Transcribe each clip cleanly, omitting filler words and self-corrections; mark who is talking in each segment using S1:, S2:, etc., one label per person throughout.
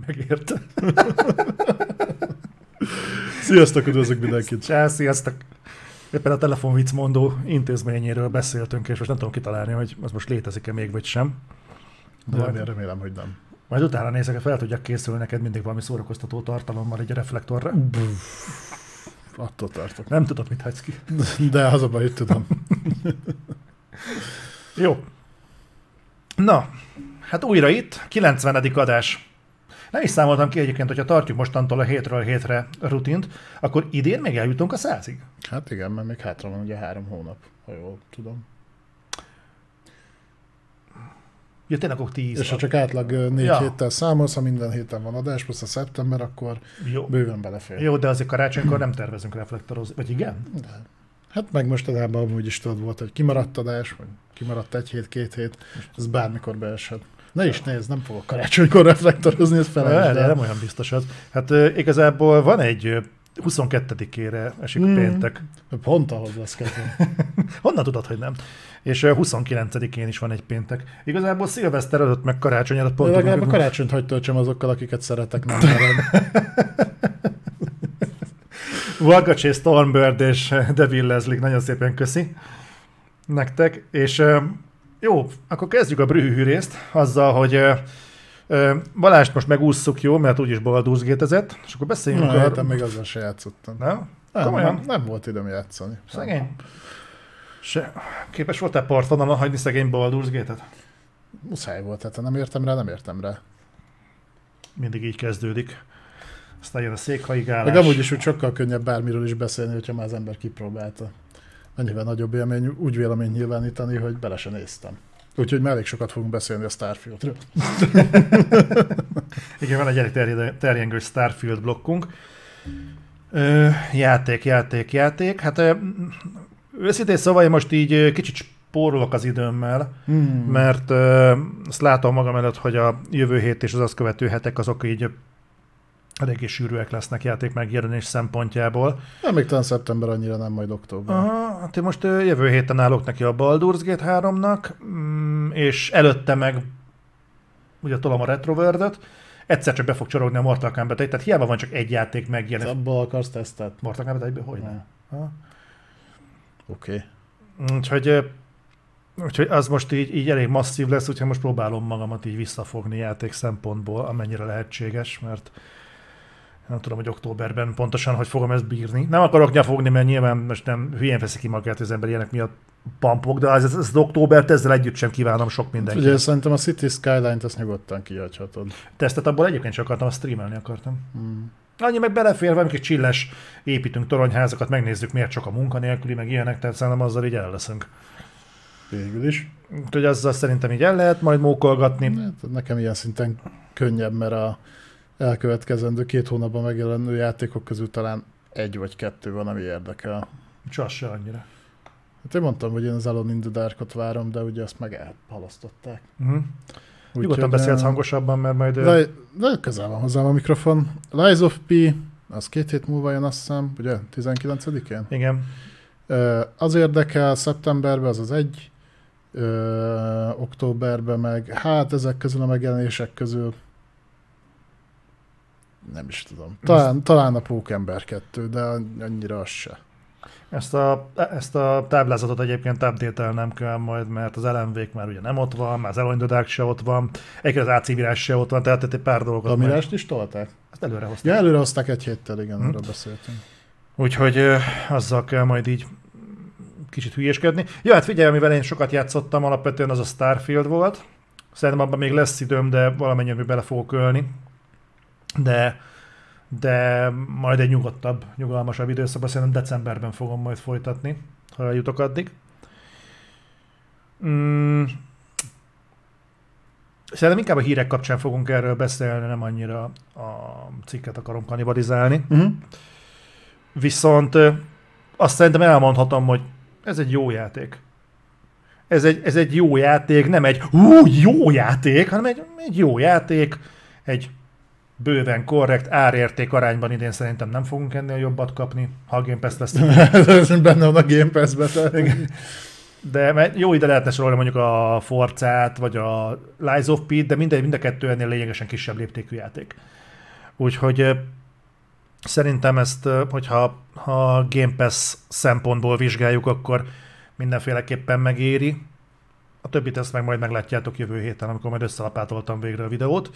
S1: megérte.
S2: Sziasztok, üdvözlök mindenkit!
S1: Sziasztok! Éppen a telefonvicc mondó intézményéről beszéltünk, és most nem tudom kitalálni, hogy az most létezik-e még, vagy sem.
S2: De remélem, hogy nem.
S1: Majd utána nézek, hogy fel tudjak készülni neked mindig valami szórakoztató tartalommal egy reflektorra.
S2: Attól tartok.
S1: Nem tudod, mit hagysz ki.
S2: De az a baj, hogy tudom.
S1: Jó. Na, hát újra itt, 90. adás. Nem is számoltam ki egyébként, hogyha tartjuk mostantól a hétről hétre rutint, akkor idén még eljutunk a 100-ig.
S2: Hát igen, mert még hátra van ugye 3 hónap, ha jól tudom.
S1: Ja, tényleg akkor 10.
S2: És ha csak átlag 4 héttel számolsz, ha minden héten van adás, plusz a szeptember, akkor
S1: jó.
S2: Bőven belefér.
S1: Jó, de azért karácsonykor nem tervezünk reflektorozni, vagy igen?
S2: De. Hát meg mostanában amúgy is tudod volt, hogy kimaradt adás, vagy kimaradt 1 hét, 2 hét, ez bármikor beeshet. Ne is nézd, nem fogok karácsonykor reflektorozni, ez felejtsd el.
S1: Nem olyan biztos az. Hát igazából van egy 22-ére esik péntek.
S2: Pont ahhoz lesz kedvem.
S1: Honnan tudod, hogy nem? És 29-én is van egy péntek. Igazából szilveszter előtt, meg karácsony előtt pont.
S2: De legalább a karácsonyt hagy töltsem azokkal, akiket szeretek, nem marad.
S1: Valgacsé, Stormbird és Devil Leslie, nagyon szépen köszi nektek. És jó, akkor kezdjük a brühű részt azzal, hogy Balást most megússzuk, jó, mert úgyis Baldur's Gate-ezett, és akkor beszéljünk
S2: arról. Még azzal se játszottam. Nem volt időm játszani.
S1: Szegény. Képes voltál partvonalon hagyni szegény Baldur's Gate-et?
S2: Muszáj volt, tehát ha nem értem rá.
S1: Mindig így kezdődik. Aztán jön a székhaigálás.
S2: Meg amúgy is úgy sokkal könnyebb bármiről is beszélni, hogyha már az ember kipróbálta. Annyivel nagyobb élmény, úgy véleményt nyilvánítani, hogy bele se néztem. Úgyhogy már elég sokat fogunk beszélni a Starfieldről.
S1: Igen, van egy elég terjengő Starfield blokkunk. Játék. Hát őszintén szóval én most így kicsit spórolok az időmmel, mert azt látom magam előtt, hogy a jövő hét és az azt követő hetek azok így eléggé sűrűek lesznek játék megjelenés szempontjából.
S2: Nem, még talán szeptember annyira, nem, majd október.
S1: Hát én most jövő héten állok neki a Baldur's Gate 3-nak, és előtte meg ugye tolom a Retroworld-öt, egyszer csak be fog csorogni a Mortal Kombat 1, tehát hiába van csak egy játék megjelenés.
S2: Abból akarsz tesztet?
S1: Mortal Kombat 1-ből? Hogyne?
S2: Oké.
S1: Úgyhogy az most így elég masszív lesz, úgyhogy most próbálom magamat így visszafogni játék szempontból, amennyire lehetséges, mert nem tudom, hogy októberben pontosan, hogy fogom ezt bírni. Nem akarok nyafogni, mert nyilván most nem hülyén veszi ki magát az ember ilyenek miatt pampok, de az októbert ezzel együtt sem kívánom sok mindenki.
S2: Ugye szerintem a City Skyline-t azt nyugodtan kihagyhatod.
S1: Tesztet abból egyébként sem akartam, azt streamelni akartam. Annyi meg belefér, valami kis csilles, építünk toronyházakat, megnézzük miért csak a munkanélküli, meg ilyenek, tehát szerintem azzal így el leszünk.
S2: Végül is.
S1: Úgyhogy azzal szerintem így el lehet majd mókolgatni.
S2: Hát, nekem ilyen szinten könnyebb, mert a elkövetkezendő 2 hónapban megjelenő játékok közül talán 1 vagy 2 van, ami érdekel.
S1: Csak se annyira.
S2: Hát én mondtam, hogy én az Alone in the Dark-ot várom, de ugye azt meg elhalasztották.
S1: Nyugodtan beszélsz hangosabban, mert majd...
S2: De közel van hozzám a mikrofon. Lies of P, az 2 hét múlva jön, azt hiszem, ugye 19-én?
S1: Igen.
S2: Az érdekel, szeptemberben az 1, októberben meg, hát ezek közül a megjelenések közül nem is tudom. Talán a Pókember 2, de annyira az se.
S1: Ezt a táblázatot egyébként update-elnem kell majd, mert az LMV-k már ugye nem ott van, már az Alone in the Dark se ott van, egyébként az AC Mirage se ott van, tehát egy pár dolgot.
S2: A Mirage-t is tolták?
S1: Ezt előre hozták.
S2: Ja, előre hozták 1 héttel, igen, arról beszéltünk.
S1: Úgyhogy azzal kell majd így kicsit hülyéskedni. Ja, hát figyelj, amivel én sokat játszottam, alapvetően az a Starfield volt. Szerintem abban még lesz időm, de valamennyire még bele fogok ölni. De majd egy nyugodtabb, nyugalmasabb időszakban szerintem decemberben fogom majd folytatni, ha eljutok addig. Szerintem inkább a hírek kapcsán fogunk erről beszélni, nem annyira a cikket akarom kannibalizálni. Viszont azt szerintem elmondhatom, hogy ez egy jó játék. Ez egy jó játék, nem egy jó játék, hanem egy jó játék, egy bőven korrekt árérték arányban idén szerintem nem fogunk ennél jobbat kapni, ha a Game Pass lesz.
S2: Benne van a Game Pass-be.
S1: De jó ide lehetne sorolni mondjuk a Forzát, vagy a Lies of P, de mind a kettő ennél lényegesen kisebb léptékű játék. Úgyhogy szerintem ezt, hogyha Game Pass szempontból vizsgáljuk, akkor mindenféleképpen megéri. A többit ezt majd meglátjátok jövő héten, amikor majd összelapátoltam végre a videót.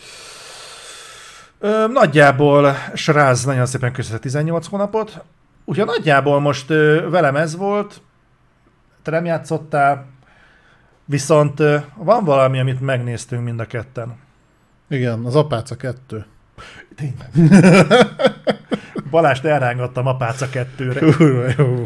S1: Nagyjából Sráz, nagyon szépen köszönöm 18 hónapot. Úgyhogy nagyjából most velem ez volt, te nem játszottál, viszont van valami, amit megnéztünk mind a ketten.
S2: Igen, az Apáca 2.
S1: Tényleg. Balást elrángattam Apáca 2-re.
S2: Jó.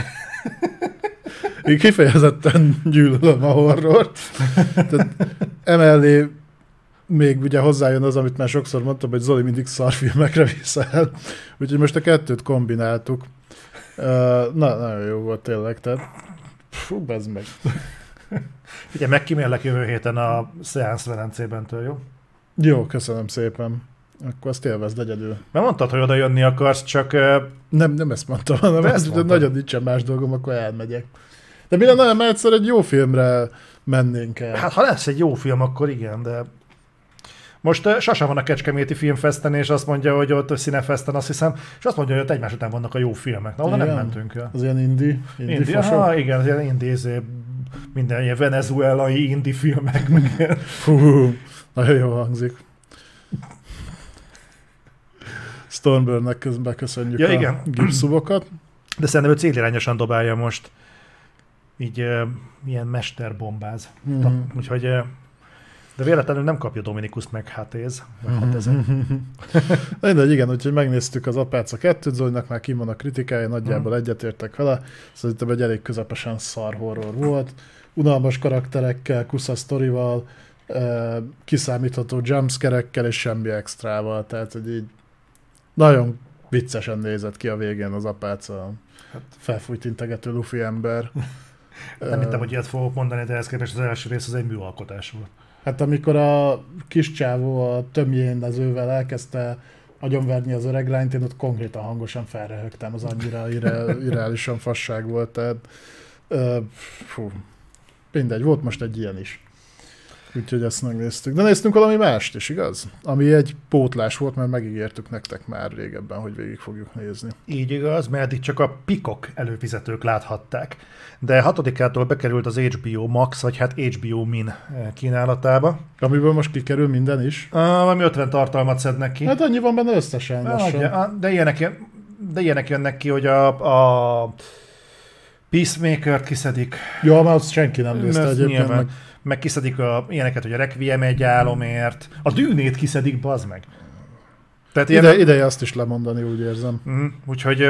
S2: Én kifejezetten gyűlölöm a horrort. Tehát emellé még ugye hozzájön az, amit már sokszor mondtam, hogy Zoli mindig szarfilmekre viszel. Úgyhogy most a kettőt kombináltuk. Nagyon jó volt tényleg, tehát bezd meg.
S1: Ugye megkímérlek jövő héten a Seance Velencében, jó?
S2: Jó, köszönöm szépen. Akkor azt élvezd egyedül.
S1: Mert mondtad, hogy oda jönni akarsz, csak...
S2: Nem ezt mondtam, hanem ezt nagyon nincsen más dolgom, akkor elmegyek. De mi lenne, mert egyszer egy jó filmre mennénk el?
S1: Hát ha lesz egy jó film, akkor igen, de... Most Sasa van a Kecskeméti Filmfesten, és azt mondja, hogy ott a Cinefesten, azt hiszem, és azt mondja, hogy ott egymás után vannak a jó filmek. Na, oda nem mentünk el.
S2: Az ilyen indie
S1: igen, az ilyen indie, minden ilyen venezuelai indie filmek.
S2: Fú, nagyon jó hangzik. Stormburn-nek közben köszönjük a gipszubokat.
S1: De szerintem ő célirányosan dobálja most. Így ilyen mesterbombáz. Úgyhogy... De véletlenül nem kapja Dominikuszt meg hátéz.
S2: De igen, úgyhogy megnéztük az Apáca 2-t, Zolinak már kim van a kritikája, nagyjából egyetértek vele. Szerintem egy elég közepesen szar horror volt. Unalmas karakterekkel, kusza sztorival, kiszámítható jumpscare-ekkel és semmi extrával. Tehát, hogy így nagyon viccesen nézett ki a végén az Apáca. Felfújt integető lufi ember.
S1: Nem hittem, hogy ilyet fogok mondani, de ehhez képest az első rész az egy műalkotás volt.
S2: Hát amikor a kis csávó a tömjénezővel elkezdte agyonverni az öreg lányt, én ott konkrétan hangosan felröhögtem, az annyira irreálisan fasság volt, tehát mindegy, volt most egy ilyen is. Úgyhogy ezt megnéztük. De néztünk valami mást is, igaz? Ami egy pótlás volt, mert megígértük nektek már régebben, hogy végig fogjuk nézni.
S1: Így igaz, mert eddig csak a Pikok előfizetők láthatták. De 6-ától bekerült az HBO Max, vagy hát HBO Min kínálatába.
S2: Amiből most kikerül minden is.
S1: Valami 50 tartalmat szednek ki.
S2: Hát annyi van benne összesen.
S1: De ilyenek jönnek ki, hogy a Peacemaker-t kiszedik.
S2: Jó, már azt senki nem nézte egyébként.
S1: Meg kiszedik ilyeneket, hogy a Requiem egy álomért. A Dűnét kiszedik, bazd meg. Tehát
S2: ideje azt is lemondani, úgy érzem.
S1: Úgyhogy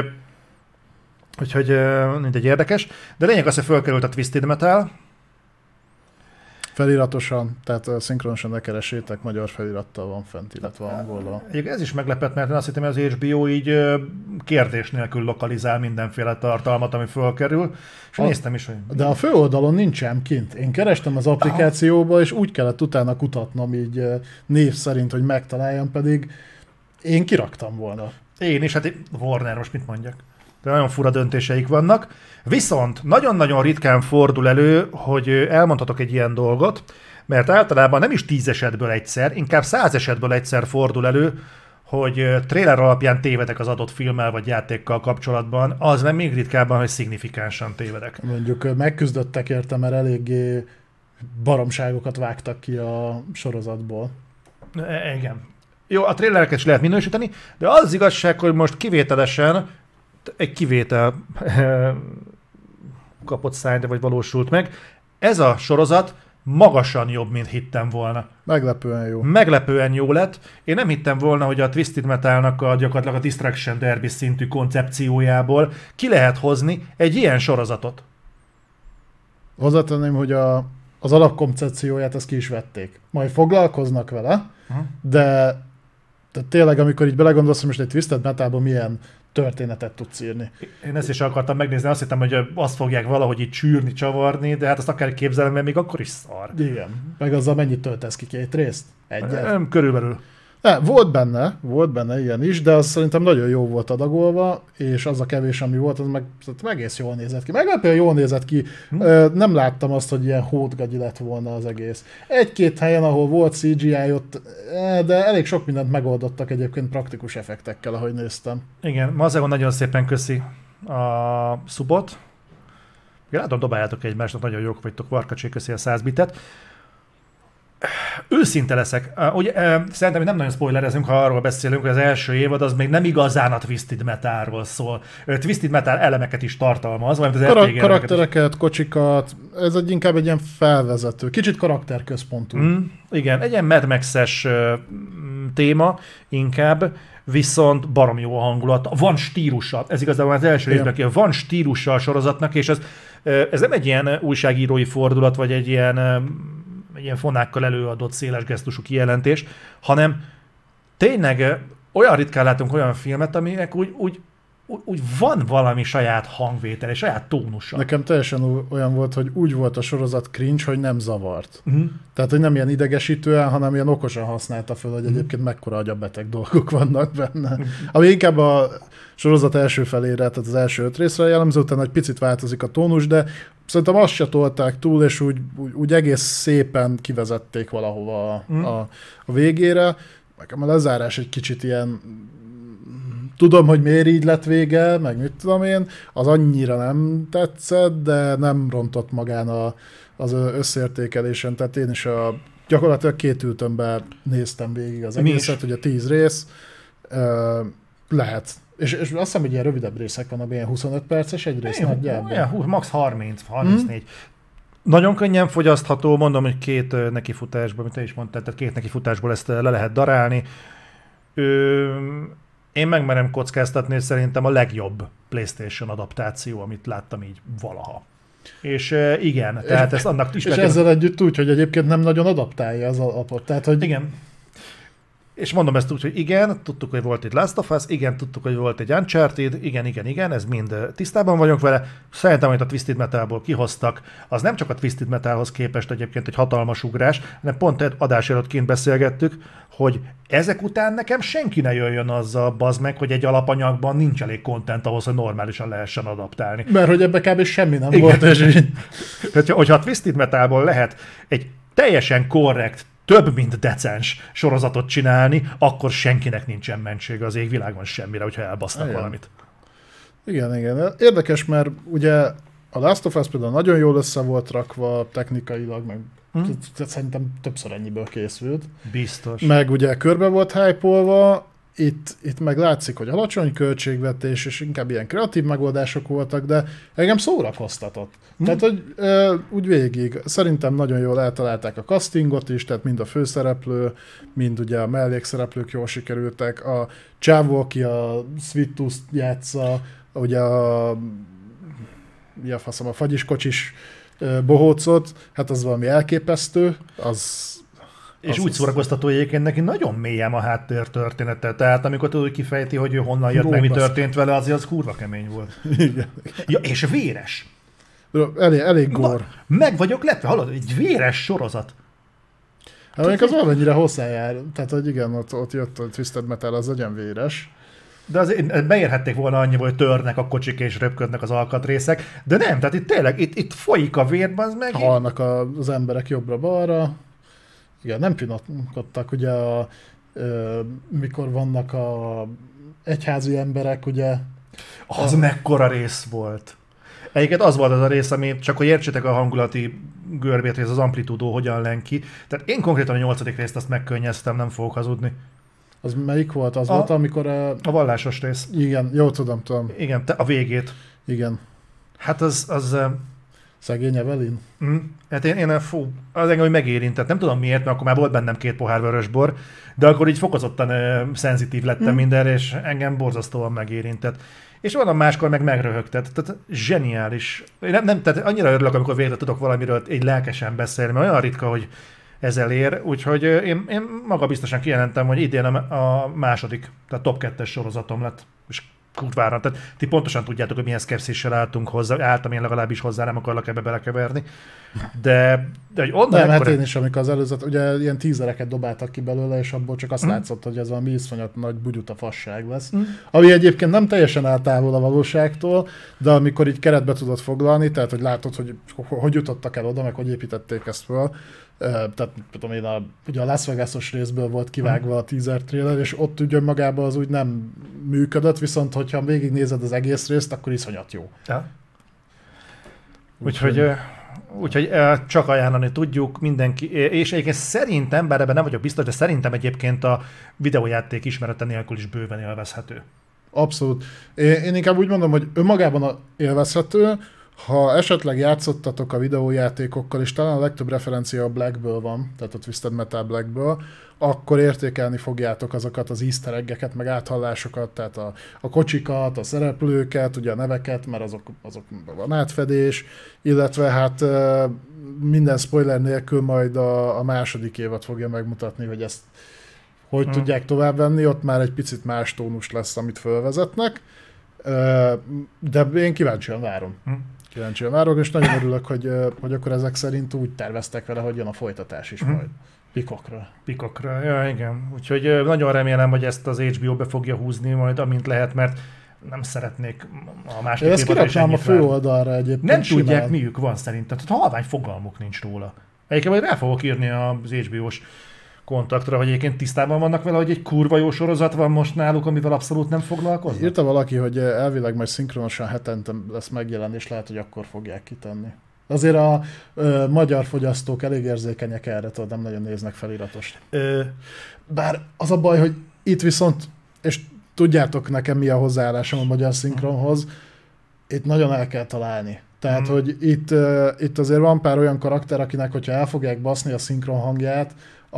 S1: mindegy érdekes. De lényeg az, hogy fölkerült a Twisted Metal.
S2: Feliratosan, tehát szinkronosan ne keresétek, magyar felirattal van fent, illetve angolra.
S1: Ez is meglepett, mert én azt hittem, hogy az HBO így kérdés nélkül lokalizál mindenféle tartalmat, ami fölkerül, és néztem is, hogy...
S2: De a főoldalon nincsen kint. Én kerestem az applikációba, és úgy kellett utána kutatnom így név szerint, hogy megtaláljam, pedig én kiraktam volna.
S1: Én is, hát Warner, most mit mondjak? De nagyon fura döntéseik vannak. Viszont nagyon-nagyon ritkán fordul elő, hogy elmondhatok egy ilyen dolgot, mert általában nem is 10 esetből egyszer, inkább 100 esetből egyszer fordul elő, hogy trailer alapján tévedek az adott filmmel vagy játékkal kapcsolatban, az nem még ritkábban, hogy szignifikánsan tévedek.
S2: Mondjuk megküzdöttek érte, mert eléggé baromságokat vágtak ki a sorozatból.
S1: Igen. Jó, a trailereket is lehet minősíteni, de az igazság, hogy most kivételesen egy kivétel kapott szájra, vagy valósult meg. Ez a sorozat magasan jobb, mint hittem volna.
S2: Meglepően jó.
S1: Meglepően jó lett. Én nem hittem volna, hogy a Twisted Metalnak gyakorlatilag a Distraction Derby szintű koncepciójából ki lehet hozni egy ilyen sorozatot.
S2: Hozzátenném, hogy az alapkoncepcióját ezt ki is vették. Majd foglalkoznak vele, de tényleg, amikor így belegondolsz, hogy most egy Twisted Metalban milyen történetet tudsz írni.
S1: Én ezt is akartam megnézni, azt hittem, hogy azt fogják valahogy így csűrni, csavarni, de hát azt akár képzelem, mert még akkor is szar.
S2: Igen. Meg azzal mennyit töltesz ki, 2 részt? Egyet?
S1: Körülbelül.
S2: Volt benne ilyen is, de az szerintem nagyon jó volt adagolva, és az a kevés, ami volt, az meg egész jól nézett ki. Meglepően jól nézett ki. Nem láttam azt, hogy ilyen hótgagyi lett volna az egész. Egy-két helyen, ahol volt CGI, ott, de elég sok mindent megoldottak egyébként praktikus effektekkel, ahogy néztem.
S1: Igen, Mazeo nagyon szépen köszi a szubot. Látom, dobáljátok egymásnak, nagyon jók vagytok, Varkacsi köszi a 100 bitet. Őszinte leszek. Ugye, szerintem nem nagyon spoilerezünk, ha arról beszélünk, hogy az első évad az még nem igazán a Twisted Metalról szól. Twisted Metal elemeket is tartalmaz, valamint az RPG
S2: karaktereket, kocsikat, ez inkább egy ilyen felvezető, kicsit karakterközpontú.
S1: Igen, egy ilyen Mad Max-es téma inkább, viszont barom jó a hangulat. Van stílusa, ez igazából az első részben, van stílusa a sorozatnak, és ez nem egy ilyen újságírói fordulat, vagy egy ilyen fonákkal előadott széles gesztusú kijelentés, hanem tényleg olyan ritkán látunk olyan filmet, aminek úgy van valami saját hangvétel, és saját tónusa.
S2: Nekem teljesen olyan volt, hogy úgy volt a sorozat cringe, hogy nem zavart. Tehát, hogy nem ilyen idegesítően, hanem ilyen okosan használta föl, hogy egyébként mekkora agyabeteg dolgok vannak benne. Ami inkább a sorozat első felére, tehát az első 5 részre jellemző, utána egy picit változik a tónus, de szerintem azt se tolták túl, és úgy egész szépen kivezették valahova a végére. Nekem a lezárás egy kicsit ilyen, tudom, hogy miért így lett vége, meg mit tudom én, az annyira nem tetszett, de nem rontott magán az összértékelésen, tehát én is gyakorlatilag 2 ültömben néztem végig az egészet, ugye 10 rész, lehet. És azt hiszem, hogy ilyen rövidebb részek vannak, ilyen 25 perces egy rész nagyjából.
S1: Max 30-34. Nagyon könnyen fogyasztható, mondom, hogy 2 nekifutásból, mint te is mondtad, tehát 2 nekifutásból ezt le lehet darálni. Én megmerem kockáztatni, hogy szerintem a legjobb PlayStation adaptáció, amit láttam így valaha. És igen, tehát ezt annak is...
S2: És ezzel együtt úgy, hogy egyébként nem nagyon adaptálja az alapot. Tehát, hogy...
S1: Igen. És mondom ezt úgy, hogy igen, tudtuk, hogy volt egy Last of Us, igen, tudtuk, hogy volt egy Uncharted, igen, ez mind tisztában vagyunk vele. Szerintem, amit a Twisted Metalból kihoztak, az nem csak a Twisted Metalhoz képest egyébként egy hatalmas ugrás, hanem pont egy adás előtt kint beszélgettük, hogy ezek után nekem senki ne jöjjön azzal, bazd meg, hogy egy alapanyagban nincs elég content ahhoz, hogy normálisan lehessen adaptálni.
S2: Mert hogy ebbe kb. Semmi nem volt. És
S1: hogyha a Twisted Metalból lehet egy teljesen korrekt, több mint decens sorozatot csinálni, akkor senkinek nincsen mentsége az égvilágon semmire, hogyha elbasznak valamit.
S2: Igen. Érdekes, mert ugye a Last of Us például nagyon jól össze volt rakva technikailag, meg szerintem többször ennyiből készült.
S1: Biztos.
S2: Meg ugye körbe volt hype-olva, itt meg látszik, hogy alacsony költségvetés, és inkább ilyen kreatív megoldások voltak, de engem szórakoztatott. Tehát, hogy úgy végig, szerintem nagyon jól eltalálták a castingot is, tehát mind a főszereplő, mind ugye a mellékszereplők jól sikerültek. A csávó, aki a Sweet Tooth játsza, ugye a fagyiskocsis bohócot, hát az valami elképesztő,
S1: és úgy szórakoztató egyébként neki nagyon mélyen a háttértörténete. Tehát amikor tudod, kifejti, hogy ő honnan jött, meg mi történt vele, azért az kurva kemény volt.
S2: Igen.
S1: Ja, és véres.
S2: Elég gór.
S1: Meg vagyok lepve, hallod, egy véres sorozat.
S2: Hát mondjuk az valamennyire hozzájár. Tehát, hogy igen, ott jött a Twisted Metal, az legyen véres.
S1: De azért beérhették volna annyiból, hogy törnek a kocsik és röpködnek az alkatrészek, de nem, tehát itt tényleg, itt folyik a vér, az meg...
S2: Halnak az emberek jobbra-balra. Igen, nem pinakkodtak, ugye mikor vannak a egyházi emberek, ugye...
S1: Az mekkora rész volt. Egyébként az volt az a rész, ami csak hogy értsétek a hangulati görbét, hogy ez az amplitúdó hogyan len ki. Tehát én konkrétan a 8. részt azt megkönnyeztem, nem fogok hazudni.
S2: Az melyik volt? Az volt, amikor...
S1: A vallásos rész.
S2: Igen, jó tudom.
S1: Igen, a végét.
S2: Igen.
S1: Hát az
S2: szegény Evelyn.
S1: Hát az engem megérintett. Nem tudom miért, mert akkor már volt bennem 2 pohár vörösbor, de akkor így fokozottan szenzitív lettem mindenre, és engem borzasztóan megérintett. És valami máskor meg megröhögtett. Tehát zseniális. Tehát annyira örülök, amikor végre tudok valamiről egy lelkesen beszélni, mert olyan ritka, hogy ez elér. Úgyhogy én maga biztosan kijelentem, hogy idén a második, tehát top 2-es sorozatom lett. És kurvára. Tehát ti pontosan tudjátok, hogy milyen szkepszissel álltam én legalábbis hozzá, nem akarlak ebbe belekeverni. De hogy onnan
S2: nem, hát én is, amikor az előzet, ugye ilyen tízereket dobáltak ki belőle, és abból csak azt látszott, hogy ez valami iszonyat nagy bugyuta fasság lesz. Ami egyébként nem teljesen áll távol a valóságtól, de amikor így keretbe tudod foglalni, tehát hogy látod, hogy jutottak el oda, meg hogy építették ezt föl. Tehát tudom én, ugye a Las Vegas-os részből volt kivágva a teaser trailer, és ott ugye magában az úgy nem működött, viszont hogyha végignézed az egész részt, akkor iszonyat jó.
S1: Ja. Úgyhogy csak ajánlani tudjuk mindenki, és egyébként szerintem, bár ebben nem vagyok biztos, de szerintem egyébként a videójáték ismerete nélkül is bőven élvezhető.
S2: Abszolút. Én inkább úgy mondom, hogy önmagában élvezhető, ha esetleg játszottatok a videójátékokkal, és talán a legtöbb referencia a Blackből van, tehát a Twisted Metal Blackből, akkor értékelni fogjátok azokat az easter egg-eket, meg áthallásokat, tehát a kocsikat, a szereplőket, ugye a neveket, mert azok van átfedés, illetve hát minden spoiler nélkül majd a második évad fogja megmutatni, hogy ezt hogy tudják továbbvenni, ott már egy picit más tónus lesz, amit fölvezetnek, de én kíváncsian várom. Kíváncsian várok, és nagyon örülök, hogy akkor ezek szerint úgy terveztek vele, hogy jön a folytatás is majd. Pikokra.
S1: Ja, igen. Úgyhogy nagyon remélem, hogy ezt az HBO be fogja húzni majd, amint lehet, mert nem szeretnék a második
S2: évadra is ennyit. Ezt kiraknám a főoldalra egyébként.
S1: Nem tudják, miük van szerintem. Tehát halvány fogalmuk nincs róla. Egyébként majd rá fogok írni az HBO-s kontaktra, hogy egyébként tisztában vannak vele, hogy egy kurva jó sorozat van most náluk, amivel abszolút nem foglalkoznak.
S2: Írta valaki, hogy elvileg majd szinkronosan hetente lesz megjelenés, lehet, hogy akkor fogják kitenni. Azért a magyar fogyasztók elég érzékenyek erre, tudod, nem nagyon néznek feliratost. Bár az a baj, hogy itt viszont, és tudjátok nekem mi a hozzáállásom a magyar szinkronhoz, itt nagyon el kell találni. Tehát, hogy itt azért van pár olyan karakter, akinek, hogyha el fogják baszni a szinkron hangját,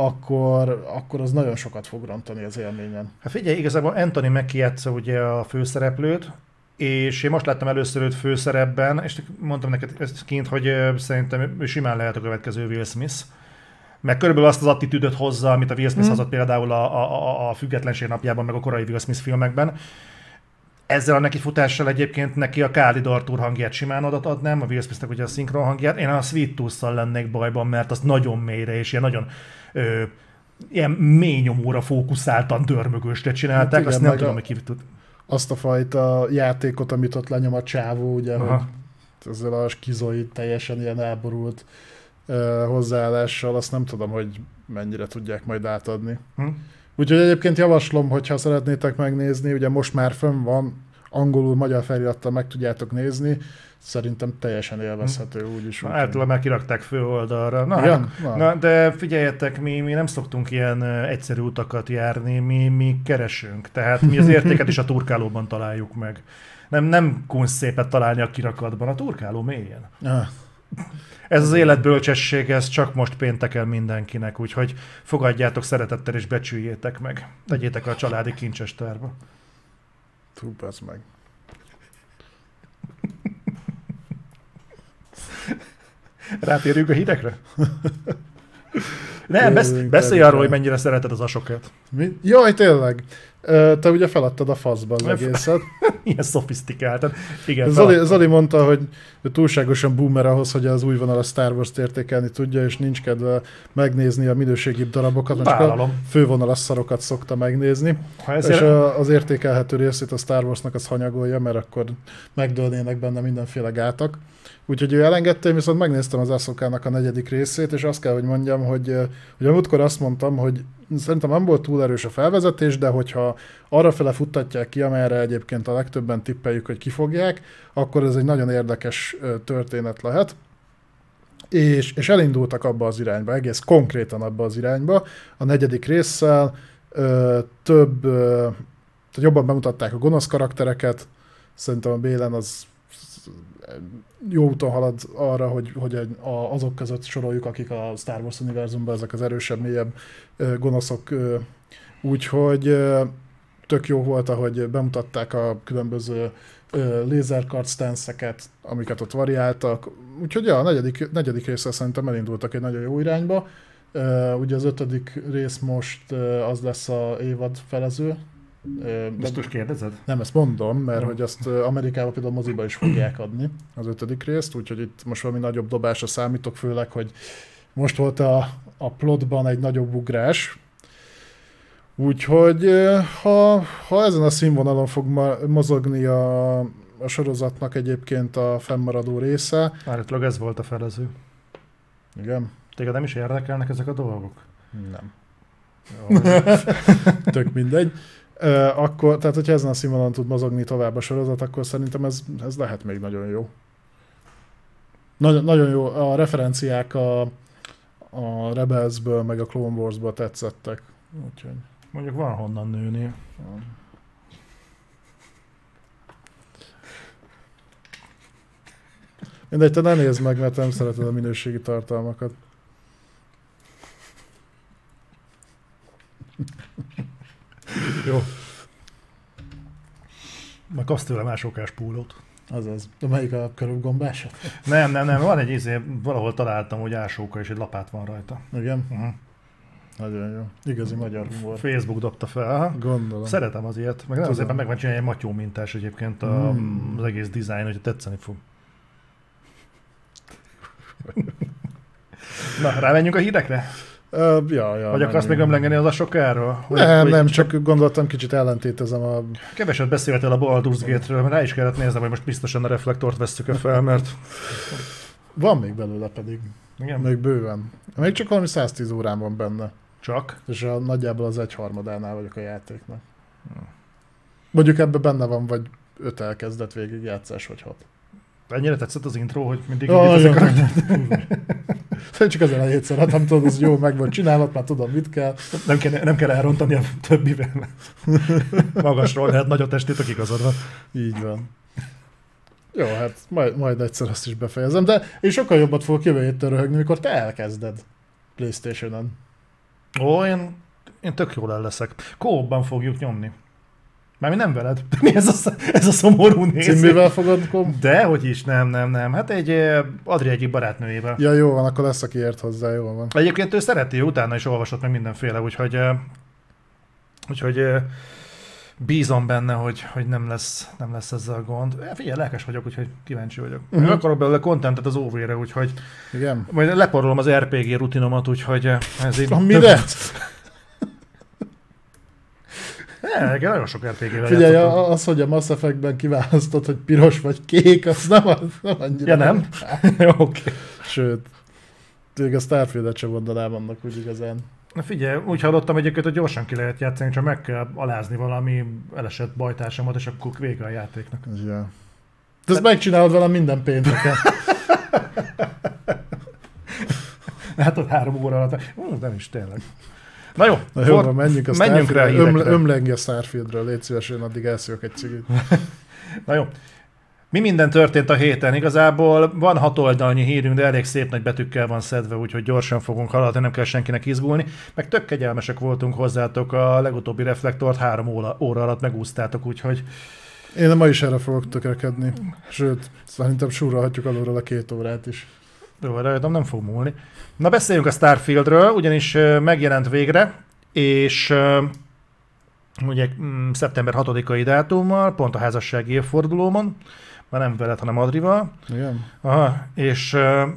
S2: akkor az nagyon sokat fog rontani az élményen.
S1: Hát figyelj, igazából Anthony Mackie játsza ugye a főszereplőt, és én most láttam először őt főszerepben, és mondtam neked ezt kint, hogy szerintem ő simán lehet a következő Will Smith. Meg körülbelül azt az attitűdöt hozza, amit a Will Smith hozott például a Függetlenség napjában, meg a korai Will Smith filmekben. Ezzel a nekifutással egyébként neki a Khalid Arthur hangját simán adnám, a Will Smithnek ugye a szinkron hangját. Én a Sweet Tooth-szal lennék bajban, mert az nagyon mélyre és ilyen nagyon ilyen mély nyomóra fókuszáltan dörmögősre csinálták, hát azt nem tudom, hogy ki tud.
S2: Azt a fajta játékot, amit ott lenyom a csávó, ugye, hogy ezzel a skizoid teljesen ilyen elborult hozzáállással, azt nem tudom, hogy mennyire tudják majd átadni. Úgyhogy egyébként javaslom, hogyha szeretnétek megnézni, ugye most már fönn van, angolul, magyar felirattal meg tudjátok nézni, szerintem teljesen élvezhető úgyis.
S1: Általában már kirakták főoldalra. Na, de figyeljetek, mi nem szoktunk ilyen egyszerű utakat járni, mi keresünk. Tehát mi az értéket is a turkálóban találjuk meg. Nem kunst szépet találni a kirakatban, a turkáló mélyen. Ez az életbölcsesség, ez csak most pénteken mindenkinek, úgyhogy fogadjátok szeretettel és becsüljétek meg. Tegyétek a családi kincsestárba.
S2: Túlpász meg.
S1: Rátérjünk a hírekre? Nem, beszélj arról, hogy mennyire szereted az asokát.
S2: Mi? Jaj, tényleg. Te ugye feladtad a faszba az egészet.
S1: Ilyen szofisztikáltan. Igen,
S2: Zoli mondta, hogy túlságosan boomer ahhoz, hogy az új vonal a Star Wars-t értékelni tudja, és nincs kedve megnézni a minőségibb darabokat, mert csak a fővonalas szarokat szokta megnézni. És az értékelhető részét a Star Wars-nak az hanyagolja, mert akkor megdőlnének benne mindenféle gátak. Úgyhogy ő elengedte, én viszont megnéztem az Ahsokának a 4. részét, és azt kell, hogy mondjam, hogy a múltkor azt mondtam, hogy szerintem nem volt túl erős a felvezetés, de hogyha arrafele futtatják ki, amerre egyébként a legtöbben tippeljük, hogy kifogják, akkor ez egy nagyon érdekes történet lehet. És elindultak abba az irányba, egész konkrétan abba az irányba. A 4. résszel jobban bemutatták a gonosz karaktereket, szerintem a Bélen az jó úton halad arra, hogy azok között soroljuk, akik a Star Wars univerzumban ezek az erősebb, mélyebb gonoszok. Úgyhogy tök jó volt, ahogy bemutatták a különböző lézerkard stance-eket, amiket ott variáltak. Úgyhogy a negyedik résszel szerintem elindultak egy nagyon jó irányba. Ugye az 5. rész most az lesz a évad felező,
S1: Most kérdezed?
S2: Nem, ezt mondom, mert hogy azt Amerikában például moziba is fogják adni az 5. részt, úgyhogy itt most valami nagyobb dobásra számítok, főleg, hogy most volt a plotban egy nagyobb ugrás. Úgyhogy ha ezen a színvonalon fog mozogni a sorozatnak egyébként a fennmaradó része.
S1: Állítólag ez volt a felező.
S2: Igen?
S1: Téged nem is érdekelnek ezek a dolgok?
S2: Nem. Tök mindegy. Akkor, tehát hogyha ezen a színvonalon tud mozogni tovább a sorozat, akkor szerintem ez lehet még nagyon jó. Nagyon jó. A referenciák a Rebelsből, meg a Clone Warsból tetszettek. Úgyhogy...
S1: Mondjuk van honnan nőni.
S2: Mindegy, te ne nézd meg, mert nem szereted a minőségi tartalmakat.
S1: Jó. Meg kapsz tőle másokás pólót.
S2: Azaz. De melyik a körülgombása?
S1: Nem. Van egy valahol találtam, hogy ásóka és egy lapát van rajta.
S2: Igen? Nagyon jó. Igazi magyar humor.
S1: Facebook dobta fel.
S2: Gondolom.
S1: Szeretem az ilyet. Meg nagyon szépen meg van csinálni egy matyó mintás egyébként az egész dizájn, hogy tetszeni fog. Na, rámenjünk a hírekre? Vagy akarsz még ömlengeni az Ashokáról?
S2: Nem, csak gondoltam, kicsit ellentétezem a...
S1: Keveset beszéltél a Baldur's Gate-ről, mert rá is kellett néznem, hogy most biztosan a reflektort vesszük fel, mert...
S2: Van még belőle pedig.
S1: Igen?
S2: Még bőven. Még csak valami 110 órán van benne.
S1: Csak?
S2: És nagyjából az 1/3-ánál vagyok a játéknak. Mondjuk ebben benne van vagy 5 elkezdett végig játszás, vagy 6.
S1: Ennyire tetszett az intro, hogy mindig indít
S2: csak az elejét szeretem, tudod, az jó meg van csinálva, már tudom, mit kell.
S1: Nem kell elrontani a többivel. Magasról lehet nagy a testétek, igazad van.
S2: Így van. Jó, hát majd egyszer azt is befejezem, de én sokkal jobbat fogok jövő héttől röhögni, mikor te elkezded PlayStation-on.
S1: Ó, én tök jól el leszek. Co-opban fogjuk nyomni. Mármint nem veled. Mi ez a szomorú néz?
S2: Cíművel fogod?
S1: De, hogy is, nem. Hát egy Adri egyik barátnőjével.
S2: Ja, jó van, akkor lesz, aki ért hozzá, jól van.
S1: Egyébként ő szereti, utána is olvasott meg mindenféle, úgyhogy bízom benne, hogy nem lesz ezzel gond. Figyelj, lelkes vagyok, úgyhogy kíváncsi vagyok. Akarok belőle contentet az OV-re, úgyhogy
S2: igen.
S1: Majd leporolom az RPG rutinomat, úgyhogy ez így...
S2: Mire?
S1: Nekem nagyon sok RPG-vel
S2: Figyelj, az, hogy a Mass Effect-ben kiválasztod, hogy piros vagy kék, az nem annyira.
S1: Ja, nem? Oké.
S2: Sőt, még a Starfield-et sem mondanám annak úgy igazán.
S1: Na figyelj, úgy hallottam egyébként, hogy gyorsan ki lehet játszani, csak meg kell alázni valami elesett bajtársamat, és akkor vége a játéknak.
S2: Ja. De ezt megcsinálod velem minden pénteken.
S1: Hát ott 3 óra alatt. Nem is tényleg. Na jó,
S2: jó, menjünk
S1: rá hírekre.
S2: Ömlengi a Starfieldről, légy szívesen, addig elszívok egy cigit.
S1: Na jó. Mi minden történt a héten? Igazából van 6 oldalnyi hírünk, de elég szép nagy betűkkel van szedve, úgyhogy gyorsan fogunk haladni, nem kell senkinek izgulni. Meg tök kegyelmesek voltunk hozzátok, a legutóbbi reflektort 3 óra alatt megúsztátok, úgyhogy...
S2: Én ma is erre fogok tökrekedni. Sőt, szerintem súrolhatjuk alulról a 2 órát is.
S1: Jó, rajtam nem fog múlni. Na beszéljünk a Starfieldről, ugyanis megjelent végre, és ugye szeptember 6-ai dátummal, pont a házassági évfordulómon, már nem veled, hanem Adrival.
S2: Igen.
S1: Aha, és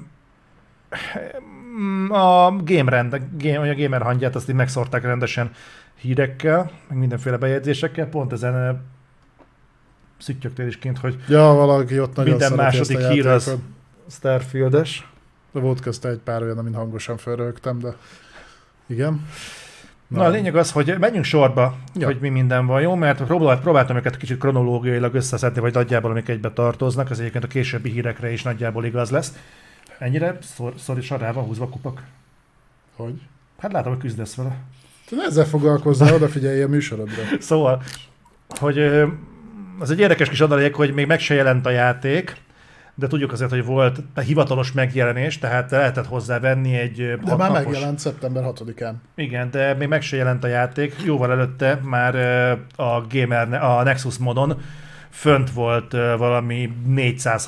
S1: a gamer hangját azt így megszórták rendesen hírekkel, meg mindenféle bejegyzésekkel, pont ezen szüttyögtél is kint, hogy
S2: ja, valaki ott nagyon
S1: minden második hír az Starfieldes.
S2: De volt közte egy pár olyan, amin hangosan felrögtem, de igen.
S1: Na a lényeg az, hogy menjünk sorba, hogy mi minden van, jó? Mert próbáltam őket kicsit kronológiailag összeszedni, vagy nagyjából amik egybe tartoznak, ez egyébként a későbbi hírekre is nagyjából igaz lesz. Ennyire sorával húzva kupak?
S2: Hogy?
S1: Hát látom, hogy küzdesz vele.
S2: Te ezzel foglalkozzál, odafigyelj a műsorodra.
S1: Szóval, hogy az egy érdekes kis adalék, hogy még meg se jelent a játék, de tudjuk azért, hogy volt hivatalos megjelenés, tehát lehetett hozzá venni egy
S2: de már napos... megjelent szeptember 6-án.
S1: Igen, de még meg se jelent a játék. Jóval előtte már a Nexus modon fönt volt valami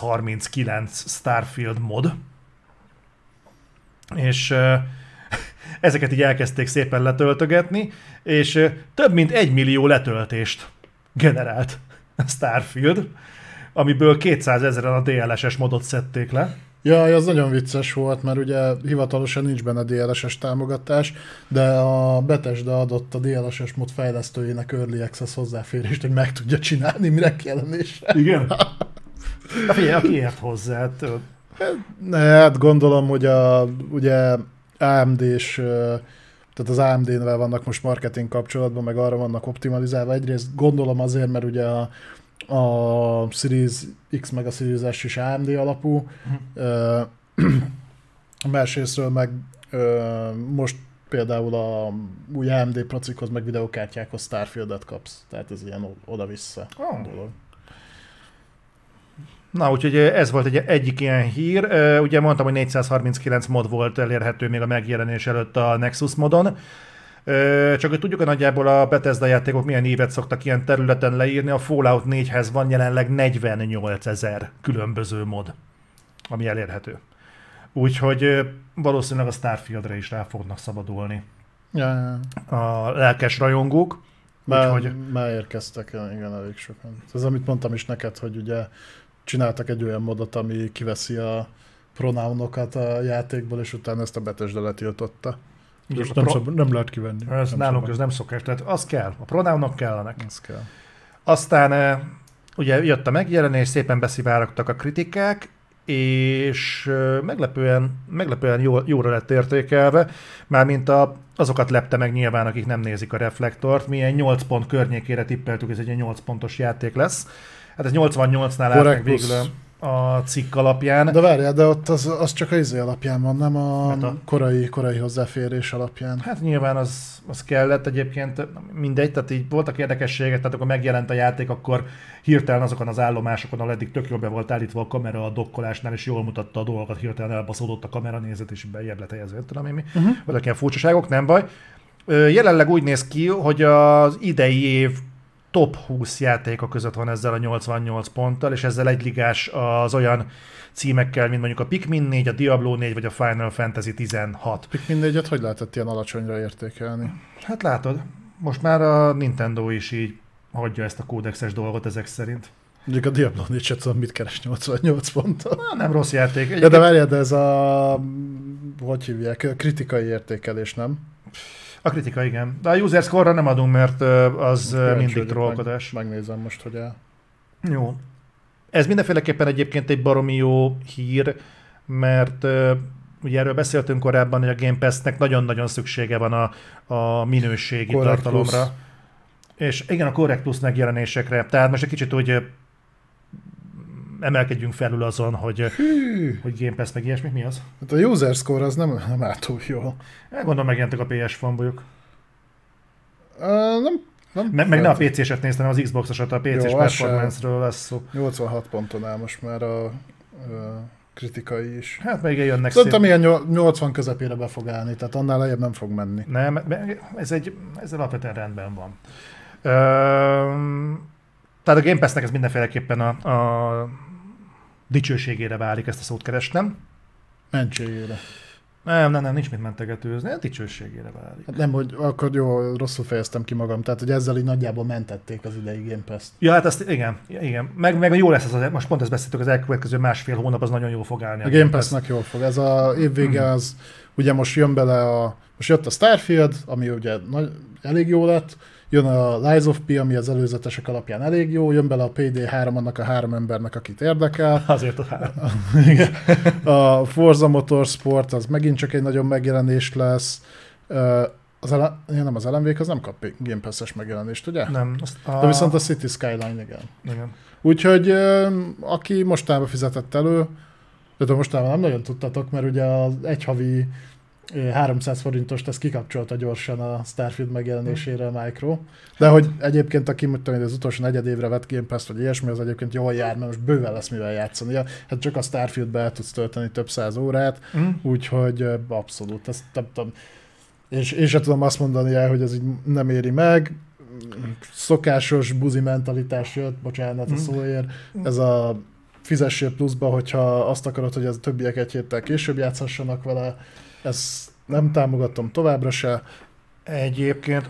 S1: 439 Starfield mod. És ezeket így elkezdték szépen letöltögetni, és több mint 1 millió letöltést generált a Starfield, amiből 200 000-en a DLSS modot szedték le.
S2: Ja, az nagyon vicces volt, mert ugye hivatalosan nincs benne DLSS támogatás, de a Bethesda adott a DLSS mod fejlesztőjének Early Access hozzáférést, hogy meg tudja csinálni, mire kijelenése.
S1: Igen? Na figyelj, aki ért hozzá.
S2: Hát gondolom, hogy ugye AMD-s, tehát az AMD-vel vannak most marketing kapcsolatban, meg arra vannak optimalizálva. Egyrészt gondolom azért, mert ugye a Series X meg a Series S is AMD alapú. Másrésztről meg most például a új AMD procikhoz meg videokártyákhoz Starfieldet kapsz. Tehát ez ilyen oda-vissza dolog.
S1: Na, úgyhogy ez volt egyik ilyen hír. Ugye mondtam, hogy 439 mod volt elérhető még a megjelenés előtt a Nexus modon. Csak hogy tudjuk, hogy nagyjából a Bethesda játékok milyen évet szoktak ilyen területen leírni. A Fallout 4-hez van jelenleg 48 000 különböző mod, ami elérhető. Úgyhogy valószínűleg a Starfieldre is rá fognak szabadulni a lelkes rajongók.
S2: Már érkeztek, igen, elég sokan. Ez amit mondtam is neked, hogy ugye csináltak egy olyan modot, ami kiveszi a pronounokat a játékból, és utána ezt a Bethesda letiltotta. És nem lehet kivenni.
S1: Ez nálunk ez nem szokás, tehát az kell, a pronounok kellenek.
S2: Az kell.
S1: Aztán ugye jött a megjelenés, szépen beszivárogtak a kritikák, és meglepően jóra lett értékelve, mármint azokat lepte meg nyilván, akik nem nézik a Reflektort. Mi egy 8 pont környékére tippeltük, ez egy 8 pontos játék lesz. Hát ez 88-nál állt meg végül a cikk alapján.
S2: De várjál, de ott az csak az izé alapján van, nem a korai hozzáférés alapján.
S1: Hát nyilván az kellett egyébként, mindegy, tehát így voltak érdekességek, tehát akkor megjelent a játék, akkor hirtelen azokon az állomásokon, ahol eddig tök jól be volt állítva a kamera a dokkolásnál, és jól mutatta a dolgokat, hirtelen elbaszódott a kamera nézet, és beljebb lett helyezve, tudom én mi. Voltak ilyen furcsaságok, nem baj. Jelenleg úgy néz ki, hogy az idei év top 20 játéka között van ezzel a 88 ponttal, és ezzel egyligás az olyan címekkel, mint mondjuk a Pikmin 4, a Diablo 4 vagy a Final Fantasy 16.
S2: Pikmin 4-et hogy lehetett ilyen alacsonyra értékelni?
S1: Hát látod, most már a Nintendo is így hagyja ezt a kódexes dolgot ezek szerint.
S2: Mondjuk a Diablo 4 sem tudom, mit keres 88 ponttal.
S1: Nem rossz játék.
S2: Ja, de várjál, de ez hogy hívják, kritikai értékelés, nem?
S1: A kritika, igen. De a user score-ra nem adunk, mert az mindig trollkodás.
S2: Megnézem most, hogy
S1: Jó. Ez mindenféleképpen egyébként egy baromi jó hír, mert ugye erről beszéltünk korábban, hogy a Game Pass-nek nagyon-nagyon szüksége van a minőségi
S2: Correct
S1: tartalomra.
S2: Plus.
S1: És igen, a Correct Plus megjelenésekre. Tehát most egy kicsit úgy emelkedjünk felül azon, hogy Game Pass meg ilyesmi. Mi az?
S2: Hát a user score az nem áll túl jó.
S1: Gondolom megjelentek a PS fanbolyok.
S2: Nem.
S1: Meg ne a PC-set néztem, az Xbox-osat, a PC-s performance-ről lesz szó.
S2: 86 ponton áll most már a kritikai is.
S1: Hát még jönnek
S2: szerintem ilyen 80 közepére be fog állni, tehát annál lejjebb nem fog menni.
S1: Nem, ez alapvetően rendben van. Tehát a Game Pass-nek ez mindenféleképpen a dicsőségére válik, ezt a szót keresnem.
S2: Mentségére.
S1: Nem, nincs mit mentegetőzni, a dicsőségére válik.
S2: Hát nem, hogy akkor jó, rosszul fejeztem ki magam, tehát hogy ezzel így nagyjából mentették az idei Game Pass-t.
S1: Ja, hát azt igen. Meg jó lesz az, most pont ezt beszéltük, az elkövetkező másfél hónap, az nagyon jól fog állni.
S2: A Game Pass-nek jól fog. Ez a évvége az, ugye most jön bele most jött a Starfield, ami ugye elég jó lett, jön a Lies of P, ami az előzetesek alapján elég jó, jön bele a PD3 annak a 3 embernek, akit érdekel.
S1: Azért a 3.
S2: A Forza Motorsport, az megint csak egy nagyon megjelenés lesz. Nem, az LMV-k az nem kap Game Pass-es megjelenést, ugye?
S1: Nem.
S2: De viszont a City Skyline,
S1: igen.
S2: Úgyhogy aki mostában fizetett elő, de mostában nem nagyon tudtatok, mert ugye az egy havi 300 forintost ezt kikapcsolta gyorsan a Starfield megjelenésére a Micro. De hogy egyébként aki az utolsó negyedévre vett Game Pass-t, vagy ilyesmi, az egyébként jól jár, mert most bőven lesz mivel játszani. Hát csak a Starfieldbe el tudsz tölteni több száz órát, úgyhogy abszolút. Ezt nem tudom. És én sem tudom azt mondani el, hogy ez így nem éri meg. Szokásos buzi mentalitás jött, bocsánat a szóért. Ez a fizessél pluszba, hogyha azt akarod, hogy az többiek egy héttel később játszhassanak vele. Ez Nem támogatom továbbra se.
S1: Egyébként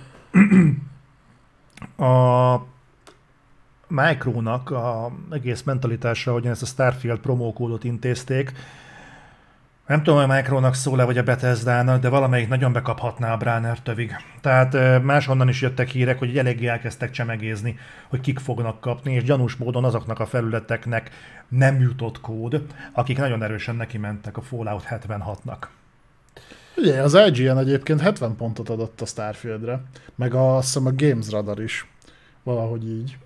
S1: a Micronak a egész mentalitása, ahogyan ezt a Starfield promókódot intézték, nem tudom, hogy a Micronak szól-e, vagy a Bethesdának, de valamelyik nagyon bekaphatná a Bráner tövig. Tehát máshonnan is jöttek hírek, hogy eléggé elkezdtek csemegézni, hogy kik fognak kapni, és gyanús módon azoknak a felületeknek nem jutott kód, akik nagyon erősen neki mentek a Fallout 76-nak.
S2: Ugye, az IGN egyébként 70 pontot adott a Starfieldre, meg azt hiszem a Games Radar is. Valahogy így.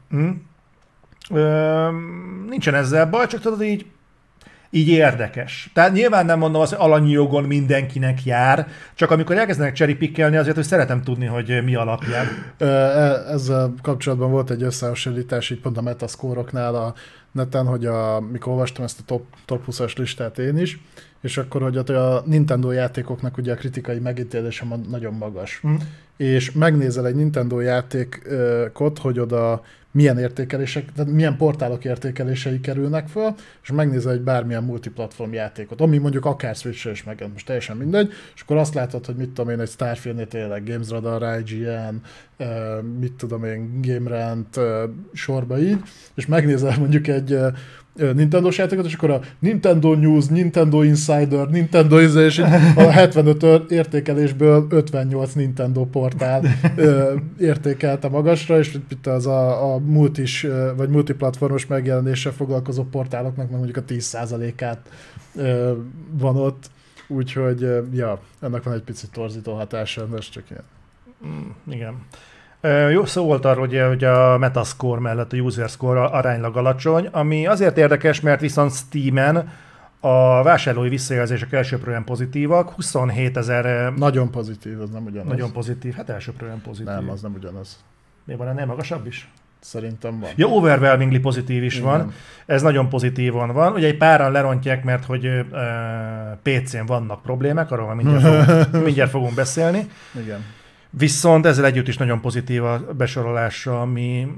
S1: Nincsen ezzel baj, csak tudod így érdekes. Tehát nyilván nem mondom azt, hogy alanyi jogon mindenkinek jár, csak amikor elkezdenek cherry-pickelni, azért, hogy szeretem tudni, hogy mi alapján.
S2: Ezzel kapcsolatban volt egy összehasonlítás így pont a Metascore-oknál a neten, hogy mikor olvastam ezt a top 20-as listát én is, és akkor, hogy a Nintendo játékoknak ugye a kritikai megítélése nagyon magas. És megnézel egy Nintendo játékot, hogy oda milyen értékelések, tehát milyen portálok értékelései kerülnek fel, és megnézel egy bármilyen multiplatform játékot, ami mondjuk akár Switch-re is megjelent, most teljesen mindegy, és akkor azt látod, hogy mit tudom én, egy Starfieldnél tényleg Games Radar, IGN, mit tudom én, GameRant, sorba így, és megnézel mondjuk egy Nintendo-s játékot, és akkor a Nintendo News, Nintendo Insider, Nintendo és a 75 értékelésből 58 Nintendo portál értékelte magasra, és itt az a multis, vagy multiplatformos megjelenéssel foglalkozó portáloknak meg mondjuk a 10%-át van ott, úgyhogy ja, ennek van egy picit torzító hatása, de csak ilyen.
S1: Igen. Jó szó volt arról, hogy a Metascore mellett a User Score aránylag alacsony, ami azért érdekes, mert viszont Steamen a vásárlói visszajelzések elsőprően pozitívak, 27 000...
S2: Nagyon pozitív, az nem ugyanaz.
S1: Nagyon pozitív, hát elsőprően pozitív.
S2: Nem, az nem ugyanaz.
S1: Mi van ennél magasabb is?
S2: Szerintem van.
S1: Ja, overwhelmingly pozitív is
S2: Igen.
S1: van. Ez nagyon pozitívan van. Ugye egy páran lerontják, mert hogy PC-n vannak problémák, arról mindjárt fogunk beszélni.
S2: Igen.
S1: Viszont ezzel együtt is nagyon pozitív a besorolása, ami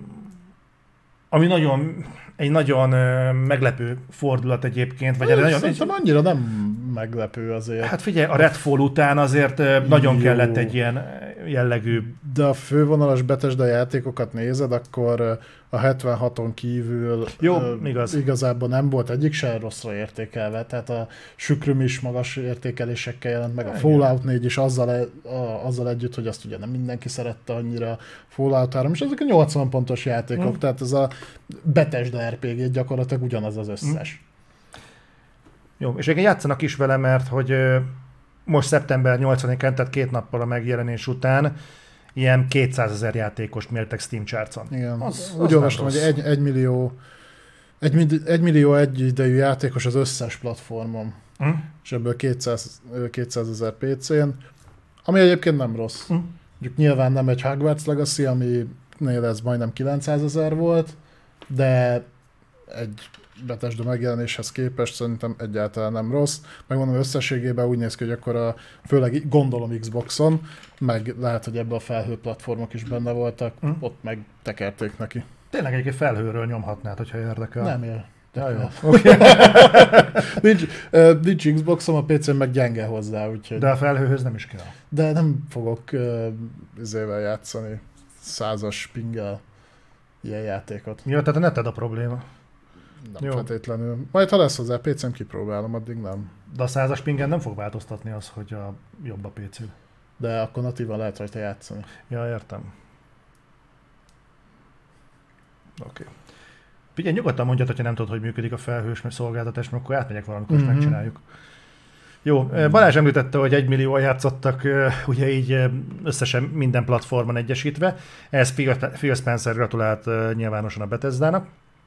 S1: egy nagyon meglepő fordulat egyébként. Vagy
S2: szerintem annyira nem meglepő azért.
S1: Hát figyelj, a Redfall után azért nagyon kellett egy ilyen jellegű...
S2: De a fővonalas Bethesda játékokat nézed, akkor a 76-on kívül igazából nem volt egyik se rosszra értékelve, tehát a Sükrüm is magas értékelésekkel jelent meg, a Fallout 4 is azzal együtt, hogy azt ugye nem mindenki szerette annyira Fallout 3, és ezek a 80 pontos játékok, tehát ez a Bethesda RPG gyakorlatilag ugyanaz az összes.
S1: Jó, és igen, játszanak is vele, mert hogy most szeptember 8-án, tehát 2 nappal a megjelenés után ilyen 200 000 játékost mértek Steam Chartson.
S2: Igen, úgy olvastam, hogy 1 millió egyidejű játékos az összes platformon, és ebből 200 000 PC-n, ami egyébként nem rossz. Mondjuk nyilván nem egy Hogwarts Legacy, aminél ez majdnem 900 000 volt, de egy Bethesda megjelenéshez képest szerintem egyáltalán nem rossz. Megmondom, összességében úgy néz ki, hogy akkor főleg gondolom Xboxon, meg lehet, hogy ebben a felhő platformok is benne voltak, ott meg tekerték neki.
S1: Tényleg egy felhőről nyomhatnád, hogyha érdekel.
S2: Nem ér.
S1: Ja, jó. Okay.
S2: nincs Xboxom, a PC-n meg gyenge hozzá, úgyhogy...
S1: De a felhőhöz nem is kell.
S2: De nem fogok izével játszani 100-as pinggel ilyen játékot.
S1: Ja, tehát a neted a probléma.
S2: Nem feltétlenül. Majd ha lesz hozzá PC-m, kipróbálom, addig nem.
S1: De a 100-as pingen nem fog változtatni az, hogy jobb a PC.
S2: De akkor natívan lehet rajta játszani.
S1: Ja, értem. Oké. Figyelj, nyugodtan mondjad, hogyha nem tudod, hogy működik a felhős szolgáltatás, mert akkor átmegyek valamikor, és megcsináljuk. Jó, Balázs említette, hogy 1 millióan játszottak, ugye így összesen minden platformon egyesítve. Ehhez Phil Spencer gratulált nyilvánosan a Bethesdának.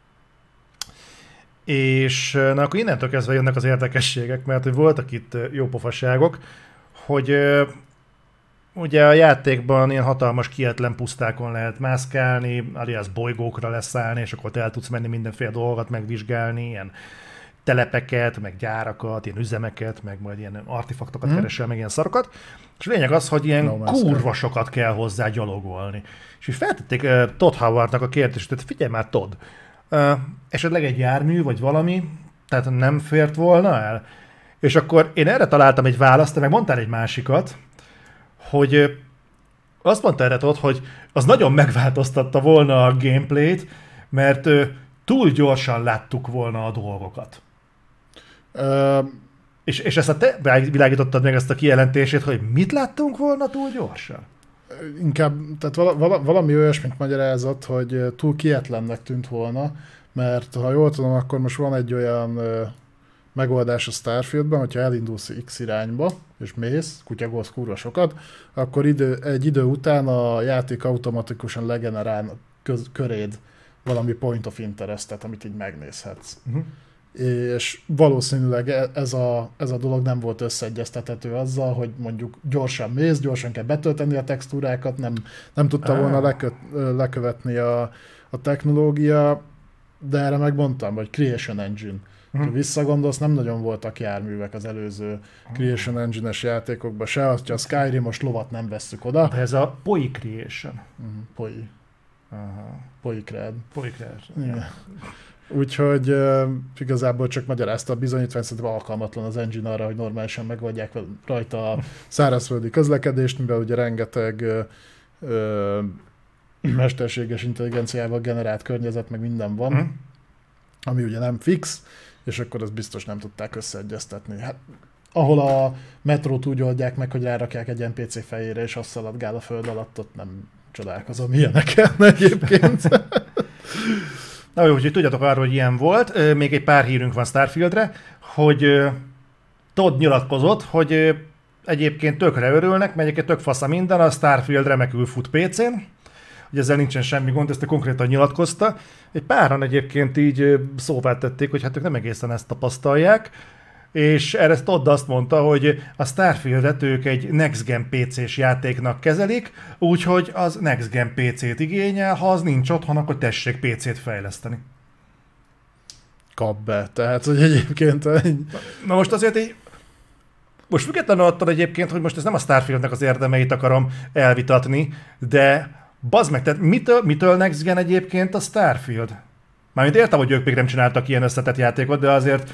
S1: És na, akkor innentől kezdve jönnek az érdekességek, mert voltak itt jópofaságok, hogy ugye a játékban ilyen hatalmas kietlen pusztákon lehet mászkálni, alias bolygókra leszállni, és akkor el tudsz menni mindenféle dolgokat megvizsgálni, ilyen telepeket, meg gyárakat, ilyen üzemeket, meg majd ilyen artefaktokat keresel, meg ilyen szarokat. És a lényeg az, hogy ilyen kurva sokat kell hozzá gyalogolni. És így feltették Todd Howardnak a kérdést, hogy figyelj már Todd, esetleg egy jármű, vagy valami, tehát nem fért volna el? És akkor én erre találtam egy választ, te meg mondtál egy másikat, hogy azt mondta erre ott, hogy az nagyon megváltoztatta volna a gameplayt, mert túl gyorsan láttuk volna a dolgokat. És ezt te világítottad meg ezt a kijelentését, hogy mit láttunk volna túl gyorsan?
S2: Inkább, tehát valami olyasmit magyarázott, hogy túl kietlennek tűnt volna, mert ha jól tudom, akkor most van egy olyan megoldás a Starfieldben, hogyha elindulsz X irányba, és mész, kutyagolsz kurva sokat, akkor egy idő után a játék automatikusan legenerál köréd valami point of interestet, amit így megnézhetsz. Uh-huh. És valószínűleg ez a dolog nem volt összeegyeztethető azzal, hogy mondjuk gyorsan mész, gyorsan kell betölteni a textúrákat, nem tudta volna lekövetni a technológia, de erre megmondtam, hogy Creation Engine. Ha visszagondolsz, nem nagyon voltak járművek az előző Creation Engine-es játékokban se, hogyha a Skyrim most lovat nem vesszük oda.
S1: De ez a POI Creation.
S2: POI. POI Creation.
S1: POI Creation.
S2: Igen. Úgyhogy igazából csak magyarázta a bizonyítvány, szerintem alkalmatlan az engine arra, hogy normálisan megoldják rajta a szárazföldi közlekedést, mivel ugye rengeteg mesterséges intelligenciával generált környezet, meg minden van, ami ugye nem fix, és akkor azt biztos nem tudták összeegyeztetni. Hát, ahol a metrót úgy oldják meg, hogy rárakják egy NPC fejére, és azt szaladgál a föld alatt, ott nem csodálkozom ilyeneken egyébként.
S1: Na jó, úgyhogy tudjatok arról, hogy ilyen volt. Még egy pár hírünk van Starfieldre, hogy Todd nyilatkozott, hogy egyébként tökre örülnek, mert egyébként tök fasz a minden, a Starfield remekül fut PC-n, hogy ezzel nincsen semmi gond, ezt konkrétan nyilatkozta. Egy páran egyébként így szóvá tették, hogy hát ők nem egészen ezt tapasztalják, és erre Todd azt mondta, hogy a Starfieldet ők egy Next Gen PC-s játéknak kezelik, úgyhogy az Next Gen PC-t igényel, ha az nincs otthon, akkor tessék PC-t fejleszteni.
S2: Kap be, tehát hogy egyébként...
S1: Na most azért így... Most függetlenül attól egyébként, hogy most ez nem a Starfieldnek az érdemeit akarom elvitatni, de bazd meg, tehát mitől Next Gen egyébként a Starfield? Mármint értem, hogy ők még nem csináltak ilyen összetett játékot, de azért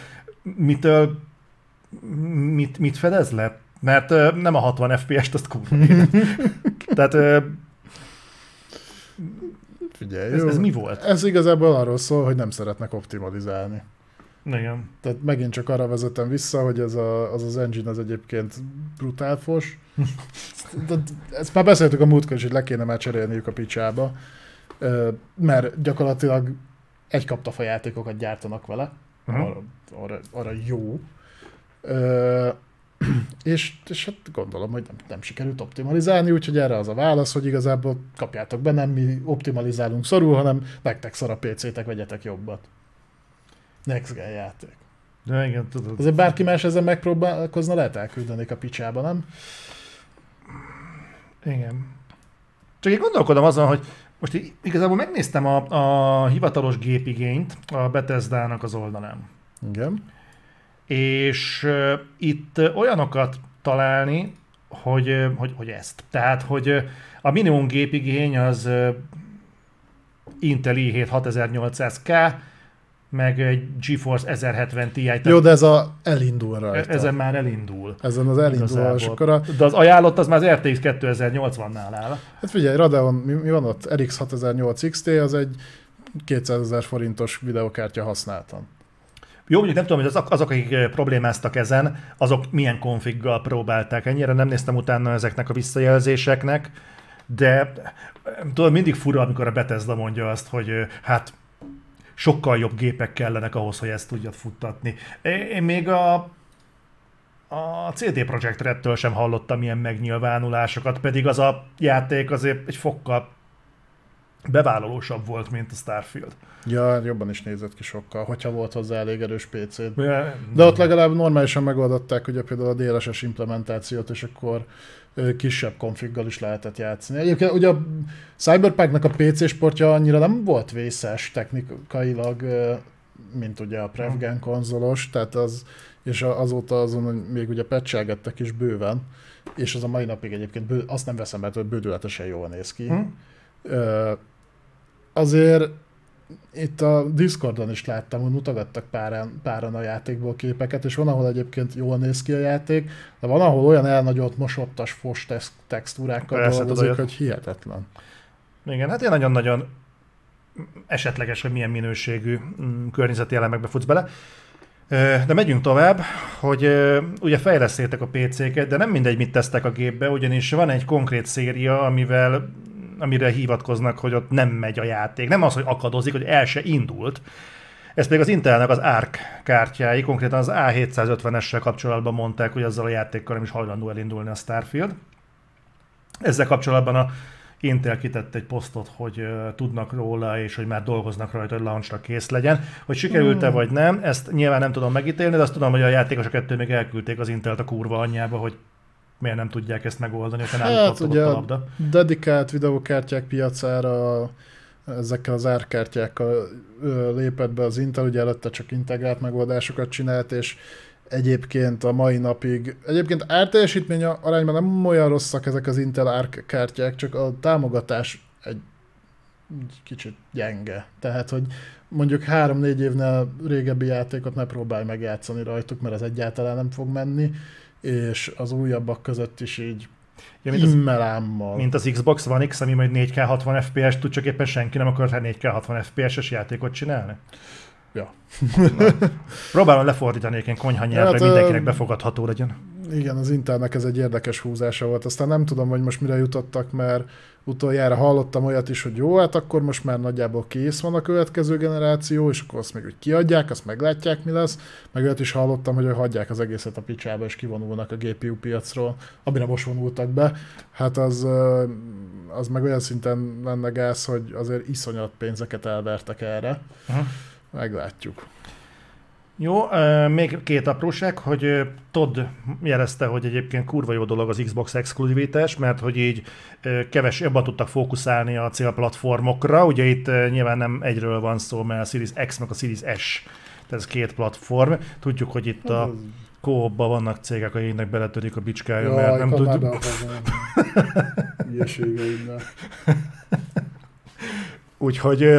S1: mit fedez le? Mert nem a 60 FPS-t, azt kurva. Tehát
S2: figyelj,
S1: ez mi volt?
S2: Ez igazából arról szól, hogy nem szeretnek optimalizálni.
S1: Igen.
S2: Tehát megint csak arra vezetem vissza, hogy az engine az egyébként brutál fos. Ezt már beszéltük a múltkor is, hogy le kéne már cserélniük a picsába, mert gyakorlatilag egy kaptafa játékokat gyártanak vele, arra jó. És hát gondolom, hogy nem sikerült optimalizálni, úgyhogy erre az a válasz, hogy igazából kapjátok be, nem mi optimalizálunk szorul, hanem nektek szar a PC-tek, vegyetek jobbat. Next Gen játék.
S1: De igen, tudod.
S2: Azért bárki más ezzel megpróbálkozna, lehet elküldenék a picsába, nem?
S1: Igen. Csak én gondolkodom azon, hogy most igazából megnéztem a hivatalos gépigényt a Bethesda-nak az oldalán.
S2: Igen.
S1: És itt olyanokat találni, hogy ezt. Tehát, hogy a minimum gépigény az Intel i7 6800K, meg egy GeForce 1070 Ti.
S2: Jó, de elindul rajta.
S1: Ezen már elindul.
S2: Ezen az elindul, és akkor
S1: De az ajánlott az már az RTX 2080-nál áll.
S2: Hát figyelj, Radeon, mi van ott? RX 6008 XT, az egy 200 000 forintos videokártya használtan.
S1: Jó, mondjuk nem tudom, hogy azok, akik problémáztak ezen, azok milyen konfiggal próbálták. Ennyire nem néztem utána ezeknek a visszajelzéseknek, de tudom, mindig fura, amikor a Bethesda mondja azt, hogy hát sokkal jobb gépek kellenek ahhoz, hogy ezt tudjad futtatni. Én még a CD Projekt Red-től sem hallottam ilyen megnyilvánulásokat, pedig az a játék azért egy fokkal bevállalósabb volt, mint a Starfield.
S2: Ja, jobban is nézett ki sokkal, hogyha volt hozzá elég erős PC-t. De ott legalább normálisan megoldották ugye például a DLSS implementációt, és akkor kisebb konfiggal is lehetett játszani. Egyébként ugye a Cyberpunknak a PC sportja annyira nem volt vészes technikailag, mint ugye a Prevgen konzolos, tehát és azóta azon még ugye patchelgettek is bőven, és az a mai napig egyébként azt nem veszem, mert bődületesen jól néz ki. Azért itt a Discordon is láttam, hogy mutogattak páran a játékból képeket, és van, ahol egyébként jól néz ki a játék, de van, ahol olyan elnagyolt, mosottas, fos textúrákkal
S1: Persze,
S2: dolgozik, hogy hihetetlen.
S1: Igen, hát én nagyon-nagyon esetleges, hogy milyen minőségű környezeti elemekbe futsz bele. De megyünk tovább, hogy ugye fejlesztétek a PC-ket, de nem mindegy, mit tesztek a gépbe, ugyanis van egy konkrét széria, amire hivatkoznak, hogy ott nem megy a játék. Nem az, hogy akadozik, hogy el se indult. Ez pedig az Intelnek az ARC kártyái, konkrétan az A750-essel kapcsolatban mondták, hogy azzal a játékkal nem is hajlandó elindulni a Starfield. Ezzel kapcsolatban a Intel kitett egy posztot, hogy tudnak róla, és hogy már dolgoznak rajta, hogy launchra kész legyen. Hogy sikerült-e vagy nem, ezt nyilván nem tudom megítélni, de azt tudom, hogy a játékosok ettől még elküldték az Intelt a kurva anyjába, hogy miért nem tudják ezt megoldani, hogyha náluk
S2: ugye
S1: a labda.
S2: dedikált videókártyák piacára ezekkel az árkártyákkal lépett be az Intel, ugye előtte csak integrált megoldásokat csinált, és egyébként a mai napig, egyébként árteljesítmény arányban nem olyan rosszak ezek az Intel árkártyák, csak a támogatás egy kicsit gyenge. Tehát, hogy mondjuk 3-4 évnél régebbi játékot ne próbálj megjátszani rajtuk, mert ez egyáltalán nem fog menni, és az újabbak között is így immelámmal.
S1: Mint az Xbox One X, ami majd 4K 60 FPS tud, csak éppen senki nem akar 4K 60 FPS-es játékot csinálni?
S2: Ja.
S1: Próbálom lefordítani egyébként konyha nyelvre, hogy mindenkinek befogadható legyen.
S2: Igen, az Intelnek ez egy érdekes húzása volt. Aztán nem tudom, hogy most mire jutottak, mert utoljára hallottam olyat is, hogy jó, hát akkor most már nagyjából kész van a következő generáció, és akkor azt még úgy kiadják, azt meglátják, mi lesz. Meg olyat is hallottam, hogy hagyják az egészet a picsába, és kivonulnak a GPU piacról, amire most vonultak be. Hát az meg olyan szinten lenne gáz, hogy azért iszonyat pénzeket elvertek erre. Uh-huh. Meglátjuk.
S1: Jó, még két apróság, hogy Todd jelezte, hogy egyébként kurva jó dolog az Xbox exkluzivitás, mert hogy így jobban tudtak fókuszálni a célplatformokra. Ugye itt nyilván nem egyről van szó, mert a Series X meg a Series S, tehát ez két platform. Tudjuk, hogy itt a co-opban vannak cégek, akiknek beletörik a bicskája, mert nem tudjuk. Úgyhogy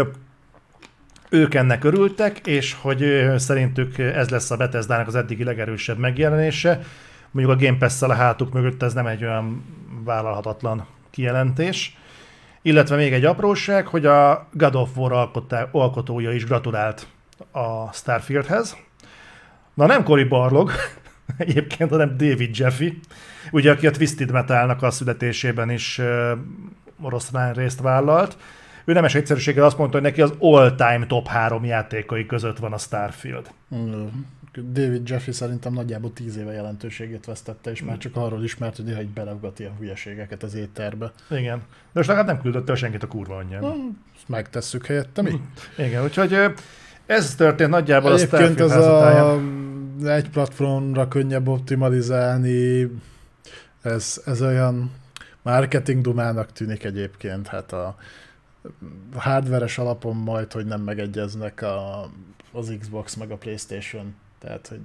S1: ők ennek örültek, és hogy szerintük ez lesz a Bethesdának az eddigi legerősebb megjelenése. Mondjuk a Game Pass-szel a hátuk mögött ez nem egy olyan vállalhatatlan kijelentés. Illetve még egy apróság, hogy a God of War alkotója is gratulált a Starfieldhez. Na nem Cory Barlog, egyébként, hanem David Jaffe, ugye aki a Twisted Metalnak a születésében is oroszlán részt vállalt. Ő nemes egyszerűséggel azt mondta, hogy neki az all-time top 3 játékai között van a Starfield.
S2: David Jaffe szerintem nagyjából 10 éve jelentőségét vesztette, és már csak arról ismert, hogy néha így beleugat ilyen hülyeségeket az étterbe.
S1: Igen. De most legalább nem küldött el senkit a kurva anyjába.
S2: Ezt megtesszük helyette, mi?
S1: Igen, úgyhogy ez történt nagyjából
S2: egyébként a Starfield házatáján. Egy platformra könnyebb optimalizálni, ez olyan marketing dumának tűnik egyébként, hát a hardveres alapon majd, hogy nem megegyeznek az Xbox meg a PlayStation. Tehát, hogy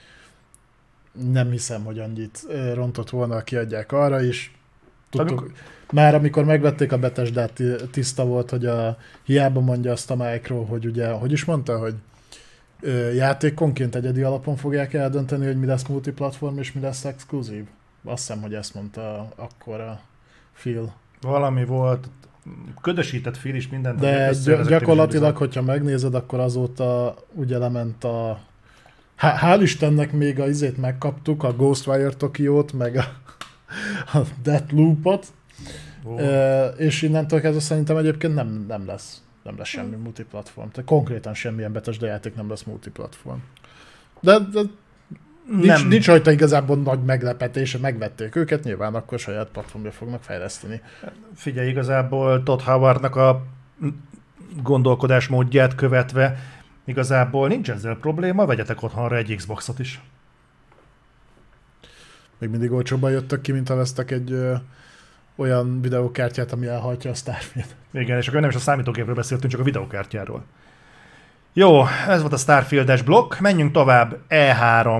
S2: nem hiszem, hogy annyit rontott volna, kiadják arra is. Tudtuk, már amikor megvették a Bethesdát, tiszta volt, hogy hiába mondja azt a Micro, hogy ugye, hogy is mondta, hogy játékonként egyedi alapon fogják eldönteni, hogy mi lesz multiplatform és mi lesz exkluzív. Azt hiszem, hogy ezt mondta akkor a Phil.
S1: Valami volt, ködösített Phil is mindent.
S2: De gyakorlatilag, hogyha megnézed, akkor azóta ugye lement a... Hál' Istennek még a izét megkaptuk, a Ghostwire Tokiót, meg a Deathloop-ot, és innentől kezdve szerintem egyébként nem lesz semmi multiplatform. Tehát konkrétan semmilyen Bethesda játék nem lesz multiplatform. De nincs rajta igazából nagy meglepetése, megvették őket, nyilván akkor saját platformja fognak fejleszteni.
S1: Figyelj, igazából Todd Howardnak a gondolkodásmódját követve igazából nincs ezzel probléma, vegyetek otthonra egy Xboxot is.
S2: Még mindig olcsóbban jöttök ki, mint ha vesztek egy olyan videókártyát, ami elhajtja a Starfield.
S1: Igen, és akkor nem is a számítógépről beszéltünk, csak a videókártyáról. Jó, ez volt a Starfield-es blokk, menjünk tovább, E3.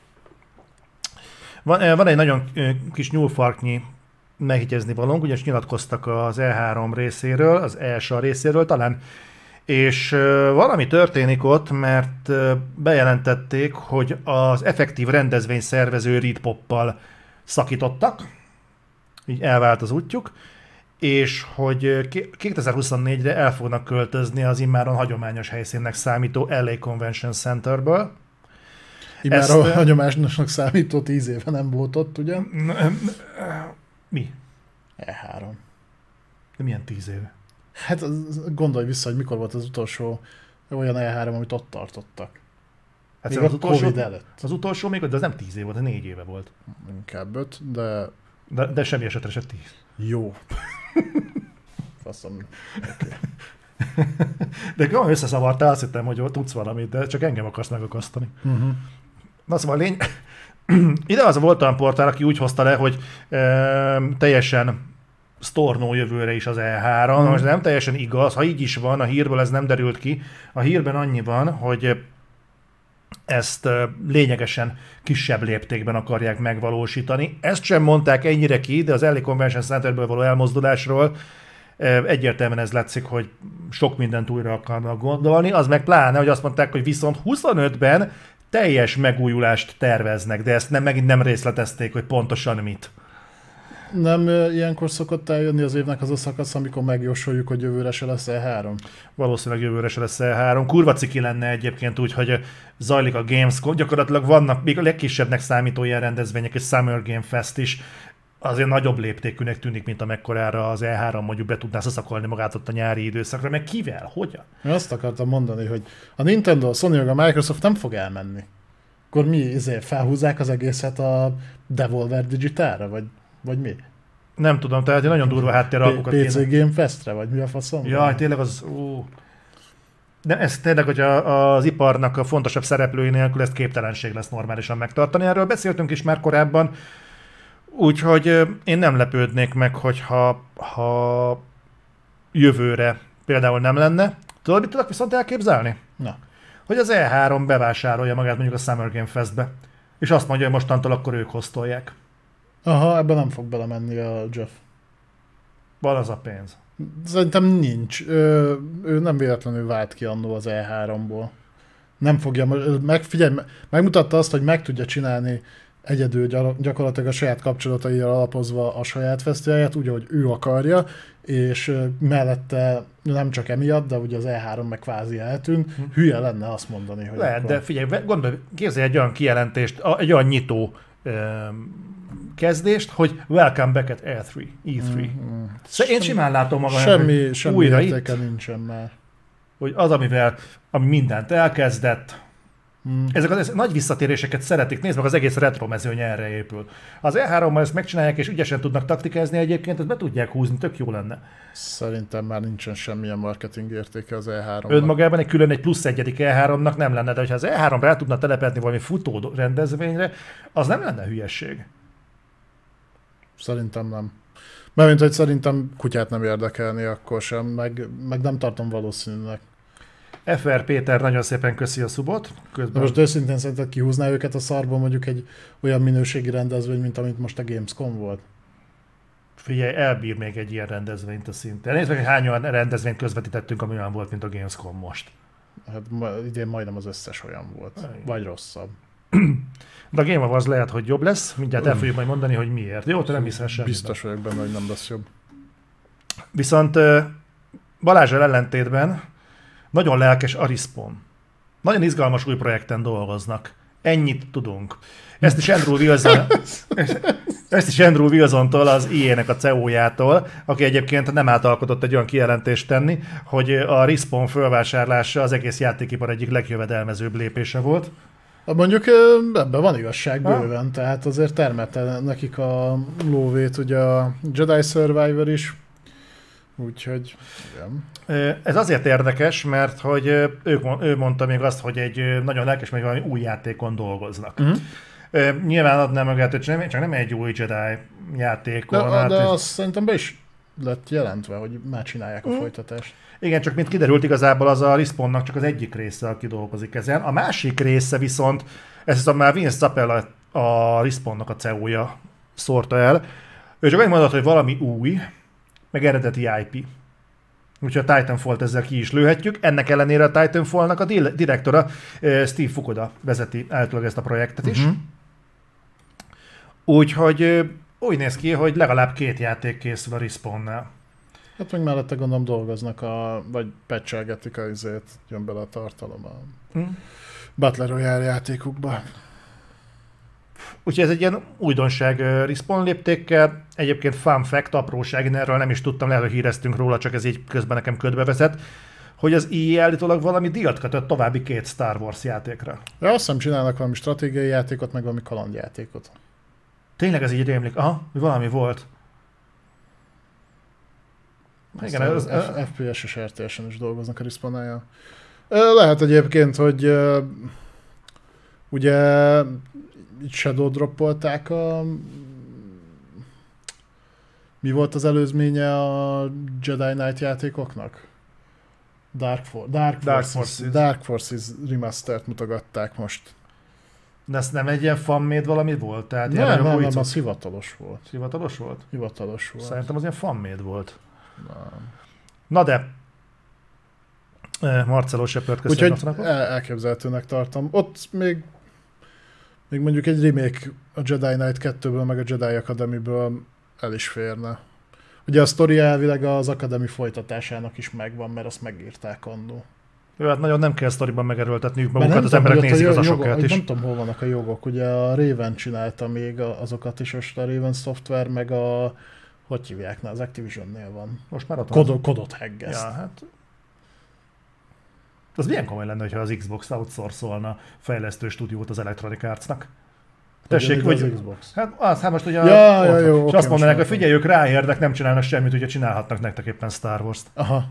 S1: Van egy nagyon kis nyúlfarknyi meghigyezni valónk, ugyanis nyilatkoztak az E3 részéről, az ESA részéről, talán és valami történik ott, mert bejelentették, hogy az effektív rendezvényszervező Reed Poppal szakítottak, így elvált az útjuk, és hogy 2024-re el fognak költözni az immáron hagyományos helyszínnek számító LA Convention Centerből.
S2: Immáron hagyományosnak számító 10 éve nem volt ott, ugye?
S1: Mi?
S2: E3.
S1: De milyen 10 éve?
S2: Hát gondolj vissza, hogy mikor volt az utolsó olyan E3, amit ott tartottak.
S1: Hát
S2: még az utolsó, Covid előtt.
S1: Az utolsó még, de az nem 10 év volt, de 4 éve volt.
S2: Inkább 5, de...
S1: De semmi esetre se 10.
S2: Jó. Faszom. Okay.
S1: De olyan összeszavartál, azt hittem, hogy tudsz valamit, de csak engem akarsz megakasztani.
S2: Uh-huh.
S1: Na szóval ide az volt olyan portál, aki úgy hozta le, hogy teljesen sztornó jövőre is az E3. Most nem teljesen igaz, ha így is van, a hírből ez nem derült ki. A hírben annyi van, hogy ezt lényegesen kisebb léptékben akarják megvalósítani. Ezt sem mondták ennyire ki, de az LA Convention Centerből való elmozdulásról egyértelműen ez látszik, hogy sok mindent újra akarnak gondolni. Az meg pláne, hogy azt mondták, hogy viszont 25-ben teljes megújulást terveznek, de ezt megint nem részletezték, hogy pontosan mit.
S2: Nem ilyenkor szokott eljönni az évnek az a szakasz, amikor megjósoljuk, hogy jövőre se lesz E3?
S1: Valószínűleg jövőre se lesz E3. Kurva ciki lenne egyébként úgy, hogy zajlik a Gamescom. Gyakorlatilag vannak még a legkisebbnek számító ilyen rendezvények, és Summer Game Fest is azért nagyobb léptékűnek tűnik, mint amekkorára az E3 mondjuk be tudná szakolni magát ott a nyári időszakra. Meg kivel? Hogyan?
S2: Én azt akartam mondani, hogy a Nintendo, a Sony, a Microsoft nem fog elmenni. Akkor mi felhúzzák az egészet a Devolver Digitalra, vagy mi?
S1: Nem tudom, tehát nagyon durva háttéralkokat
S2: PC Game Festre, vagy mi a faszom?
S1: Jaj, tényleg az... De ez tényleg, hogy az iparnak a fontosabb szereplői nélkül ezt képtelenség lesz normálisan megtartani. Erről beszéltünk is már korábban, úgyhogy én nem lepődnék meg, hogyha jövőre például nem lenne. Tudod, mit tudok viszont elképzelni?
S2: Na.
S1: Hogy az E3 bevásárolja magát mondjuk a Summer Game Festbe, és azt mondja, hogy mostantól akkor ők hoztolják.
S2: Aha, ebben nem fog belemenni a Jeff.
S1: Van az a pénz.
S2: Szerintem nincs. Ő nem véletlenül vált ki annó az E3-ból. Nem fogja, figyelj, megmutatta azt, hogy meg tudja csinálni egyedül gyakorlatilag a saját kapcsolataira alapozva a saját fesztiválját, úgy, ahogy ő akarja, és mellette nem csak emiatt, de ugye az E3 meg kvázi eltűnt. Hülye lenne azt mondani, hogy...
S1: Lehet, akkor... de figyelj, gondolj, képzelj egy olyan kijelentést, egy olyan nyitó kezdést, hogy welcome back at E3. Szóval én simán látom magam,
S2: semmi újra értéke nincsen már.
S1: Hogy az, ami mindent elkezdett, ezek az nagy visszatéréseket szeretik. Nézd meg, az egész retro mezőny erre épül. Az E3-mal ezt megcsinálják, és ügyesen tudnak taktikázni egyébként, ezt be tudják húzni, tök jó lenne.
S2: Szerintem már nincsen semmilyen marketing értéke az E3-nak.
S1: Önmagában egy plusz egyedik E3-nak nem lenne, de ha az E3-ra el tudna telepedni valami futó rendezvényre, az nem lenne hülyesség.
S2: Szerintem nem. Mert hogy szerintem kutyát nem érdekelni akkor sem, meg nem tartom valószínűnek.
S1: FR Péter nagyon szépen köszi a szubot.
S2: De most őszintén szerinted kihúzná őket a szarból mondjuk egy olyan minőségi rendezvény, mint amit most a Gamescom volt?
S1: Figyelj, elbír még egy ilyen rendezvényt a szinten. Nézd meg, hogy hány olyan rendezvényt közvetítettünk, ami olyan volt, mint a Gamescom most.
S2: Hát idén majdnem az összes olyan volt. Vagy rosszabb.
S1: De a Game Awards lehet, hogy jobb lesz. Mindjárt el fogjuk majd mondani, hogy miért. Jó, te nem hiszel semmiben.
S2: Biztos vagyok benne, hogy nem lesz jobb.
S1: Viszont Balázsral ellentétben nagyon lelkes a Respawn. Nagyon izgalmas új projekten dolgoznak. Ennyit tudunk. Ezt is Andrew Wilson-tól, az EA-nek a CEO-jától, aki egyébként nem átalkotott egy olyan kijelentést tenni, hogy a Respawn fölvásárlása az egész játékipar egyik legjövedelmezőbb lépése volt.
S2: Mondjuk ebben van igazság bőven, tehát azért termelte nekik a lóvét ugye a Jedi Survivor is, úgyhogy igen.
S1: Ez azért érdekes, mert hogy ő mondta még azt, hogy egy nagyon lelkes, meg valami új játékon dolgoznak. Nyilván adnám magát, hogy csak nem egy új Jedi játékon.
S2: De azt szerintem be is lett jelentve, hogy már csinálják a folytatást.
S1: Igen, csak mint kiderült, igazából az a Respawnnak csak az egyik része, aki dolgozik ezen. A másik része viszont, ezt hiszem már Vince Zappel a Respawnnak a CEO-ja szórta el. Ő csak annyit mondott, hogy valami új, meg eredeti IP. Úgyhogy a Titanfall-t ezzel ki is lőhetjük. Ennek ellenére a Titanfall-nak a direktora Steve Fukuda vezeti általában ezt a projektet is. Úgyhogy úgy néz ki, hogy legalább 2 játék készül a Respawn-nál.
S2: Hát meg mellette gondolom dolgoznak, vagy patchelgetik jön bele a tartalom a Battle Royale játékukba.
S1: Úgyhogy ez egy ilyen újdonság Respawn léptékkel. Egyébként fun fact, apróság, én erről nem is tudtam, lehet, hogy híreztünk róla, csak ez így közben nekem ködbe vezet, hogy az EA állítólag valami díjat kötött további 2 Star Wars játékra.
S2: Ja, azt hiszem csinálnak valami stratégiai játékot, meg valami kalandjátékot.
S1: Tényleg ez így rémlik? Aha, valami volt.
S2: Igen, az FPS-es RTS-en is dolgoznak a Respawn-nál. Lehet egyébként, hogy ugye Shadow droppolták mi volt az előzménye a Jedi Knight játékoknak? Dark Forces Remastered mutogatták most.
S1: De ez nem egy ilyen fan-made valami volt? Tehát
S2: nem, az hivatalos volt.
S1: Hivatalos volt?
S2: Hivatalos volt.
S1: Szerintem az ilyen fan-made volt.
S2: Nem.
S1: Na de, Marcelo Shepard, köszönöm.
S2: Úgyhogy elképzelhetőnek tartom. Ott még mondjuk egy remake a Jedi Knight 2-ből, meg a Jedi Academy-ből el is férne. Ugye a sztori elvileg az Academy folytatásának is megvan, mert azt megírták annó.
S1: Jó, hát nagyon nem kell sztoriban megerőltetniük magukat, az emberek nézik az asokat is.
S2: Nem tudom, hol vannak a jogok. Ugye a Raven csinálta még azokat is, most a Raven Software, meg hogy hívják, az Activision-nél van.
S1: Most már ott
S2: Kodot heggeszt.
S1: Ja, hát... Az milyen komoly lenne, ha az Xbox outsourcolna fejlesztő stúdiót az Electronic Arts-nak? Tessék, hogy...
S2: Az Xbox.
S1: Hát most ugye...
S2: Jó,
S1: és azt mondanák, hogy figyelj, ők ráérdek, nem csinálnak semmit, ugye csinálhatnak nektek éppen Star Wars-t.
S2: Aha.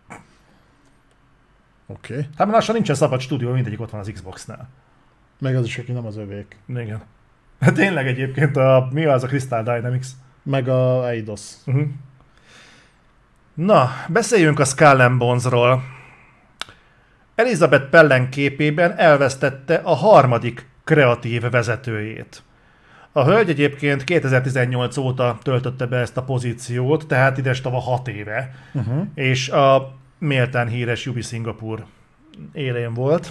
S2: Oké.
S1: Hát már lassan nincsen szabad stúdió, mindegyik ott van az Xbox-nál.
S2: Meg az is, aki nem az övék.
S1: Igen. Hát tényleg egyébként mi az a Crystal Dynamics?
S2: Meg a Eidos.
S1: Na, beszéljünk a Skull and Bonesról. Elizabeth Pellen képében elvesztette a 3. kreatív vezetőjét. A hölgy egyébként 2018 óta töltötte be ezt a pozíciót, tehát idestova 6 éve, és a méltán híres Ubi Szingapúr élén volt.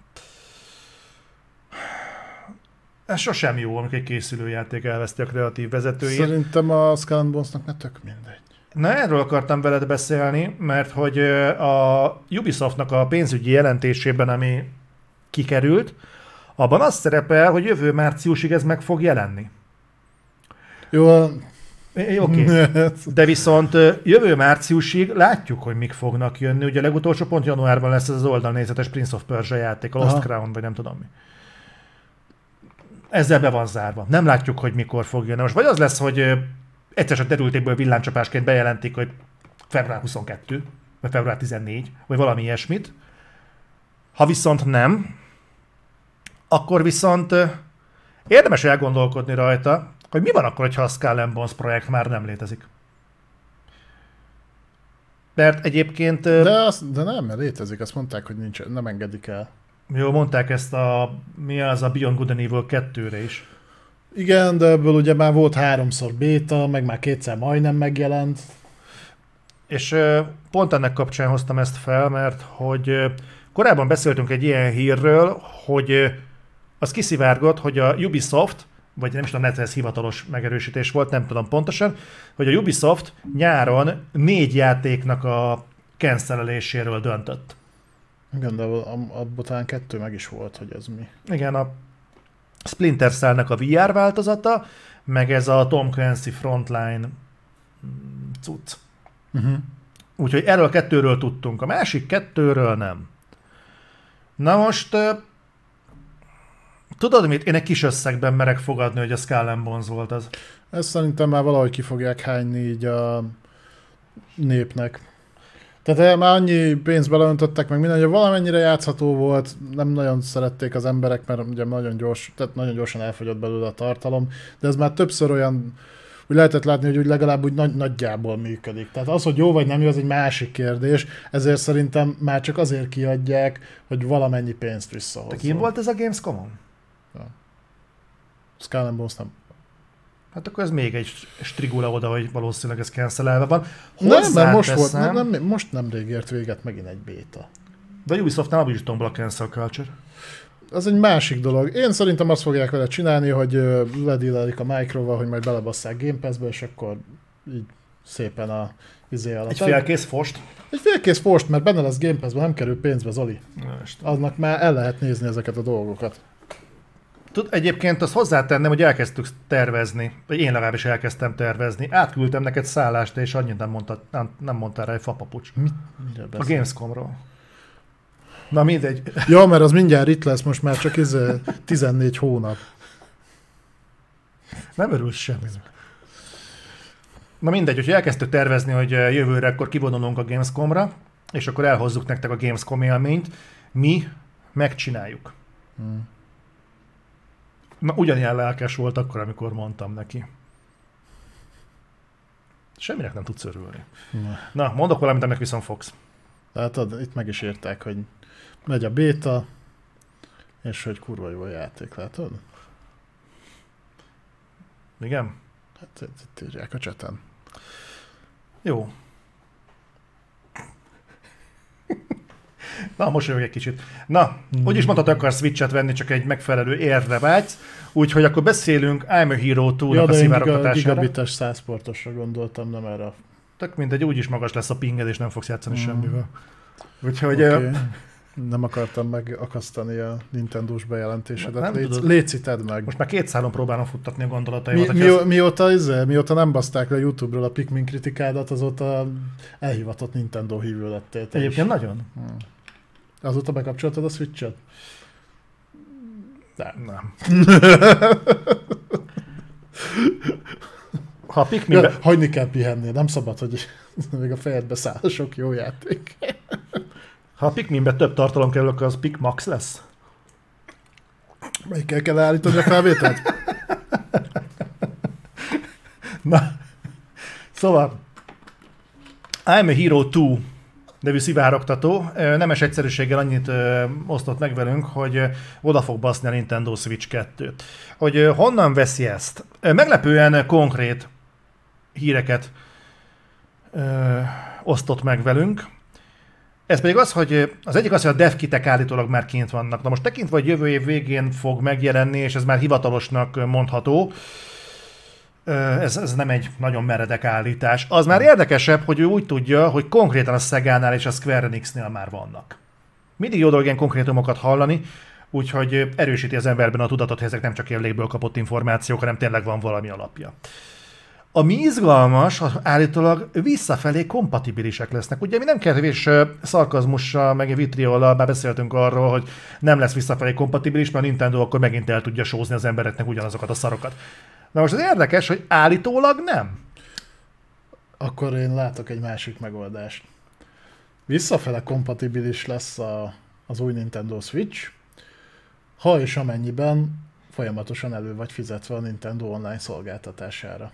S1: Ez sosem jó, amikor egy készülőjáték elveszti a kreatív vezetőjét.
S2: Szerintem a Skull and Bonesnak ne tök mindegy.
S1: Na, erről akartam veled beszélni, mert hogy a Ubisoftnak a pénzügyi jelentésében, ami kikerült, abban az szerepel, hogy jövő márciusig ez meg fog jelenni.
S2: Jó.
S1: Oké. De viszont jövő márciusig látjuk, hogy mik fognak jönni. Ugye a legutolsó pont januárban lesz ez az oldalnézetes Prince of Persia játék, a Lost Crown, vagy nem tudom mi. Ezzel be van zárva. Nem látjuk, hogy mikor fog jönni. Most vagy az lesz, hogy egyszer csak derültékből villámcsapásként bejelentik, hogy február 22, vagy február 14, vagy valami ilyesmit. Ha viszont nem, akkor viszont érdemes elgondolkodni rajta, hogy mi van akkor, ha a Skull and Bones projekt már nem létezik. Mert egyébként...
S2: De nem, mert létezik, azt mondták, hogy nem engedik el.
S1: Jó, mondták ezt mi az a Beyond Good and Evil 2-re is.
S2: Igen, de ebből ugye már volt 3-szor béta, meg már 2-szer majdnem megjelent.
S1: És pont ennek kapcsán hoztam ezt fel, mert hogy korábban beszéltünk egy ilyen hírről, hogy az kiszivárgott, hogy a Ubisoft, vagy nem is tudom, ez hivatalos megerősítés volt, nem tudom pontosan, hogy a Ubisoft nyáron 4 játéknak a canceléséről döntött.
S2: Igen, de abban talán 2 meg is volt, hogy ez mi.
S1: Igen, a Splinter Cell-nek a VR változata, meg ez a Tom Clancy Frontline cucc. Úgyhogy erről a 2-ről tudtunk, a másik 2-ről nem. Na most, tudod mit? Én egy kis összegben merek fogadni, hogy a Skull and Bones volt az.
S2: Ezt szerintem már valahogy ki fogják hányni így a népnek. Tehát már annyi pénzt beleöntöttek meg minden, hogy valamennyire játszható volt, nem nagyon szerették az emberek, mert ugye nagyon gyorsan elfogyott belőle a tartalom, de ez már többször olyan, úgy lehetett látni, hogy úgy legalább úgy nagyjából működik. Tehát az, hogy jó vagy nem jó, az egy másik kérdés, ezért szerintem már csak azért kiadják, hogy valamennyi pénzt visszahozzon.
S1: De kim volt ez a Gamescom-on?
S2: Ja. Skull and Bones nem.
S1: Hát akkor ez még egy strigula oda, hogy valószínűleg ez cancelelve van.
S2: Nem, mert most volt, most nemrég ért véget megint egy béta.
S1: De a Ubisoftnál abban is tombol a cancel culture.
S2: Az egy másik dolog. Én szerintem azt fogják vele csinálni, hogy ledílelik a Microval, hogy majd belebasszák Game Pass-be, és akkor így szépen a izé alatt.
S1: Egy félkész fost?
S2: Egy félkész fost, mert benne lesz Game Pass-ben, nem kerül pénzbe, Zoli. Annak már el lehet nézni ezeket a dolgokat.
S1: Egyébként azt hozzátenném, hogy elkezdtük tervezni, vagy én legalábbis elkezdtem tervezni. Átküldtem neked szállást, és annyit nem mondtál rá egy fapapucs. A Gamescomról. Na mindegy.
S2: Ja, mert az mindjárt itt lesz, most már csak 14 hónap.
S1: Nem örülsz semmi. Na mindegy, hogy elkezdtük tervezni, hogy jövőre akkor kivonulunk a Gamescomra, és akkor elhozzuk nektek a Gamescom élményt. Mi megcsináljuk. Na, ugyanilyen lelkes volt akkor, amikor mondtam neki. Semminek nem tudsz örülni. Na, mondok valamit, aminek viszont fogsz.
S2: Látod, itt meg is írták, hogy megy a béta, és hogy kurva jó a játék, látod?
S1: Igen?
S2: Hát itt írják a chaten.
S1: Jó. Na, mosolyog egy kicsit. Na, úgyis mondtad, akar Switch-et venni, csak egy megfelelő érre vágysz, úgyhogy akkor beszélünk I'm a Hero 2-nak a szivárogtatására.
S2: Gigabites 100 portosra gondoltam, nem erre.
S1: Tök mindegy, úgyis magas lesz a pinged, és nem fogsz játszani semmivel. Úgyhogy...
S2: Okay. Nem akartam megakasztani a Nintendo-s bejelentésedet. Léci, tedd meg.
S1: Most már 2 szálon próbálom futtatni a gondolataimat.
S2: Mióta nem baszták le YouTube-ról a Pikmin kritikádat, azóta elhivatott Nintendo hívő lettél.
S1: Egyébként nagyon.
S2: Azóta bekapcsoltad a Switch-et?
S1: Nem. Ha a Pikminbe...
S2: Hagyni kell pihenni, nem szabad, hogy még a fejedbe száll sok jó játék.
S1: Ha a Pikminbe több tartalom kerül, akkor az Pikmax lesz?
S2: Melyikkel kell állítani a felvételt?
S1: Na, szóval I'm a Hero 2 nevű szivárogtató nemes egyszerűséggel annyit osztott meg velünk, hogy oda fog baszni a Nintendo Switch 2-t. Hogy honnan veszi ezt? Meglepően konkrét híreket osztott meg velünk. Ez pedig az, hogy az egyik az, hogy a devkitek állítólag már kint vannak. Na most tekintve, hogy jövő év végén fog megjelenni, és ez már hivatalosnak mondható, ez nem egy nagyon meredek állítás. Az már érdekesebb, hogy ő úgy tudja, hogy konkrétan a Sega-nál és a Square Enix-nél már vannak. Mindig jó dolog ilyen konkrétumokat hallani, úgyhogy erősíti az emberben a tudatot, hogy ezek nem csak ilyen légből kapott információk, hanem tényleg van valami alapja. Ami izgalmas, állítólag visszafelé kompatibilisek lesznek. Ugye mi nem kevés szarkazmussal, meg vitriollal már beszéltünk arról, hogy nem lesz visszafelé kompatibilis, mert a Nintendo akkor megint el tudja sózni az embereknek ugyanazokat a szarokat. Na most az érdekes, hogy állítólag nem.
S2: Akkor én látok egy másik megoldást. Visszafele kompatibilis lesz az új Nintendo Switch, ha és amennyiben folyamatosan elő vagy fizetve a Nintendo online szolgáltatására.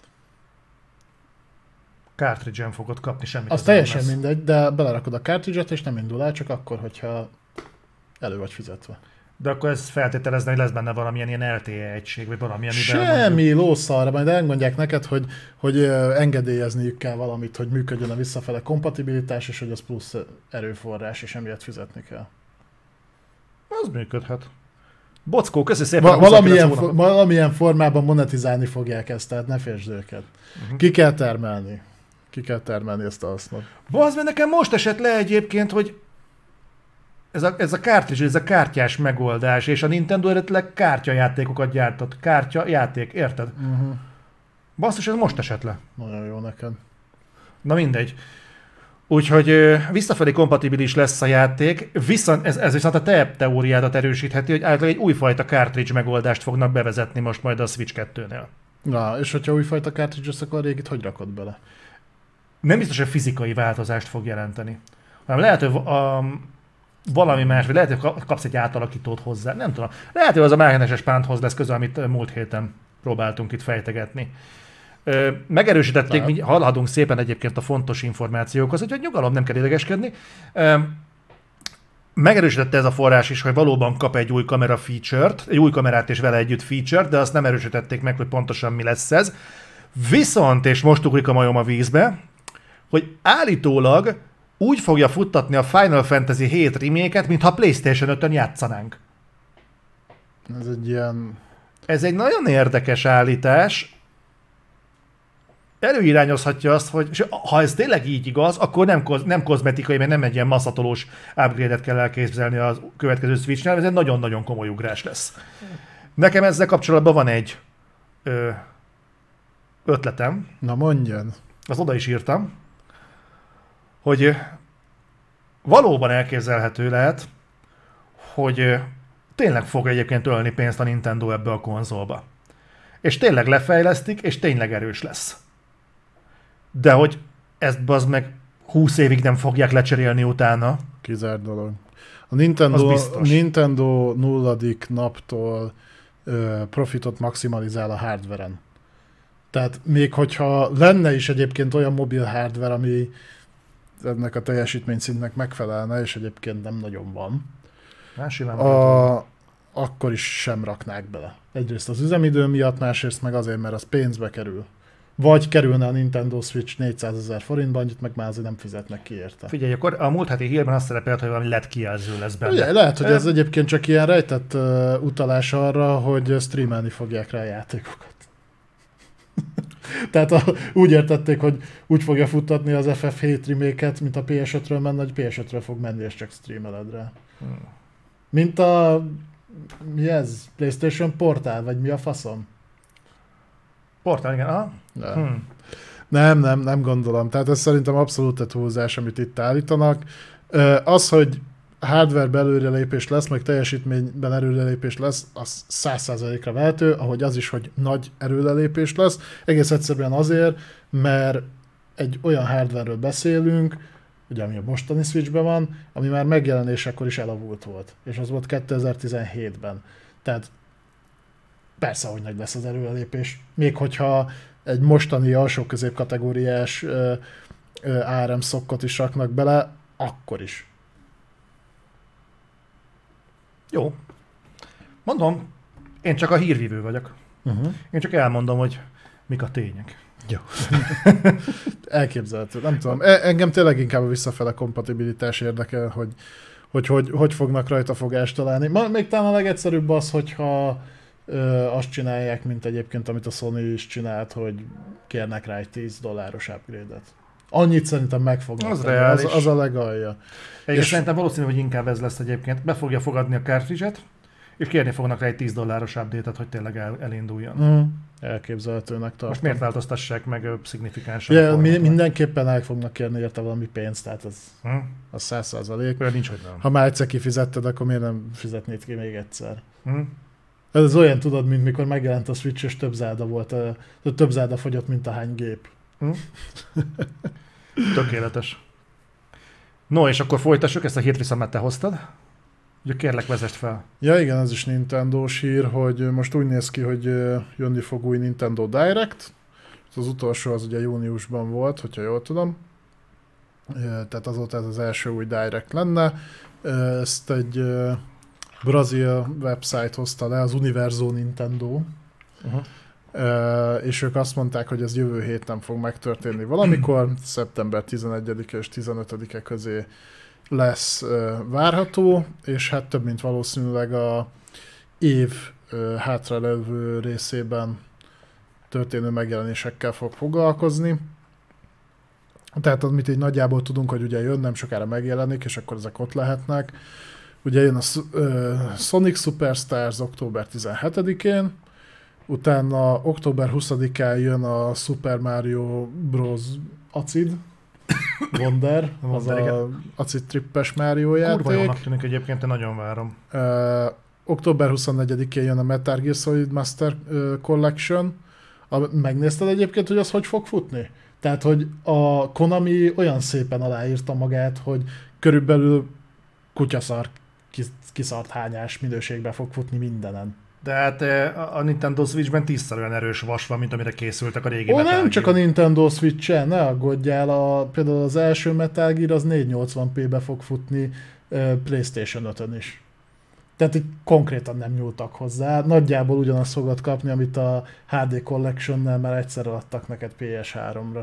S1: Cartridge-en fogod kapni, semmit.
S2: Az teljesen mindegy, de belerakod a cartridge-et, és nem indul el, csak akkor, hogyha elő vagy fizetve.
S1: De akkor ez feltételezni, hogy lesz benne valamilyen ilyen LTE egység, vagy valamilyen...
S2: Semmi lószarra, majd elmondják neked, hogy engedélyezniük kell valamit, hogy működjön a visszafele kompatibilitás, és hogy az plusz erőforrás, és emiatt fizetni kell.
S1: Az működhet. Bockó, köszi szépen.
S2: Valamilyen formában monetizálni fogják ezt, tehát ne féltsd őket. Ki kell termelni. Ki kell termelni ezt a hasznot.
S1: Bazd meg, nekem most esett le egyébként, hogy ez a cartridge, ez a kártyás megoldás, és a Nintendo eredetileg kártyajátékokat gyártott. Kártyajáték, érted? Basszus, ez most esett le.
S2: Nagyon jó neked.
S1: Na mindegy. Úgyhogy visszafelé kompatibilis lesz a játék, viszont ez viszont a te teóriádat erősítheti, hogy általában egy újfajta cartridge megoldást fognak bevezetni most majd a Switch 2-nél.
S2: Na, és hogyha újfajta cartridge lesz, akkor a régit hogy rakod bele?
S1: Nem biztos, hogy fizikai változást fog jelenteni. Hanem lehet, hogy valami más, vagy lehet, hogy kapsz egy átalakítót hozzá, nem tudom. Lehet, hogy az a mágneses pánthoz lesz közel, amit múlt héten próbáltunk itt fejtegetni. Megerősítették, haladunk szépen egyébként a fontos információkhoz, úgyhogy nyugalom, nem kell idegeskedni. megerősítette ez a forrás is, hogy valóban kap egy új kamera feature-t, egy új kamerát és vele együtt feature-t, de azt nem erősítették meg, hogy pontosan mi lesz ez. Viszont, és most ugrik a majom a vízbe, hogy állítólag úgy fogja futtatni a Final Fantasy 7 remake-et, mintha PlayStation 5-ön játszanánk.
S2: Ez egy ilyen...
S1: Ez egy nagyon érdekes állítás. Előirányozhatja azt, hogy és ha ez tényleg így igaz, akkor nem kozmetikai, mert nem egy ilyen masszatolós upgrade-et kell elképzelni a következő Switch-nál, ez egy nagyon-nagyon komoly ugrás lesz. Nekem ezzel kapcsolatban van egy ötletem.
S2: Na mondjad.
S1: Azt oda is írtam, hogy valóban elképzelhető lehet, hogy tényleg fog egyébként ölni pénzt a Nintendo ebbe a konzolba. És tényleg lefejlesztik, és tényleg erős lesz. De hogy ezt bazd meg 20 évig nem fogják lecserélni utána.
S2: Kizárt dolog. A Nintendo nulladik naptól profitot maximalizál a hardveren. Tehát még hogyha lenne is egyébként olyan mobil hardware, ami ennek a teljesítményszintnek megfelelne, és egyébként nem nagyon van, akkor is sem raknák bele. Egyrészt az üzemidő miatt, másrészt meg azért, mert az pénzbe kerül. Vagy kerülne a Nintendo Switch 400 000 forintba, annyit meg már azért nem fizetnek ki érte.
S1: Figyelj, akkor a múlt heti hírben azt szerepelt, hogy valami LED kijelző lesz benne.
S2: Ugye, lehet, hogy ez egyébként csak ilyen rejtett utalás arra, hogy streamelni fogják rá a játékokat. Tehát úgy értették, hogy úgy fogja futtatni az FF7 remake-et, mint a PS5-ről menne, hogy PS5-ről fog menni, és csak streameled rá. Mint a... mi ez? PlayStation Portál, vagy mi a faszom?
S1: Portál, igen. Aha.
S2: Nem gondolom. Tehát ez szerintem abszolút egy túlzás, amit itt állítanak. Az, hogy hardware-ben előrelépés lesz, meg teljesítményben előrelépés lesz, az 100%-ra vehető, ahogy az is, hogy nagy előrelépés lesz. Egész egyszerűen azért, mert egy olyan hardware-ről beszélünk, ugye ami a mostani Switchben van, ami már megjelenésekor is elavult volt. És az volt 2017-ben. Tehát persze, hogy nagy lesz az előrelépés. Még hogyha egy mostani alsó középkategóriás ARM szokkot is raknak bele, akkor is.
S1: Jó. Mondom, én csak a hírvívő vagyok. Én csak elmondom, hogy mik a tények.
S2: Jó. Elképzelhető. Nem tudom. Engem tényleg inkább a visszafele kompatibilitás érdekel, hogy fognak rajta fogást találni. Még talán a legegyszerűbb az, hogyha azt csinálják, mint egyébként, amit a Sony is csinált, hogy kérnek rá egy $10 upgrade-et. Annyit szerintem meg fognak
S1: az
S2: tenni. Az a legalja.
S1: És szerintem valószínű, hogy inkább ez lesz egyébként. Be fogja fogadni a cartridge-et, és kérni fognak rá egy $10 update-et, hogy tényleg elinduljon.
S2: Elképzelhetőnek tartom.
S1: Most miért változtassák meg szignifikánsan?
S2: Mindenképpen el fognak kérni érte valami pénzt, tehát az 100%.
S1: Olyan nincs, hogy nem.
S2: Ha már egyszer kifizetted, akkor miért nem fizetnéd ki még egyszer? Ez olyan, tudod, mint mikor megjelent a Switch, és több Zelda volt, több Zelda fogyott, mint ahány gép.
S1: Tökéletes. No, és akkor folytassuk, ezt a hírt viszont te hoztad. Ugye kérlek, vezest fel.
S2: Ja igen, ez is Nintendo-s hír, hogy most úgy néz ki, hogy jönni fog új Nintendo Direct. Az utolsó az ugye júniusban volt, hogyha jól tudom. Tehát azóta ez az első új Direct lenne. Ezt egy brazil website hozta le, az Universo Nintendo. És ők azt mondták, hogy ez jövő héten fog megtörténni valamikor, szeptember 11-e és 15-e közé lesz várható, és hát több mint valószínűleg a év hátralevő részében történő megjelenésekkel fog foglalkozni. Tehát amit így nagyjából tudunk, hogy ugye jön, nem sokára megjelenik, és akkor ezek ott lehetnek. Ugye jön a Sonic Superstars október 17-én, utána október 20-án jön a Super Mario Bros. Acid Wonder, az a acid trippes Mario játék.
S1: Kurva jónak tűnik egyébként, nagyon várom.
S2: Október 24-én jön a Metal Gear Solid Master Collection. Megnézted egyébként, hogy az hogy fog futni? Tehát, hogy a Konami olyan szépen aláírta magát, hogy körülbelül kutyaszar kiszart hányás minőségben fog futni mindenen.
S1: De hát a Nintendo Switchben 10-szer olyan erős vas van, mint amire készültek a régi Metal Gear.
S2: Nem csak a Nintendo Switch-en, ne aggódjál, például az első Metal Gear az 480p-be fog futni PlayStation 5-ön is. Tehát így konkrétan nem nyúltak hozzá. Nagyjából ugyanazt fogod kapni, amit a HD Collection-nel már egyszer adtak neked PS3-ra.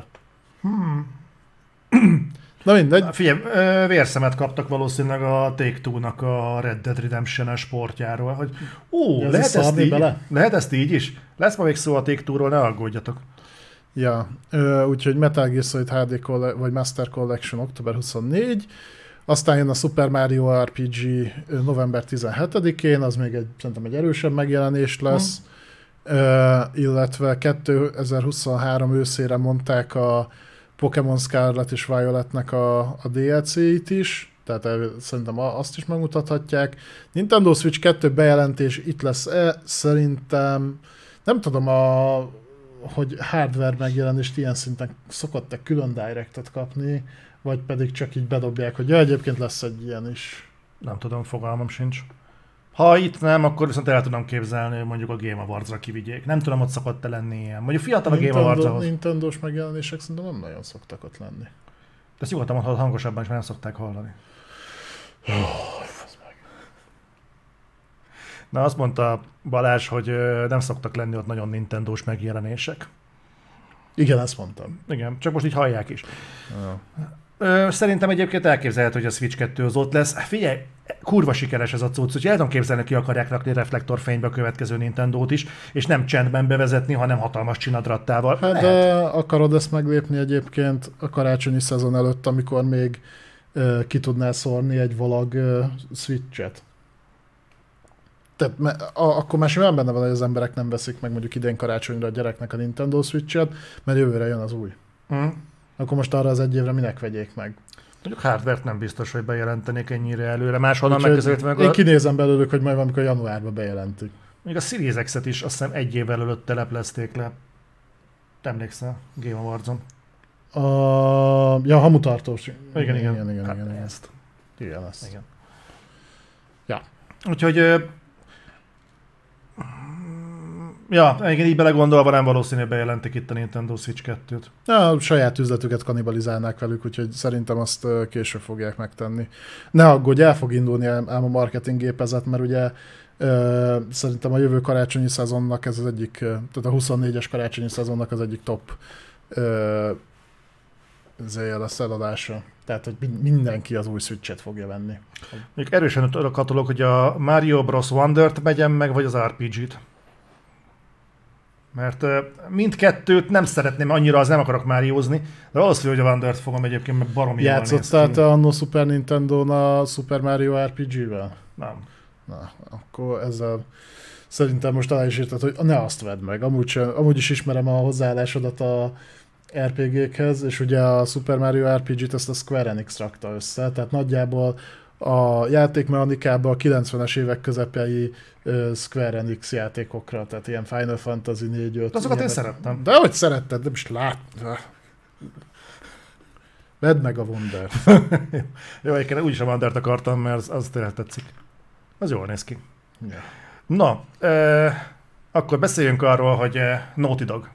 S2: Na mindegy.
S1: Figyelj, vérszemet kaptak valószínűleg a Take-Two-nak a Red Dead Redemption-es sportjáról, hogy lehet ezt így is? Lesz ma még szó a Take-Two-ról, ne aggódjatok.
S2: Ja, úgyhogy Metal Gear Solid HD vagy Master Collection október 24, aztán jön a Super Mario RPG november 17-én, az még szerintem egy erősebb megjelenés lesz, illetve 2023 őszére mondták a Pokémon Scarlet és Violetnek a DLC-it is, tehát szerintem azt is megmutathatják. Nintendo Switch 2 bejelentés itt lesz-e? Szerintem nem tudom, hogy hardware megjelenést ilyen szinten szokott-e külön directet kapni, vagy pedig csak így bedobják, hogy ja, egyébként lesz egy ilyen is.
S1: Nem tudom, fogalmam sincs. Ha itt nem, akkor viszont el tudom képzelni, hogy mondjuk a Game Awards-ra kivigyék. Nem tudom, ott szokott-e lenni ilyen. Mondjuk fiatal a Game Awards-hoz.
S2: Nintendo-s megjelenések szerintem nem nagyon szoktak ott lenni.
S1: De ezt nyugodtan mondhatod hangosabban is, mert nem szokták hallani. Na, azt mondta Balázs, hogy nem szoktak lenni ott nagyon Nintendo-s megjelenések.
S2: Igen, ezt mondtam.
S1: Igen, csak most így hallják is.
S2: Ja.
S1: Szerintem egyébként elképzelhető, hogy a Switch 2 az ott lesz. Figyelj, kurva sikeres ez a cucc, úgyhogy el tudom képzelni, ki akarják rakni reflektorfénybe a következő Nintendót is, és nem csendben bevezetni, hanem hatalmas csinadrattával.
S2: Hát de akarod ezt meglépni egyébként a karácsonyi szezon előtt, amikor még ki tudnál szórni egy valag Switch-et? Tehát akkor már simán benne van, hogy az emberek nem veszik meg mondjuk idén karácsonyra a gyereknek a Nintendo Switch-et, mert jövőre jön az új. Akkor most arra az egy évre minek vegyék meg?
S1: Mondjuk hardware-t nem biztos, hogy bejelentenék ennyire előre. Máshonnan megközelítve meg
S2: én kinézem belőlük, hogy majd valamikor januárban bejelentik.
S1: Még a Series X-et is azt hiszem egy évvel előtt teleplezték le. Emlékszel? Game Awards-on.
S2: Ja, hamutartós.
S1: Igen.
S2: Ezt. Igen, ezt.
S1: Igen.
S2: Ja.
S1: Úgyhogy ja, igen, így belegondolva nem valószínű, hogy bejelentik itt a Nintendo Switch 2-t.
S2: Ja, a saját üzletüket kannibalizálnák velük, úgyhogy szerintem azt később fogják megtenni. Ne aggódj, el fog indulni ám a marketing gépezet, mert ugye szerintem a jövő karácsonyi szezonnak ez az egyik, tehát a 24-es karácsonyi szezonnak az egyik top lesz eladása. Tehát, hogy mindenki az új Switch-et fogja venni.
S1: Még erősen katolok, hogy a Mario Bros. Wondert megyem meg, vagy az RPG-t. Mert mindkettőt nem szeretném annyira, az nem akarok Mariózni, de valószínű, hogy a Wondert fogom egyébként, meg baromi jól néz ki.
S2: Játszottál te anno Super Nintendo-n a Super Mario RPG-vel?
S1: Nem.
S2: Na, akkor ezzel szerintem most alá is írtad, hogy ne azt vedd meg. Amúgy is ismerem a hozzáállásodat a RPG-khez, és ugye a Super Mario RPG-t ezt a Square Enix rakta össze, tehát nagyjából a játékmechanikában a 90-es évek közepei Square Enix játékokra, tehát ilyen Final Fantasy 4-5.
S1: Azokat én szerettem.
S2: De hogy szeretted, nem is vedd meg a Wondert.
S1: Jó, egyébként úgyis a Wondert akartam, mert az tényleg tetszik. Az jól néz ki.
S2: Ja.
S1: Na, akkor beszéljünk arról, hogy Naughty Dog.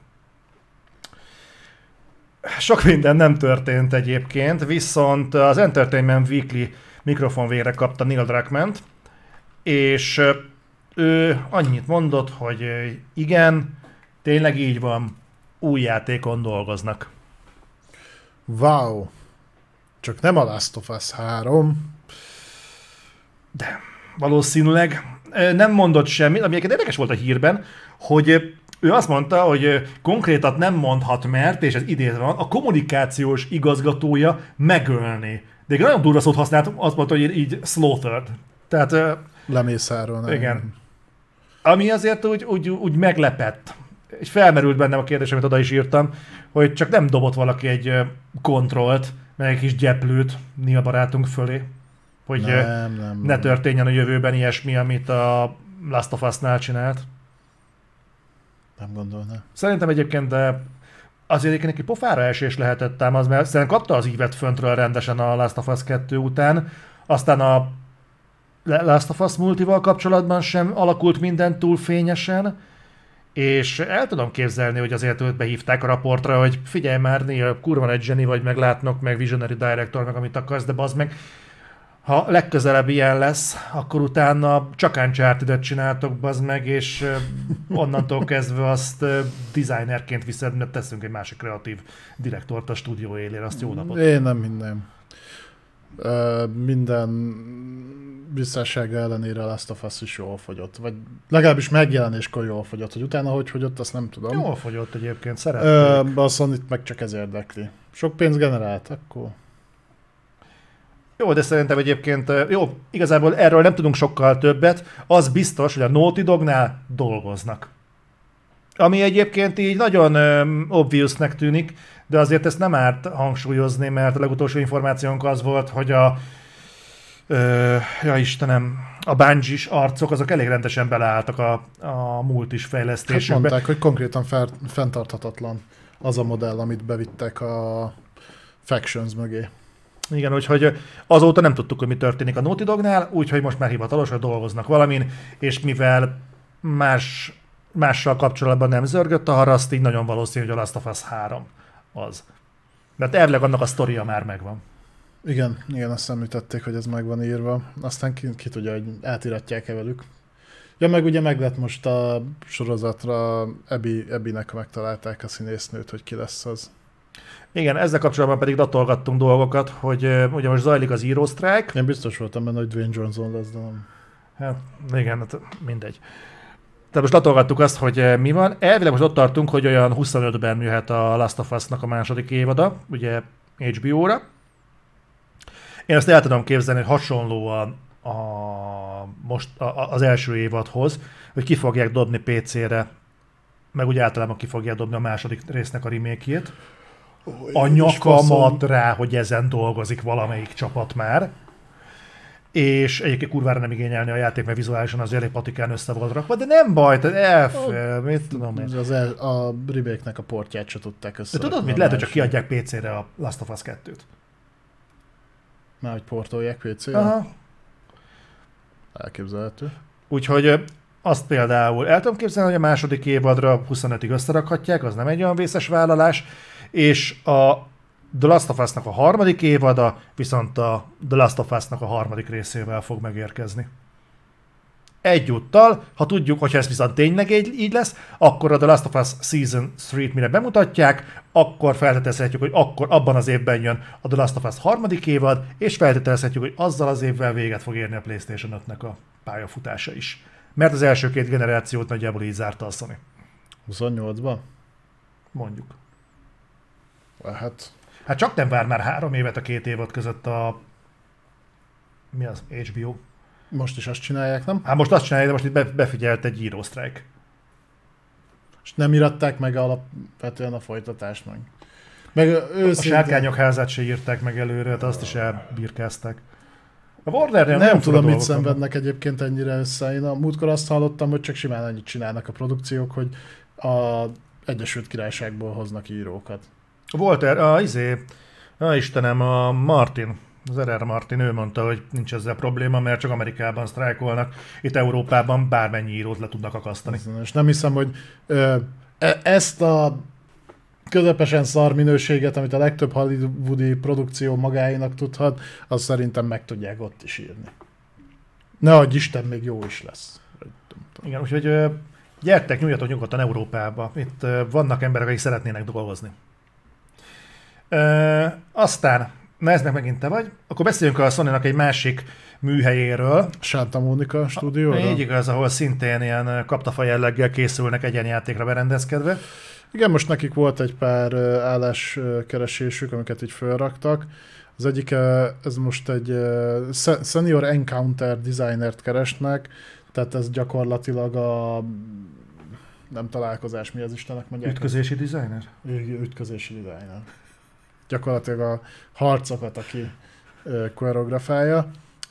S1: Sok minden nem történt egyébként, viszont az Entertainment Weekly mikrofonvére kapta Neil Druckmann-t, és ő annyit mondott, hogy igen, tényleg így van, új játékon dolgoznak.
S2: Wow! Csak nem a Last of Us 3.
S1: De valószínűleg nem mondott semmit, ami egyébként érdekes volt a hírben, hogy ő azt mondta, hogy konkrétat nem mondhat, mert, és ez idézve van, a kommunikációs igazgatója megölni. De egy nagyon durva szót használt, azt mondta, hogy így slaughtered. Tehát...
S2: Lemészárolni.
S1: Igen. Ami azért úgy meglepett. És felmerült bennem a kérdés, amit oda is írtam, hogy csak nem dobott valaki egy kontrollt, meg egy kis gyeplőt Neil barátunk fölé. Hogy ne történjen a jövőben ilyesmi, amit a Last of Us-nál csinált.
S2: Nem gondolnám.
S1: Szerintem egyébként, de azért neki pofára esés lehetett ám az, mert szerintem kapta az ívet föntről rendesen a Last of Us 2 után, aztán a Last of Us multival kapcsolatban sem alakult minden túl fényesen, és el tudom képzelni, hogy azért őt behívták a raportra, hogy figyelj már, Neil, kurva nagy zseni vagy, meg látnok, meg Visionary Director, meg amit akarsz, de bazd meg, Ha legközelebb ilyen lesz, akkor utána csak Uncharted-et csináltok, bazd meg, és onnantól kezdve azt designerként viszed, mert teszünk egy másik kreatív direktort a stúdió élére, azt jó napot.
S2: Én nem hinném. Minden biztonsága ellenére a Last of Us is jól fogyott. Vagy legalábbis megjelenéskor jól fogyott. Hogy utána hogy fogyott, azt nem tudom.
S1: Jól fogyott egyébként, szeretnék.
S2: A Sony-t meg csak ez érdekli. Sok pénz generált, akkor...
S1: Jó, de szerintem egyébként, jó, igazából erről nem tudunk sokkal többet. Az biztos, hogy a Naughty Dognál dolgoznak. Ami egyébként így nagyon obviousnek tűnik, de azért ezt nem árt hangsúlyozni, mert a legutolsó információnk az volt, hogy ja Istenem, a Bungie-s arcok azok elég rendesen beleálltak a multis fejlesztésekbe.
S2: Hát mondták, hogy konkrétan fenntarthatatlan az a modell, amit bevittek a Factions mögé.
S1: Igen, úgyhogy azóta nem tudtuk, hogy mi történik a Naughty Dognál, úgyhogy most már hivatalos, hogy dolgoznak valamin, és mivel mással kapcsolatban nem zörgött a haraszt, így nagyon valószínű, hogy a Last of Us 3 az. Mert elvileg annak a sztoria már megvan.
S2: Igen, azt említették, hogy ez meg van írva. Aztán ki tudja, hogy átiratják-e velük. Ja, meg ugye meg lett most a sorozatra Abby-nek megtalálták a színésznőt, hogy ki lesz az.
S1: Igen, ezzel kapcsolatban pedig datolgattunk dolgokat, hogy ugye most zajlik az Hero Strike.
S2: Én biztos voltam benne, hogy Dwayne Johnson lesz, de nem.
S1: Hát, igen, hát mindegy. Tehát most latolgattuk azt, hogy mi van. Elvileg most ott tartunk, hogy olyan 25-ben jöhet a Last of Us-nak a második évada, ugye HBO-ra. Én azt el tudom képzelni, hogy hasonlóan az első évadhoz, hogy ki fogják dobni PC-re, meg úgy általában ki fogják dobni a második résznek a remake-jét. A nyakamat rá, hogy ezen dolgozik valamelyik csapat már. És egyébként kurvára nem igényelni a játék, mert vizuálisan az elég patikán össze volt rakva, de nem baj, tehát mit tudom én.
S2: A remake-nek a portját se tudták össze.
S1: De tudod mit? Lehet, hogy csak kiadják PC-re a Last of Us 2-t.
S2: Már hogy portolják PC-re?
S1: Aha.
S2: Elképzelhető.
S1: Úgyhogy azt például el tudom képzelni, hogy a második évadra 25-ig összerakhatják, az nem egy olyan vészes vállalás, és a The Last of Us-nak a harmadik évada viszont a The Last of Us-nak a harmadik részével fog megérkezni. Egyúttal, ha tudjuk, hogyha ez viszont tényleg így lesz, akkor a The Last of Us Season 3-t mire bemutatják, akkor feltételezhetjük, hogy akkor abban az évben jön a The Last of Us harmadik évad, és feltételezhetjük, hogy azzal az évvel véget fog érni a PlayStation 5-nek a pályafutása is. Mert az első két generációt nagyjából így zárta a Sony.
S2: 28-ban?
S1: Mondjuk.
S2: Hát
S1: csak nem vár már 3 évet a 2 évad között a... Mi az? HBO?
S2: Most is azt csinálják, nem?
S1: Hát most azt csinálják, de most itt befigyelt egy Hero Strike.
S2: És nem iratták meg alapvetően a folytatást meg
S1: A Sárkányok házát se írták meg előre, hát azt is elbirkázták. A Warnernél
S2: nem tudom, mit szenvednek egyébként ennyire össze. Én a múltkor azt hallottam, hogy csak simán annyit csinálnak a produkciók, hogy a Egyesült Királyságból hoznak írókat.
S1: Volt Istenem, a Martin, az R.R. Martin, ő mondta, hogy nincs ezzel probléma, mert csak Amerikában sztrájkolnak, itt Európában bármennyi írót le tudnak akasztani.
S2: És nem hiszem, hogy ezt a közepesen szar minőséget, amit a legtöbb hollywoodi produkció magáénak tudhat, azt szerintem meg tudják ott is írni. Ne adj Isten, még jó is lesz.
S1: Igen, úgyhogy gyertek, nyújjatok nyugodtan Európába. Itt vannak emberek, akik szeretnének dolgozni. Aztán, na ez megint te vagy, akkor beszéljünk a Sony-nak egy másik műhelyéről.
S2: Santa Monica stúdióra?
S1: Így igaz, ahol szintén ilyen kaptafa jelleggel készülnek egyenjátékra berendezkedve.
S2: Igen, most nekik volt egy pár álláskeresésük, amiket így felraktak. Az egyik, ez most egy Senior Encounter Designert keresnek, tehát ez gyakorlatilag a nem találkozás, mi az Istennek mondják?
S1: Ütközési designer?
S2: Ütközési designer. Gyakorlatilag a harcokat, aki koreografálja.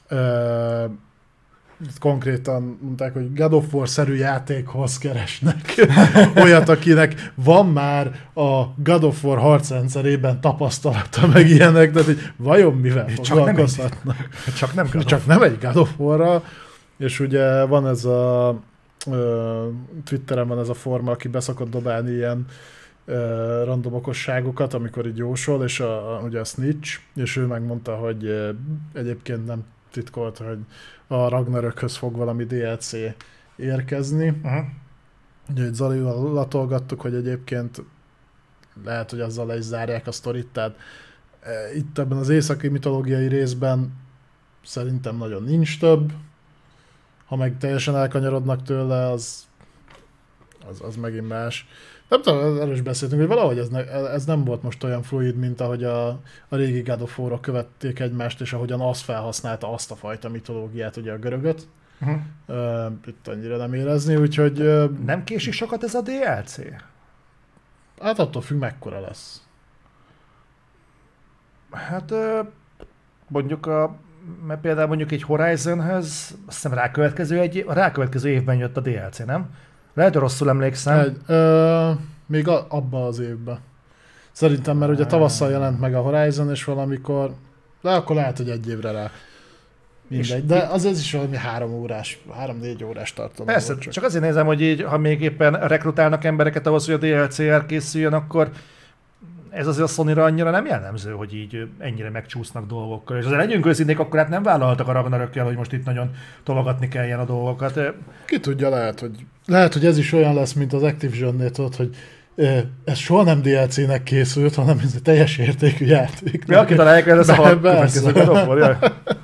S2: Konkrétan mondták, hogy God of War-szerű játékhoz keresnek olyat, akinek van már a God of War harcrendszerében tapasztalata, meg ilyenek, de hogy vajon mivel foglalkozhatnak? Csak nem egy God of War-ra, és ugye van ez a Twitteren van ez a forma, aki beszokott dobálni ilyen random okosságokat, amikor így jósol, és ugye a Snitch, és ő megmondta, hogy egyébként nem titkolt, hogy a Ragnarökhöz fog valami DLC érkezni. Úgyhogy Zalival latolgattuk, hogy egyébként lehet, hogy azzal le is zárják a sztorit, tehát itt ebben az északi mitológiai részben szerintem nagyon nincs több. Ha meg teljesen elkanyarodnak tőle, az megint más. Nem tudom, erről is beszéltünk, hogy valahogy ez nem volt most olyan fluid, mint ahogy a régi God of War-ok követték egymást, és ahogyan az felhasználta azt a fajta mitológiát, ugye a görögöt. Itt annyira nem érezni, úgyhogy...
S1: Nem késik sokat ez a DLC?
S2: Hát attól függ, mekkora lesz.
S1: Hát mondjuk mert például mondjuk egy Horizonhöz, azt hiszem rákövetkező évben jött a DLC, nem? Lehet, hogy rosszul emlékszem.
S2: Még abban az évben. Szerintem, mert ugye tavasszal jelent meg a Horizon, és valamikor... De akkor lehet, hogy egy évre rá. Mindegy. De az is valami 3-4 órás tartalom.
S1: Persze, csak azért nézem, hogy így, ha még éppen rekrutálnak embereket ahhoz, hogy a DLC elkészüljön, akkor ez azért a Sony-ra annyira nem jellemző, hogy így ennyire megcsúsznak dolgokkal. És azért legyünk őszinték, akkor hát nem vállaltak a Ragnarökkel, hogy most itt nagyon tologatni kelljen a dolgokat.
S2: Ki tudja, lehet, hogy ez is olyan lesz, mint az Activision-nél, tudod, hogy ez soha nem DLC-nek készült, hanem ez egy teljes értékű játék.
S1: Mi aki találják el, ez a következő God of War.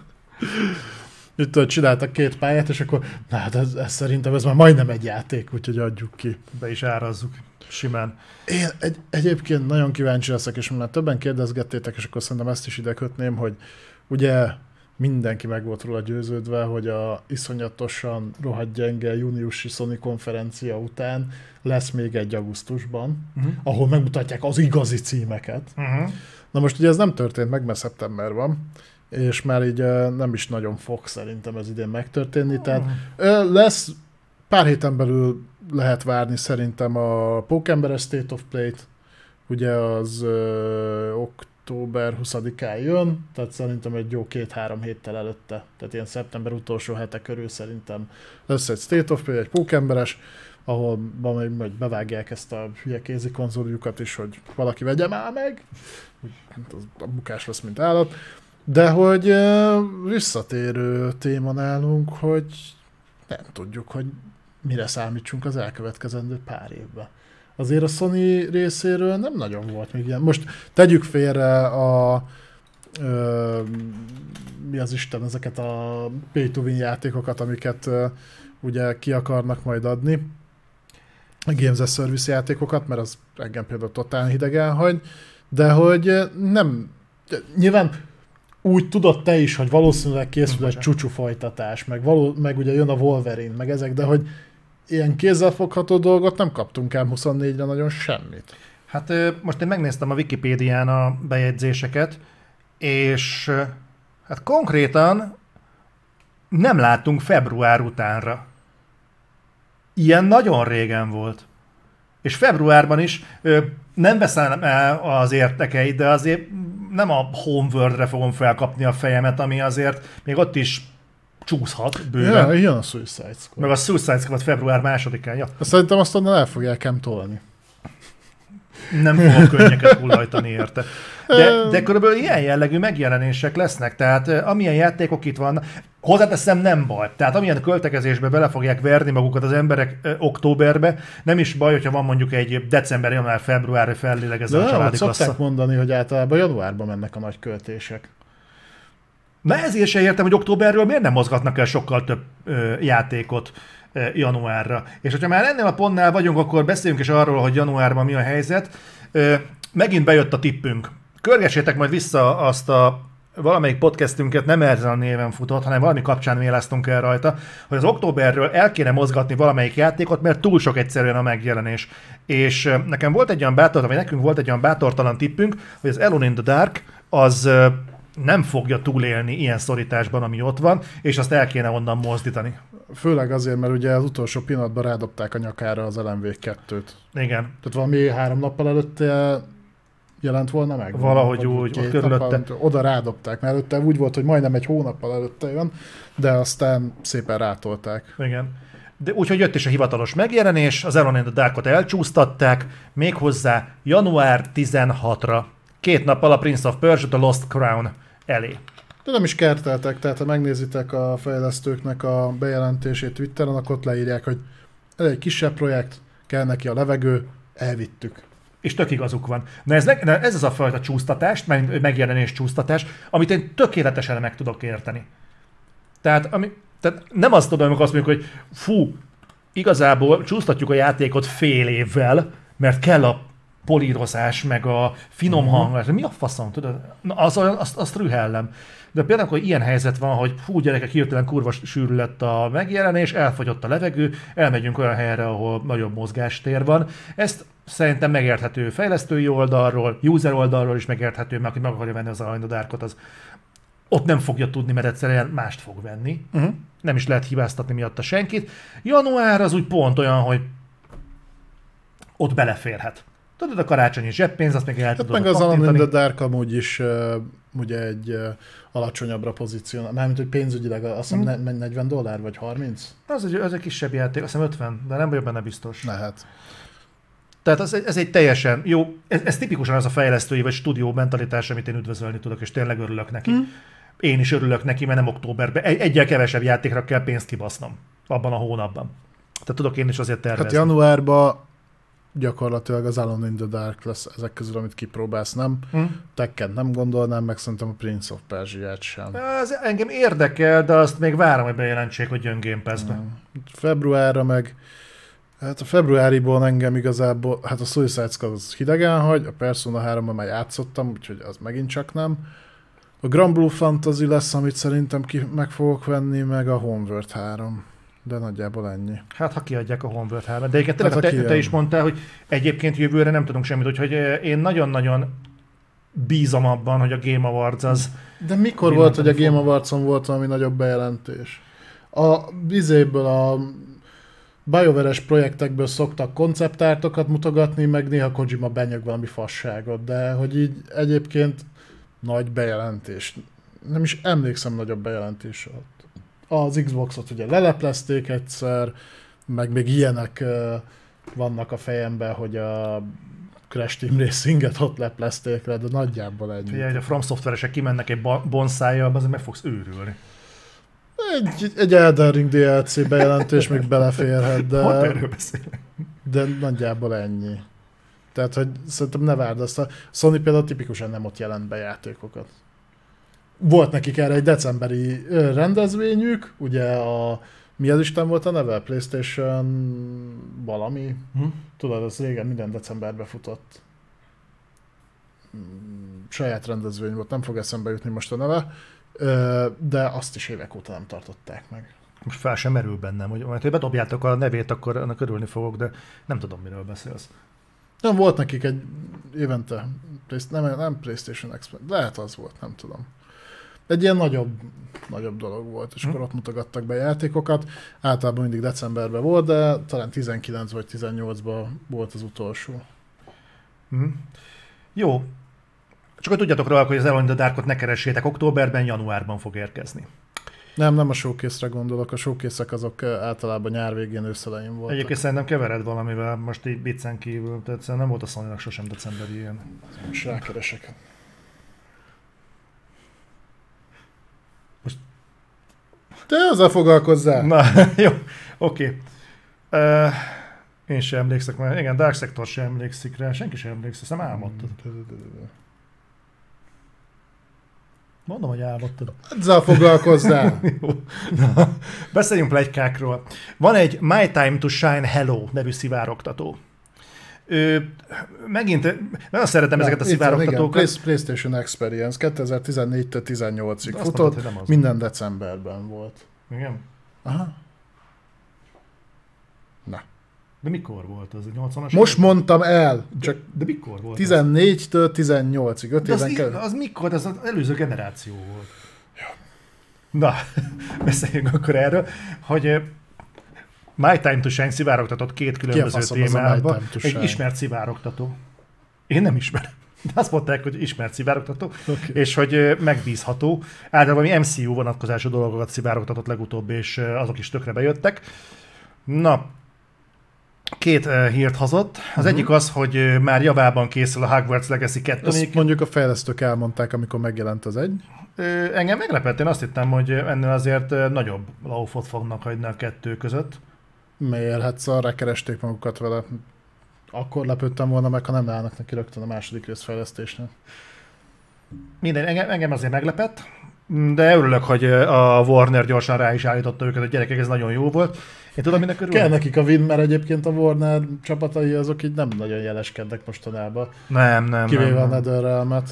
S2: Itt tudod, csináltak 2 pályát, és akkor hát ez szerintem ez már majdnem egy játék, úgyhogy adjuk ki.
S1: Be is árazzuk. Simán.
S2: Én egyébként nagyon kíváncsi leszek, és már többen kérdezgettétek, és akkor szerintem ezt is ide kötném, hogy ugye mindenki meg volt róla győződve, hogy a iszonyatosan rohadt gyenge júniusi Sony konferencia után lesz még egy augusztusban, ahol megmutatják az igazi címeket. Na most ugye ez nem történt meg, mert szeptember van, és már így nem is nagyon fog szerintem ez idén megtörténni, tehát lesz pár héten belül lehet várni szerintem a Pókemberes State of Play-t, ugye az október 20-án jön, tehát szerintem egy jó 2-3 héttel előtte, tehát ilyen szeptember utolsó hete körül szerintem lesz egy State of Play, egy Pókemberes, ahol majd bevágják ezt a hülye kézi konzoljukat is, hogy valaki vegye már meg, a bukás lesz, mint állat, de hogy visszatérő téma nálunk, hogy nem tudjuk, hogy mire számítsunk az elkövetkezendő pár évben. Azért a Sony részéről nem nagyon volt még ilyen. Most tegyük félre mi az Isten, ezeket a pay-to-win játékokat, amiket ugye ki akarnak majd adni. A Games as Service játékokat, mert az engem például totál hidegen hagy, de hogy nem... Nyilván úgy tudod te is, hogy valószínűleg készül egy csúcsú folytatás, meg ugye jön a Wolverine, meg ezek, de hogy ilyen kézzelfogható dolgot nem kaptunk el 24-re nagyon semmit.
S1: Hát most én megnéztem a Wikipédián a bejegyzéseket, és hát konkrétan nem láttunk február utánra. Ilyen nagyon régen volt. És februárban is nem veszem el az értekeit, de azért nem a Homeworld-re fogom felkapni a fejemet, ami azért még ott is csúszhat bőven.
S2: Jön a Suicide Squad.
S1: Meg a Suicide Squad február 2-án. Ja.
S2: Szerintem azt onnan el fogják ám tolni.
S1: Nem fogok könnyeket hullajtani érte. De körülbelül ilyen jellegű megjelenések lesznek, tehát amilyen játékok itt vannak, hozzáteszem nem baj. Tehát amilyen költekezésbe bele fogják verni magukat az emberek októberbe, nem is baj, hogyha van mondjuk egy december, január, február, fellélegezve a családi
S2: kassza. Szokták mondani, hogy általában januárban mennek a nagy költések.
S1: Na ezért se értem, hogy októberről miért nem mozgatnak el sokkal több játékot januárra. És hogyha már ennél a pontnál vagyunk, akkor beszéljünk is arról, hogy januárban mi a helyzet. Megint bejött a tippünk. Körgessétek majd vissza azt a valamelyik podcastünket, nem ezen a néven futott, hanem valami kapcsán véláztunk el rajta, hogy az októberről el kéne mozgatni valamelyik játékot, mert túl sok egyszerűen a megjelenés. És nekem volt egy olyan bátortalan, vagy nekünk volt egy olyan bátortalan tippünk, hogy az Alone in the Dark az nem fogja túlélni ilyen szorításban, ami ott van, és azt el kéne onnan mozdítani.
S2: Főleg azért, mert ugye az utolsó pillanatban rádobták a nyakára az LMV2-t.
S1: Igen.
S2: Tehát valami 3 nappal előtte jelent volna meg?
S1: Valahogy úgy, körülötte.
S2: Oda rádobták, mert előtte úgy volt, hogy majdnem egy hónappal előtte jön, de aztán szépen rátolták.
S1: Igen. De úgyhogy jött is a hivatalos megjelenés, az Alone in the Darkot elcsúsztatták, méghozzá január 16-ra. 2 nappal a Prince of Persia, The Lost Crown elé.
S2: De nem is kerteltek, tehát ha megnézitek a fejlesztőknek a bejelentését Twitteren, akkor ott leírják, hogy ez egy kisebb projekt, kell neki a levegő, elvittük.
S1: És tök igazuk van. Na ez az a fajta csúsztatás, megjelenés csúsztatás, amit én tökéletesen meg tudok érteni. Tehát nem azt tudom, amikor azt mondjuk, hogy fú, igazából csúsztatjuk a játékot fél évvel, mert kell a polírozás, meg a finom hang, mi a faszom, tudod? Na, azt rühellem. De például, hogy ilyen helyzet van, hogy hú, gyerekek, hirtelen kurva sűrű lett a megjelenés, elfogyott a levegő, elmegyünk olyan helyre, ahol nagyobb mozgástér van. Ezt szerintem megérthető fejlesztői oldalról, user oldalról is megérthető, mert aki meg akarja venni az Alone in the Darkot, az ott nem fogja tudni, mert egyszerűen mást fog venni. Nem is lehet hibáztatni miatta senkit. Január az úgy pont olyan, hogy ott beleférhet. Tudod, a karácsonyi zseppénz, azt még el tudod
S2: meg az Alone in the Dark amúgy is ugye egy alacsonyabbra pozícionál. Mármint, hogy pénzügyileg azt hiszem $40 vagy 30?
S1: Az egy kisebb játék, azt hiszem 50, de nem vagyok benne biztos.
S2: Lehet.
S1: Tehát ez egy teljesen jó, ez tipikusan az a fejlesztői vagy stúdió mentalitás, amit én üdvözölni tudok, és tényleg örülök neki. Én is örülök neki, mert nem októberben. Egyel kevesebb játékra kell pénzt kibasznom abban a hónapban. Tehát tudok én is azért tervezni.
S2: Hát januárban gyakorlatilag az Alone in the Dark lesz ezek közül, amit kipróbálsz, nem? Tekken nem gondolnám, meg szerintem a Prince of Persia-t sem.
S1: Ez engem érdekel, de azt még várom, hogy bejelentsék, hogy jön Game Pass-be.
S2: Februárra meg, hát a februáriból engem igazából, hát a Suicide Squad az hidegen hagy, a Persona 3-ban már játszottam, úgyhogy az megint csak nem. A Grand Blue Fantasy lesz, amit szerintem meg fogok venni, meg a Homeworld 3. De nagyjából ennyi.
S1: Hát, ha kiadják a Homeworld 3-et. De egyébként tényleg te is mondtál, hogy egyébként jövőre nem tudunk semmit, úgyhogy én nagyon-nagyon bízom abban, hogy a Game Awards az...
S2: De mikor volt, hogy a Game Awards-on volt valami nagyobb bejelentés? A bizéből a BioWare-es projektekből szoktak konceptártokat mutogatni, meg néha Kojima benyög valami fasságot, de hogy így egyébként nagy bejelentés. Nem is emlékszem nagyobb bejelentés ott. Az Xboxot ugye leleplezték egyszer, meg még ilyenek vannak a fejemben, hogy a Crash Team Racing-et ott leplezték le, de nagyjából ennyi.
S1: Figyelj, hogy a From Software-esek kimennek egy bonszájjal, azért meg fogsz őrülni.
S2: Egy Elden Ring DLC bejelentés még beleférhet, de...
S1: Pont erről beszélek.
S2: De nagyjából ennyi. Tehát, hogy szerintem ne várd azt. A Sony például tipikusan nem ott jelent be játékokat. Volt nekik erre egy decemberi rendezvényük, ugye mi az Isten volt a neve? PlayStation valami? Tudod, ez régen minden decemberbe futott. Saját rendezvény volt, nem fog eszembe jutni most a neve, de azt is évek óta nem tartották meg.
S1: Most fel sem merül bennem, hogy majd, ha bedobjátok a nevét, akkor annak örülni fogok, de nem tudom, miről beszélsz.
S2: Nem, volt nekik egy évente, nem PlayStation Expert, lehet az volt, nem tudom. Egy ilyen nagyobb dolog volt, és akkor ott mutogattak be játékokat. Általában mindig decemberben volt, de talán 19 vagy 18-ban volt az utolsó.
S1: Jó. Csak hogy tudjátok róla, hogy az Alone in the Darkot ne keressétek októberben, januárban fog érkezni.
S2: Nem a showcase-re gondolok, a showcase-ek azok általában nyár végén, őszelején voltak.
S1: Egyébként szerintem kevered valamivel, most így viccen kívül, tehát nem volt a Sony-nak sosem decemberi ilyen.
S2: Most rákeresek. Te azzal foglalkozzál!
S1: Na, jó, oké. Én sem emlékszek, mert igen, Dark Sector sem emlékszik rá, senki sem emlékszik, azt nem álmodtad. Mondom, hogy álmodtad.
S2: Azzal foglalkozzál!
S1: Jó. Na, beszéljünk pletykákról. Van egy My Time to Shine Hello nevű szivárogtató. Megint, nagyon szeretem ezeket a szivárogtatókat.
S2: Igen, PlayStation Experience 2014-től 18-ig futott, mondtad, minden decemberben volt.
S1: Igen?
S2: Aha. Na.
S1: De mikor volt az? 80-as?
S2: Most mondtam el. Csak
S1: de mikor volt
S2: 14-től 18-ig, 5 éven kell.
S1: Az mikor? Ez az előző generáció volt. Ja. Na, beszéljünk akkor erről, hogy My Time to Shine szivárogtatott két különböző témában. Egy ismert szivárogtató. Én nem ismerem. De azt mondták, hogy ismert szivárogtató, és hogy megbízható. Általában MCU vonatkozású dolgokat szivárogtatott legutóbb, és azok is tökre bejöttek. Na, Két hírt hozott. Az egyik az, hogy már javában készül a Hogwarts Legacy 2.
S2: Ezt mondjuk a fejlesztők elmondták, amikor megjelent az egy.
S1: Engem meglepett, én azt hittem, hogy ennél azért nagyobb laufot fognak hagyni a 2 között.
S2: Miért? Hát arra keresték magukat vele. Akkor lepődtem volna meg, ha nem állnak neki rögtön a második rész fejlesztésnél.
S1: Minden, engem azért meglepett, de örülök, hogy a Warner gyorsan rá is állította őket, hogy gyerekek, ez nagyon jó volt. Én tudom, minek örülök?
S2: Kell nekik a win, mert egyébként a Warner csapatai azok így nem nagyon jeleskednek mostanában.
S1: Nem.
S2: Kivéve a NetherRealm-et.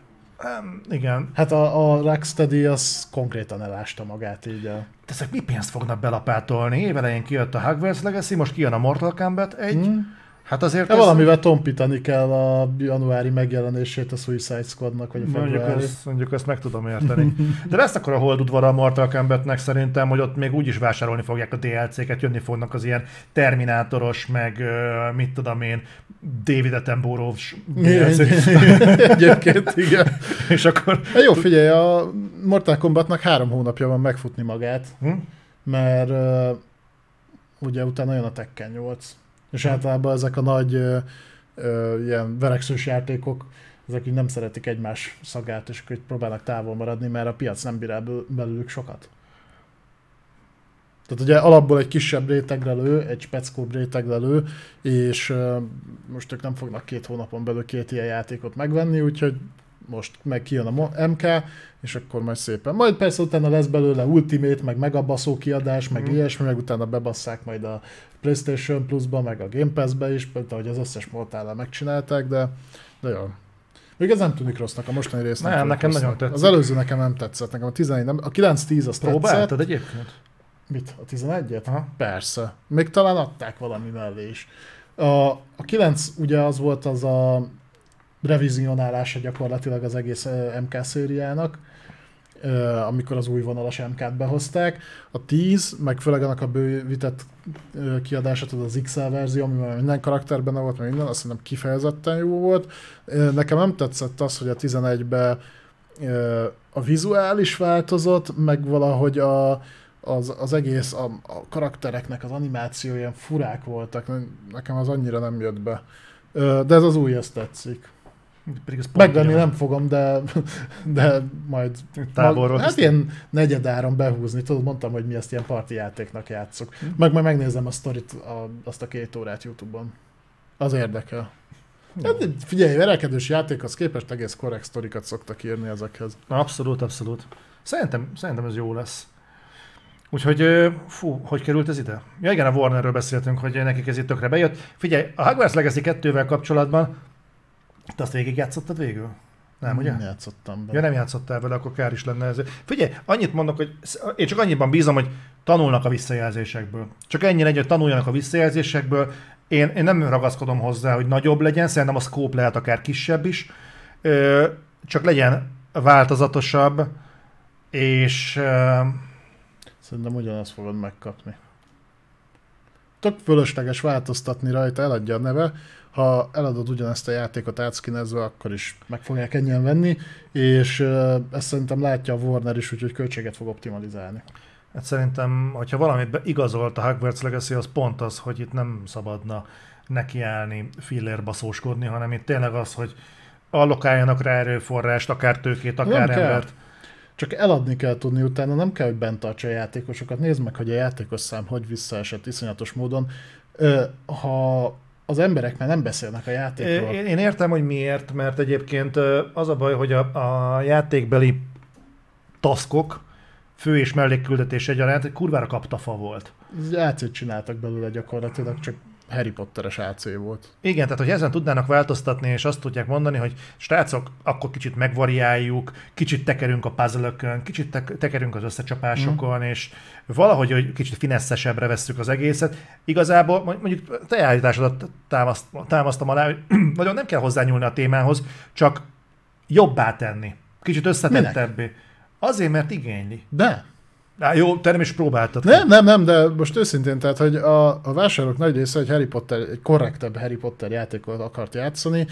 S1: Igen.
S2: Hát a Rocksteady az konkrétan elásta magát így.
S1: De ezek mi pénzt fognak belapátolni? Évelején kijött a Hogwarts Legacy, most kijön a Mortal Kombat 1. Hát azért
S2: de valamivel tompítani kell a januári megjelenését a Suicide Squadnak, vagy a februári.
S1: Mondjuk ezt meg tudom érteni. De lesz akkor a holdudvara a Mortal Kombatnek szerintem, hogy ott még úgy is vásárolni fogják a DLC-ket, jönni fognak az ilyen Terminátoros, meg mit tudom én, David Attenborough-s
S2: Egyébként, igen.
S1: És akkor...
S2: Jó, figyelj, a Mortal Kombatnak 3 hónapja van megfutni magát, mert ugye utána jön a Tekken 8. És általában ezek a nagy ilyen verekszős játékok, ezek így nem szeretik egymás szagát, és akkor így próbálnak távol maradni, mert a piac nem bír belőlük sokat. Tehát ugye alapból egy kisebb rétegre lő, egy speckóbb rétegre lő, és most ők nem fognak 2 hónapon belül 2 ilyen játékot megvenni, úgyhogy most meg kijön a MK, és akkor majd szépen. Majd persze utána lesz belőle Ultimate, meg megabaszó kiadás, meg ilyesmi, meg utána bebasszák majd a PlayStation Plus-ba, meg a Game Pass-be is, ahogy az összes Mortal-nál megcsinálták, de jó. Még ez nem tűnik rossznak, a mostani rész
S1: nem nekem rossznak. Nagyon tetszik.
S2: Az előző nekem nem tetszett, nekem a 11 nem, a 9-10 azt tetszett.
S1: Próbáltad egyébként?
S2: Mit? A 11-et? Aha. Persze. Még talán adták valami mellé is. A 9 ugye az volt az a revizionálása gyakorlatilag az egész MK szériának, amikor az új vonalas MK-t behozták. A 10, meg főleg annak a bővített kiadását, az XL verzió, amiben minden karakter benne volt, meg minden, azt hiszem kifejezetten jó volt. Nekem nem tetszett az, hogy a 11-ben a vizuális változott, meg valahogy az egész a karaktereknek az animáció ilyen furák voltak. Nekem az annyira nem jött be. De ez az új, ezt tetszik. Megvenni nem fogom, de majd
S1: távolról.
S2: Hát ilyen negyedáron behúzni. Tudod, mondtam, hogy mi ezt ilyen parti játéknak játszok. Meg majd megnézem a sztorit, azt a 2 órát YouTube-on. Az érdekel. Hát, figyelj, verekedős játékhoz képest egész korrekt sztorikat szoktak írni ezekhez.
S1: Abszolút. Szerintem ez jó lesz. Úgyhogy, hogy került ez ide? Ja igen, a Warnerről beszéltünk, hogy nekik ez itt tökre bejött. Figyelj, a Hogwarts Legacy 2-vel kapcsolatban te azt végigjátszottad végül? Nem, ugye?
S2: Nem játszottam be.
S1: Ja, nem játszottál vele, akkor kár is lenne ez. Figyelj, annyit mondok, hogy én csak annyiban bízom, hogy tanulnak a visszajelzésekből. Csak ennyi legyen, hogy tanuljanak a visszajelzésekből. Én nem ragaszkodom hozzá, hogy nagyobb legyen, szerintem a scope lehet akár kisebb is. Csak legyen változatosabb, és...
S2: Szerintem ugyanazt fogod megkapni. Tök fölösleges változtatni rajta, eladja a neve. Ha eladod ugyanezt a játékot átszkinezve, akkor is meg fogják ennyien venni, és ezt szerintem látja a Warner is, úgyhogy költséget fog optimalizálni.
S1: Hát szerintem, hogyha valamit igazolt a Hogwarts Legacy, az pont az, hogy itt nem szabadna nekiállni fillérbaszóskodni, hanem itt tényleg az, hogy allokáljanak rá erőforrást, akár tőkét, akár embert.
S2: Csak eladni kell tudni utána, nem kell, hogy bent tartsa a játékosokat. Nézd meg, hogy a játékos szám hogy visszaesett iszonyatos módon. Ha az emberek már nem beszélnek a játékról.
S1: Én értem, hogy miért, mert egyébként az a baj, hogy a játékbeli taskok, fő- és mellékküldetés egyaránt kurvára kaptafa volt.
S2: AC-t csináltak belőle gyakorlatilag, csak Harry Potteres AC volt.
S1: Igen, tehát hogy ezen tudnának változtatni, és azt tudják mondani, hogy srácok, akkor kicsit megvariáljuk, kicsit tekerünk a puzzle-ökön, kicsit tekerünk az összecsapásokon, és valahogy hogy kicsit finesszesebbre vesszük az egészet. Igazából mondjuk te állításodat támasztom alá, hogy nagyon nem kell hozzányúlni a témához, csak jobbá tenni. Kicsit összetettebbé. Azért, mert igényli.
S2: De?
S1: Jó, te nem is próbáltad.
S2: Nem, de most őszintén, tehát, hogy a vásárlók nagy része egy korrektebb Harry Potter játékot akart játszani,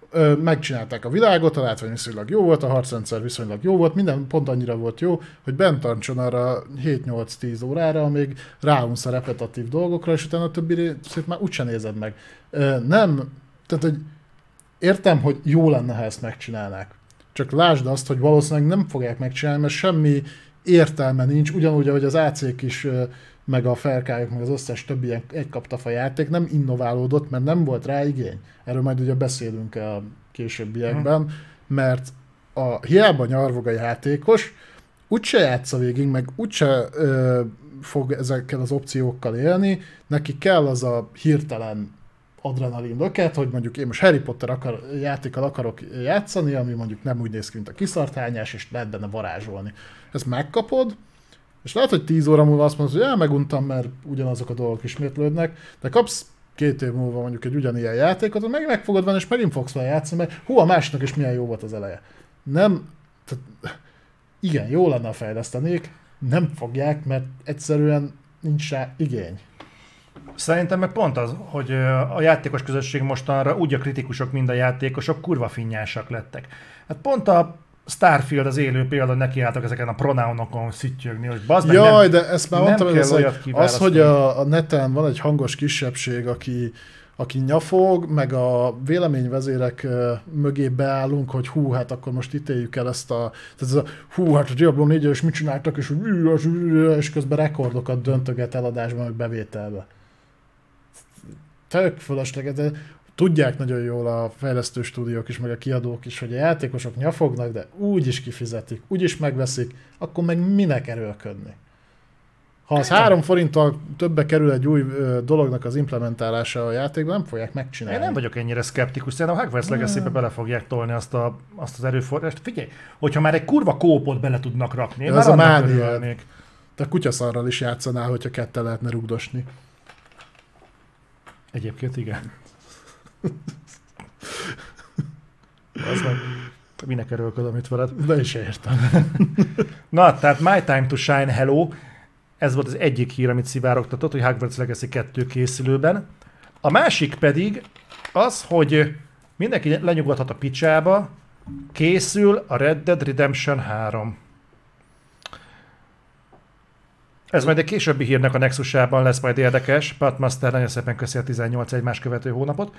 S2: megcsinálták a világot, a látvány viszonylag jó volt, a harcrendszer viszonylag jó volt, minden pont annyira volt jó, hogy bent tartson arra 7-8-10 órára, amíg ráunsz a repetitív dolgokra, és utána a többi részét már úgyse nézed meg. Nem, tehát hogy értem, hogy jó lenne, ha ezt megcsinálnák. Csak lásd azt, hogy valószínűleg nem fogják megcsinálni, mert semmi értelme nincs, ugyanúgy, ahogy az AC-k is, meg a Felkályok, meg az összes többi ilyen egy-kaptafa játék nem innoválódott, mert nem volt rá igény. Erről majd ugye beszélünk a későbbiekben, mert hiába nyarvog a játékos, úgyse játsza végig, meg úgyse fog ezekkel az opciókkal élni, neki kell az a hirtelen adrenalin löket, hogy mondjuk én most Harry Potter játékkal akarok játszani, ami mondjuk nem úgy néz ki, mint a kiszarthányás, és lehet benne varázsolni. Ezt megkapod, és lehet, hogy 10 óra múlva azt mondod, hogy meguntam, mert ugyanazok a dolgok ismétlődnek, de kapsz 2 év múlva mondjuk egy ugyanilyen játékot, meg fogod venni, és megint fogsz vele játszani, mert a másiknak is milyen jó volt az eleje. Nem, tehát, igen, jó lenne, fejlesztenék, nem fogják, mert egyszerűen nincs rá igény.
S1: Szerintem meg pont az, hogy a játékos közösség mostanra úgy a kritikusok, mind a játékosok kurva finnyásak lettek. Hát pont a Starfield az élő példa, hogy nekiálltak ezeken a pronounokon szittyögni, hogy bazd meg,
S2: jaj, de ezt már mondtam,
S1: hogy
S2: az, hogy a neten van egy hangos kisebbség, aki nyafog, meg a véleményvezérek mögé beállunk, hogy hú, hát akkor most ítéljük el ezt tehát ez a hú, hát a Diablo 4 és mit csináltak, és közben rekordokat döntöget eladásban, meg bevételbe. Tök fölösleges, de tudják nagyon jól a fejlesztő stúdiók is, meg a kiadók is, hogy a játékosok nyafognak, de úgy is kifizetik, úgy is megveszik, akkor meg minek erőlködni? Ha az 3 forinttal többe kerül egy új dolognak az implementálása a játékban, nem fogják megcsinálni.
S1: Én nem vagyok ennyire szkeptikus, szerintem a Hogwarts Legacy-be bele fogják tolni azt az erőforrást. Figyelj, hogyha már egy kurva kópot bele tudnak rakni, én
S2: már annak örülnék. Te kutyaszarral is játszanál, hogyha kettel lehetne rugdosni.
S1: Egyébként igen. Az meg, minek erőlködöm itt veled?
S2: De is értem.
S1: Na, tehát My Time to Shine Hello, ez volt az egyik hír, amit szivárogtatott, hogy Hogwarts Legacy 2 készülőben. A másik pedig az, hogy mindenki lenyugodhat a picsába, készül a Red Dead Redemption 3. Ez majd egy későbbi hírnek a Nexusában lesz majd érdekes. Patmaster nagyon szépen köszi a 18 egymás követő hónapot.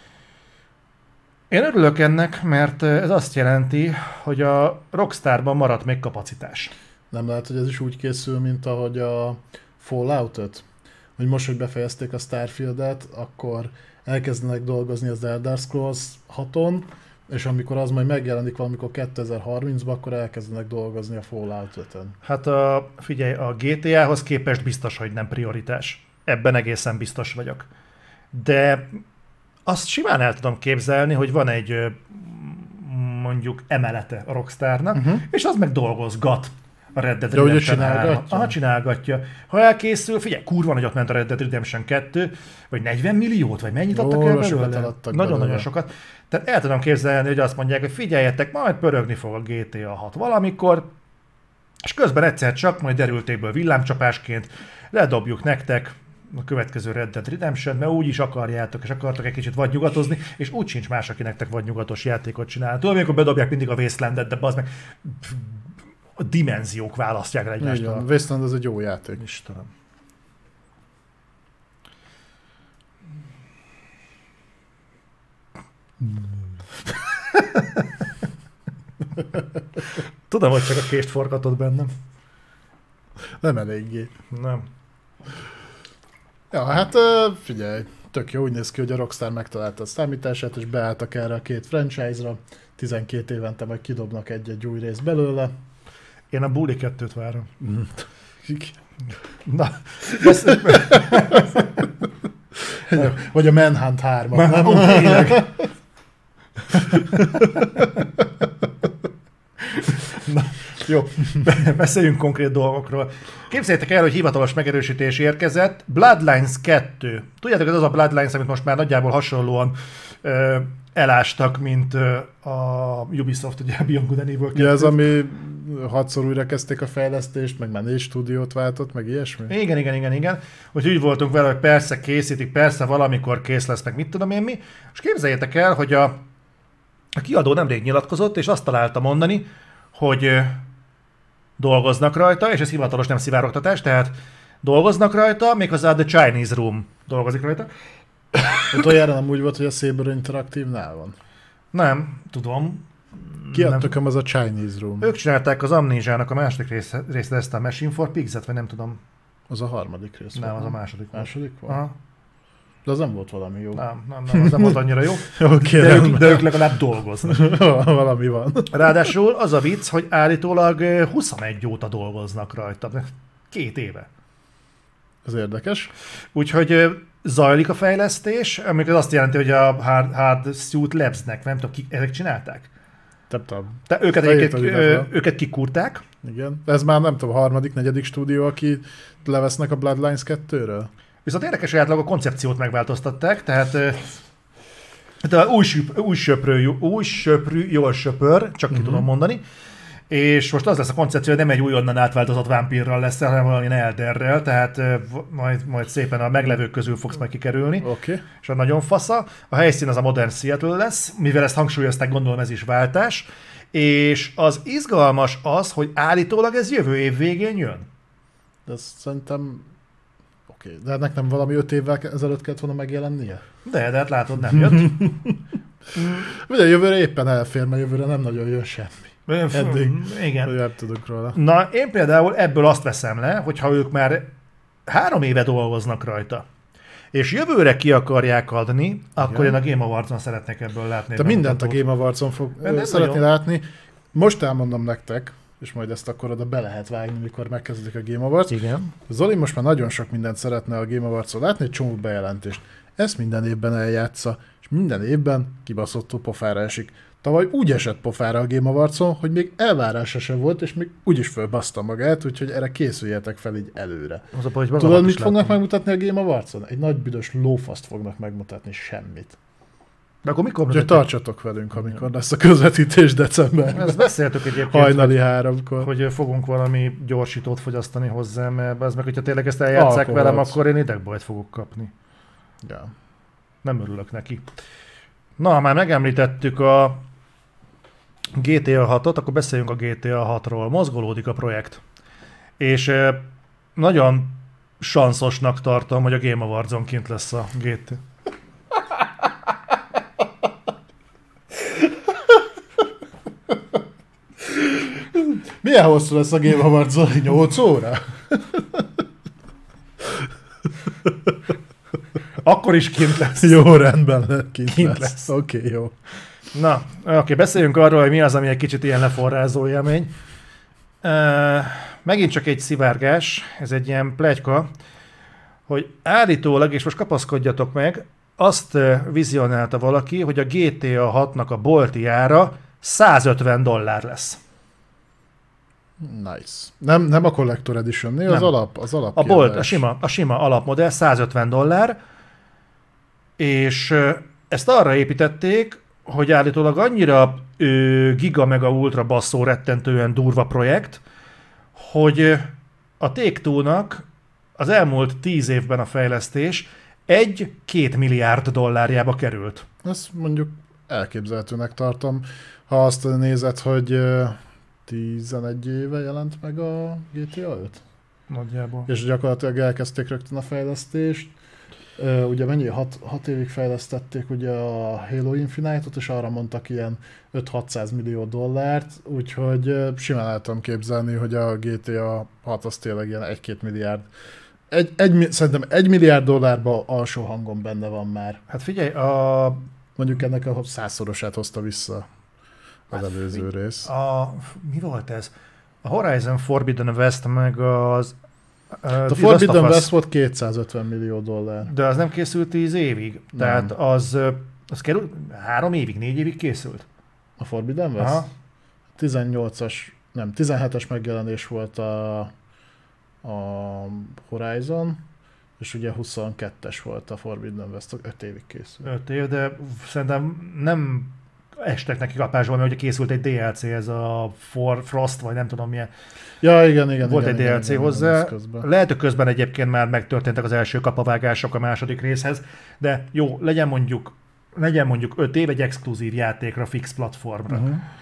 S1: Én örülök ennek, mert ez azt jelenti, hogy a Rockstarban maradt még kapacitás.
S2: Nem lehet, hogy ez is úgy készül, mint ahogy a Fallout-öt? Hogy most, hogy befejezték a Starfield-et, akkor elkezdenek dolgozni az Elder Scrolls 6-on, és amikor az majd megjelenik valamikor 2030-ban, akkor elkezdenek dolgozni a Fallout 5-ön.
S1: Hát figyelj, a GTA-hoz képest biztos, hogy nem prioritás. Ebben egészen biztos vagyok. De azt simán el tudom képzelni, hogy van egy mondjuk emelete a Rockstarnak, és az meg dolgozgat a Red Dead Redemption 3. Aha, csinálgatja. Ha elkészül, figyelj, kurva nagyot ment a Red Dead Redemption 2, vagy 40 milliót, vagy mennyit adtak el belőle? Nagyon-nagyon sokat. Tehát el tudom képzelni, hogy azt mondják, hogy figyeljetek, majd pörögni fog a GTA 6 valamikor, és közben egyszer csak majd derültékből villámcsapásként ledobjuk nektek a következő Red Dead Redemption, mert úgy is akarjátok, és akartok egy kicsit vadnyugatozni, és úgy sincs más, aki nektek vadnyugatos játékot csinál. Tudom, amikor bedobják mindig a Wastelandet, de bazd meg, a dimenziók választják rá egymást.
S2: Igen, Wasteland az egy jó játék.
S1: Istenem. Tudom, hogy csak a kést forgatod bennem.
S2: Nem eléggé.
S1: Nem.
S2: Ja, hát figyelj, tök jó, úgy néz ki, hogy a Rockstar megtalálta a számítását, és beálltak erre a 2 franchise-ra. 12 évente majd kidobnak egy-egy új rész belőle.
S1: Én a Bully 2-t várom.
S2: Na, vagy a Manhunt 3-at.
S1: Tényleg. Na, jó, beszéljünk konkrét dolgokról. Képzeljétek el, hogy hivatalos megerősítés érkezett. Bloodlines 2. Tudjátok, ez az a Bloodlines, amit most már nagyjából hasonlóan elástak, mint a Ubisoft, ugye a Beyond Good and Evil 2.
S2: Ja, ez ami 6-szor újra kezdték a fejlesztést, meg már 4 stúdiót váltott, meg ilyesmi?
S1: Igen. Hogy úgy voltunk vele, hogy persze készítik, persze valamikor kész lesz, meg mit tudom én mi. És képzeljétek el, hogy A kiadó nemrég nyilatkozott, és azt találta mondani, hogy dolgoznak rajta, és ez hivatalos, nem szivárogtatás, tehát dolgoznak rajta, méghozzá a The Chinese Room dolgozik rajta.
S2: Utoljára nem úgy volt, hogy a Saber Interactive-nál van?
S1: Nem, tudom.
S2: Ki ad tököm az a Chinese Room?
S1: Ők csinálták az Amnésiának a második részt, ezt a Machine for Pigs-et, vagy nem tudom.
S2: Az a harmadik rész.
S1: Nem, az a második.
S2: Második volt?
S1: Aha.
S2: De az nem volt valami jó.
S1: Nem, az nem volt annyira jó.
S2: Oké,
S1: de ők legalább dolgoznak.
S2: Valami van.
S1: Ráadásul az a vicc, hogy állítólag 21 óta dolgoznak rajta. 2 éve.
S2: Ez érdekes.
S1: Úgyhogy zajlik a fejlesztés, amikor azt jelenti, hogy a Hard Suit Labs-nek, nem tudom, ezek csinálták? Őket kikúrták.
S2: Igen. Ez már nem tudom, a harmadik, negyedik stúdió, aki levesznek a Bloodlines 2-ről.
S1: Viszont érdekes, hogy átlag a koncepciót megváltoztatták, tehát új söprű, jól söpör, csak ki tudom mondani. És most az lesz a koncepció, hogy nem egy újonnan átváltozott vámpírral lesz, hanem valami elderrel, tehát majd szépen a meglevők közül fogsz majd kikerülni.
S2: Okay.
S1: És a nagyon fasza. A helyszín az a Modern Seattle lesz, mivel ezt hangsúlyozták, gondolom ez is váltás. És az izgalmas az, hogy állítólag ez jövő év végén jön.
S2: De szerintem... Oké, de ennek nem valami 5 évvel ezelőtt kellett volna megjelennie?
S1: De hát látod, nem jött.
S2: Ugye jövőre éppen elfér, mert jövőre nem nagyon jön semmi. Eddig.
S1: Igen.
S2: Nem tudok róla.
S1: Na, én például ebből azt veszem le, hogyha ők már 3 éve dolgoznak rajta, és jövőre ki akarják adni, akkor én a Game Awards-on szeretnék ebből látni.
S2: Te mindent a Game Awards-on fog szeretni látni. Most elmondom nektek, és majd ezt akkor oda be lehet vágni, mikor megkezdődik a Game Awards.
S1: Igen.
S2: Zoli most már nagyon sok mindent szeretne a Game Awards-on látni, egy csomó bejelentést. Ezt minden évben eljátsza, és minden évben kibaszottul pofára esik. Tavaly úgy esett pofára a Game Awards-on, hogy még elvárása sem volt, és még úgyis fölbaszta magát, úgyhogy erre készüljetek fel így előre. Tudod, mit fognak megmutatni a Game Awards-on? Egy nagy büdös lófaszt fognak megmutatni, semmit.
S1: De akkor mikor?
S2: Úgyhogy tartsatok velünk, amikor lesz a közvetítés decemberben.
S1: Ezt beszéltük egyébként.
S2: Hajnali 3-kor.
S1: Hogy fogunk valami gyorsítót fogyasztani hozzá, mert az meg, hogyha tényleg ezt eljátszák velem, akkor én idegbajt fogok kapni.
S2: Ja.
S1: Nem örülök neki. Na, ha már megemlítettük a GTA 6-ot, akkor beszéljünk a GTA 6-ról. Mozgolódik a projekt. És nagyon sanszosnak tartom, hogy a Game Awards-on kint lesz a GTA.
S2: Milyen hosszú lesz a Game Awards-on? 8 óra?
S1: Akkor is kint lesz.
S2: Jó, rendben,
S1: kint lesz.
S2: Oké, jó.
S1: Na, oké, beszéljünk arról, hogy mi az, ami egy kicsit ilyen leforrázó élmény. Megint csak egy szivárgás, ez egy ilyen pletyka, hogy állítólag, és most kapaszkodjatok meg, azt vizionálta valaki, hogy a GTA 6-nak a bolti ára $150 lesz.
S2: Nice. Nem a Collector Edition-nél, az alap
S1: a bolt, a sima alapmodell $150, és ezt arra építették, hogy állítólag annyira giga mega ultra basszó rettentően durva projekt, hogy a Take-Two-nak az elmúlt 10 évben a fejlesztés 1-2 milliárd dollárjába került.
S2: Ezt mondjuk elképzelhetőnek tartom. Ha azt nézed, hogy 11 éve jelent meg a GTA 5?
S1: Nagyjából.
S2: És gyakorlatilag elkezdték rögtön a fejlesztést. Ugye mennyi? 6 évig fejlesztették ugye a Halo Infinite-ot, és arra mondtak ilyen 5-600 millió dollárt, úgyhogy simán el tudom képzelni, hogy a GTA 6 az tényleg ilyen 1-2 milliárd. Szerintem 1 milliárd dollárban alsó hangon benne van már.
S1: Hát figyelj,
S2: mondjuk ennek a 100-szorosát hozta vissza az előző rész.
S1: Mi volt ez? A Horizon Forbidden West meg az...
S2: A Forbidden West volt 250 millió dollár.
S1: De az nem készült 10 évig. Nem. Tehát az került 3 évig, 4 évig készült.
S2: A Forbidden West? Aha. 17-es megjelenés volt a Horizon, és ugye 22-es volt a Forbidden West, 5 évig készült.
S1: 5 év, de szerintem nem estek neki kapásban, mert ugye készült egy DLC, ez a Frost, vagy nem tudom milyen.
S2: Ja, igen.
S1: Volt egy DLC
S2: igen,
S1: hozzá. Lehet, hogy közben egyébként már megtörténtek az első kapavágások a második részhez, de jó, legyen mondjuk legyen mondjuk 5 év egy exkluzív játékra, fix platformra.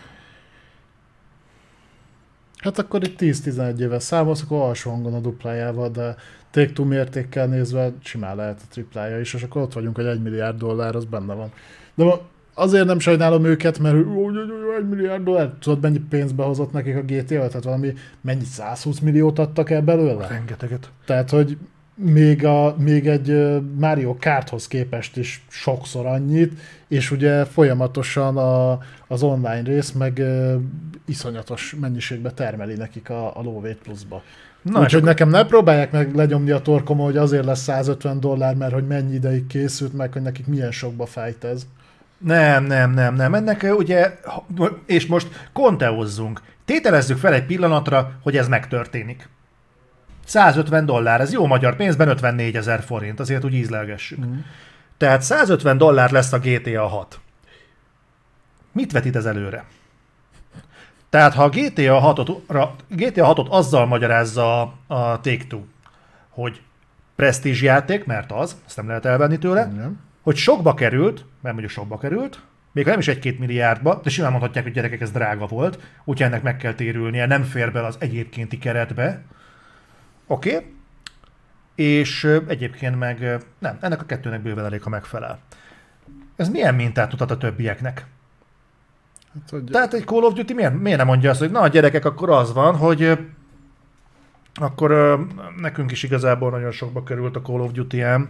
S2: Hát akkor itt 10-11 éves számolsz, akkor alsó hangon a duplájával, de Take-Two mértékkel nézve simán lehet a triplája is, és akkor ott vagyunk, hogy $1 milliárd, az benne van. De azért nem sajnálom őket, mert $1 milliárd, tudod mennyi pénzbe hozott nekik a GTA, tehát valami, mennyi 120 milliót adtak el belőle?
S1: Rengeteget.
S2: Tehát, hogy még egy Mario Karthoz képest is sokszor annyit, és ugye folyamatosan az online rész meg iszonyatos mennyiségbe termeli nekik a lóvét pluszba. Úgyhogy nekem ne próbálják meg lenyomni a torkomon, hogy azért lesz $150, mert hogy mennyi ideig készült meg, hogy nekik milyen sokba fájt ez.
S1: Nem. Ennek ugye, és most konteozzunk. Tételezzük fel egy pillanatra, hogy ez megtörténik. $150, ez jó magyar pénzben 54 000 forint, azért úgy ízlelgessük. Tehát $150 lesz a GTA 6. Mit vetít ez előre? Tehát ha a GTA 6-ot azzal magyarázza a Take-Two, hogy presztízs játék, mert az, ezt nem lehet elvenni tőle, hogy sokba került, mert mondjuk sokba került, még ha nem is 1-2 milliárdba, de simán mondhatják, hogy gyerekek, ez drága volt, úgyhogy ennek meg kell térülnie, nem fér bele az egyébkénti keretbe. Oké. És egyébként meg nem, ennek a kettőnek bőven elég, ha megfelel. Ez milyen mintát mutat a többieknek? Hát, hogy... Tehát egy Call of Duty miért nem mondja azt, hogy na gyerekek, akkor az van, hogy akkor nekünk is igazából nagyon sokba került a Call of Duty-en,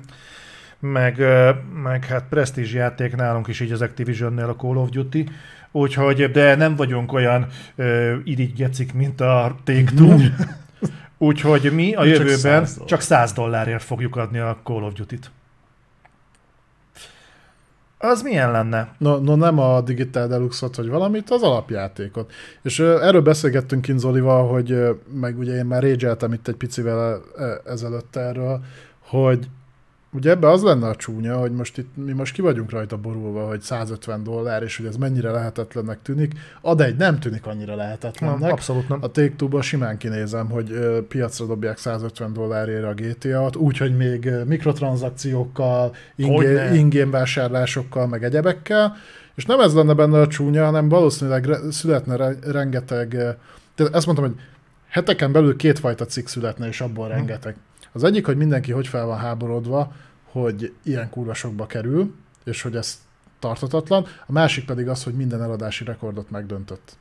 S1: meg hát presztízs játék nálunk is így az Activision-nél a Call of Duty, úgyhogy, de nem vagyunk olyan irigy-gecik, mint a Take-Two. Úgyhogy mi a jövőben csak $100 fogjuk adni a Call of Duty-t. Az milyen lenne?
S2: No, nem a Digital Deluxe-ot, vagy valamit, az alapjátékot. És erről beszélgettünk Kinzolival, hogy meg ugye én már rage-eltem itt egy picivel ezelőtt erről, hogy ugye ebbe az lenne a csúnya, hogy mi most ki vagyunk rajta borulva, hogy $150, és hogy ez mennyire lehetetlennek tűnik. Nem tűnik annyira lehetetlennek.
S1: Abszolút nem.
S2: A Take-Two-ban simán kinézem, hogy piacra dobják $150 a GTA-t, úgyhogy még mikrotranszakciókkal, in-game vásárlásokkal, meg egyebekkel. És nem ez lenne benne a csúnya, hanem valószínűleg születne rengeteg... Tehát ezt mondtam, hogy heteken belül kétfajta cikk születne, és abból rengeteg. Az egyik, hogy mindenki hogy fel van háborodva, hogy ilyen kurva sokba kerül, és hogy ez tarthatatlan. A másik pedig az, hogy minden eladási rekordot megdöntött.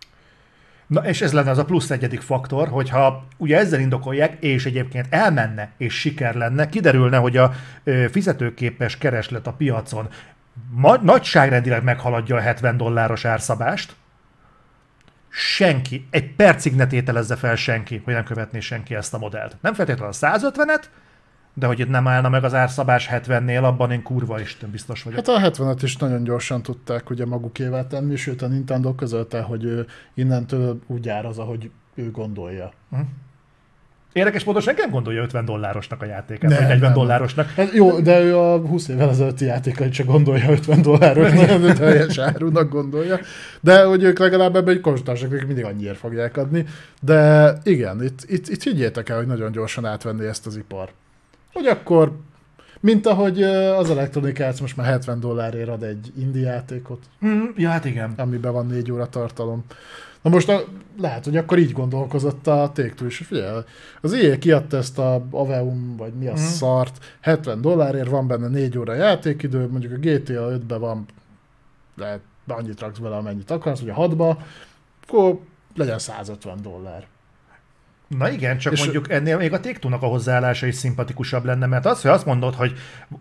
S1: Na és ez lenne az a plusz egyedik faktor, hogyha ugye ezzel indokolják, és egyébként elmenne, és siker lenne, kiderülne, hogy a fizetőképes kereslet a piacon nagyságrendileg meghaladja a $70 árszabást, senki, egy percig ne tételezze fel senki, hogy nem követné senki ezt a modellt. Nem feltétlenül a 150-et, de hogy itt nem állna meg az árszabás 70-nél, abban én kurva isten biztos vagyok.
S2: Hát a 70-et is nagyon gyorsan tudták ugye magukévá tenni, sőt a Nintendo közölte, hogy ő innentől úgy áraz, ahogy ő gondolja.
S1: Érdekes módon senki nem gondolja $50 a játékát, vagy $40.
S2: Hát jó, de ő a 20 évvel ezelőtti játékait csak gondolja $50, de teljes árúnak gondolja. De hogy ők legalább ebben egy konstánsak, mindig annyiért fogják adni. De igen, itt higgyétek el, hogy nagyon gyorsan átvenni ezt az ipar. Hogy akkor, mint ahogy az Electronic Arts most már $70 ad egy indie játékot.
S1: Ja, hát igen.
S2: Amiben van 4 óra tartalom. Na most lehet, hogy akkor így gondolkozott a Take-Two is. Figyelj, az EA kiadta ezt a Aveum, vagy mi a szart, $70, van benne 4 óra játékidő, mondjuk a GTA 5-ben van, lehet annyit raksz bele, amennyit akarsz, vagy a 6-ba, akkor legyen $150.
S1: Na igen, csak és mondjuk ennél még a Take-Two-nak a hozzáállása is szimpatikusabb lenne, mert az, hogy azt mondod, hogy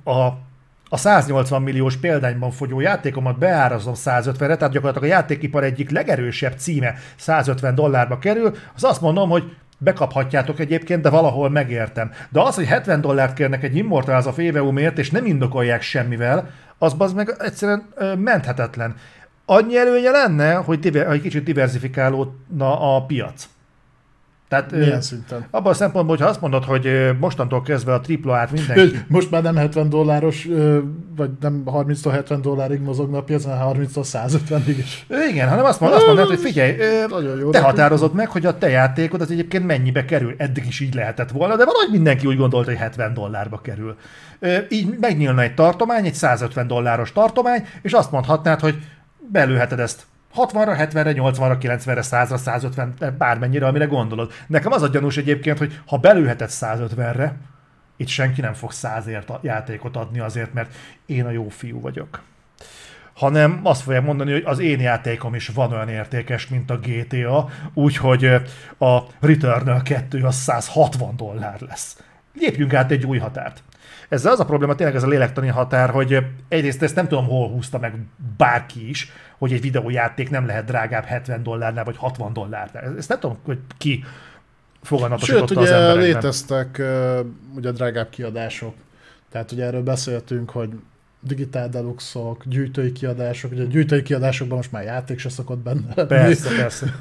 S1: a 180 milliós példányban fogyó játékomat beárazom 150-re, tehát gyakorlatilag a játékipar egyik legerősebb címe $150 kerül, az azt mondom, hogy bekaphatjátok egyébként, de valahol megértem. De az, hogy $70 kérnek egy Immortals of Aveumért, és nem indokolják semmivel, az meg egyszerűen menthetetlen. Annyi előnye lenne, hogy egy kicsit diversifikálódna a piac. Tehát,
S2: milyen szinten?
S1: Abban a szempontból, hogyha azt mondod, hogy mostantól kezdve a AAA-t mindenki...
S2: Most már nem $70, vagy nem 30-tól $70 mozogna a piacon, hanem 30-tól 150-ig is.
S1: Igen, hanem azt mondanád, hogy figyelj,
S2: jó,
S1: te határozod meg, hogy a te játékod az egyébként mennyibe kerül. Eddig is így lehetett volna, de valahogy mindenki úgy gondolta, hogy $70 kerül. Így megnyílna egy tartomány, egy $150 tartomány, és azt mondhatnád, hogy belőheted ezt 60-ra, 70-re, 80-ra, 90-re, 100-ra, 150, bármennyire, amire gondolod. Nekem az a gyanús egyébként, hogy ha belőheted 150-re, itt senki nem fog 100-ért játékot adni azért, mert én a jó fiú vagyok. Hanem azt fogja mondani, hogy az én játékom is van olyan értékes, mint a GTA, úgyhogy a Returnal 2 az $160 lesz. Lépjünk át egy új határt. Ezzel az a probléma, tényleg ez a lélektani határ, hogy egyrészt ezt nem tudom, hol húzta meg bárki is, hogy egy videójáték nem lehet drágább $70 vagy $60. Ezt nem tudom, hogy ki foganatosította az emberekben.
S2: Sőt, ugye léteztek ugye drágább kiadások. Tehát ugye erről beszéltünk, hogy digitál deluxe-ok, gyűjtői kiadások, ugye a gyűjtői kiadásokban most már játék se szokott benne lenni.
S1: Persze.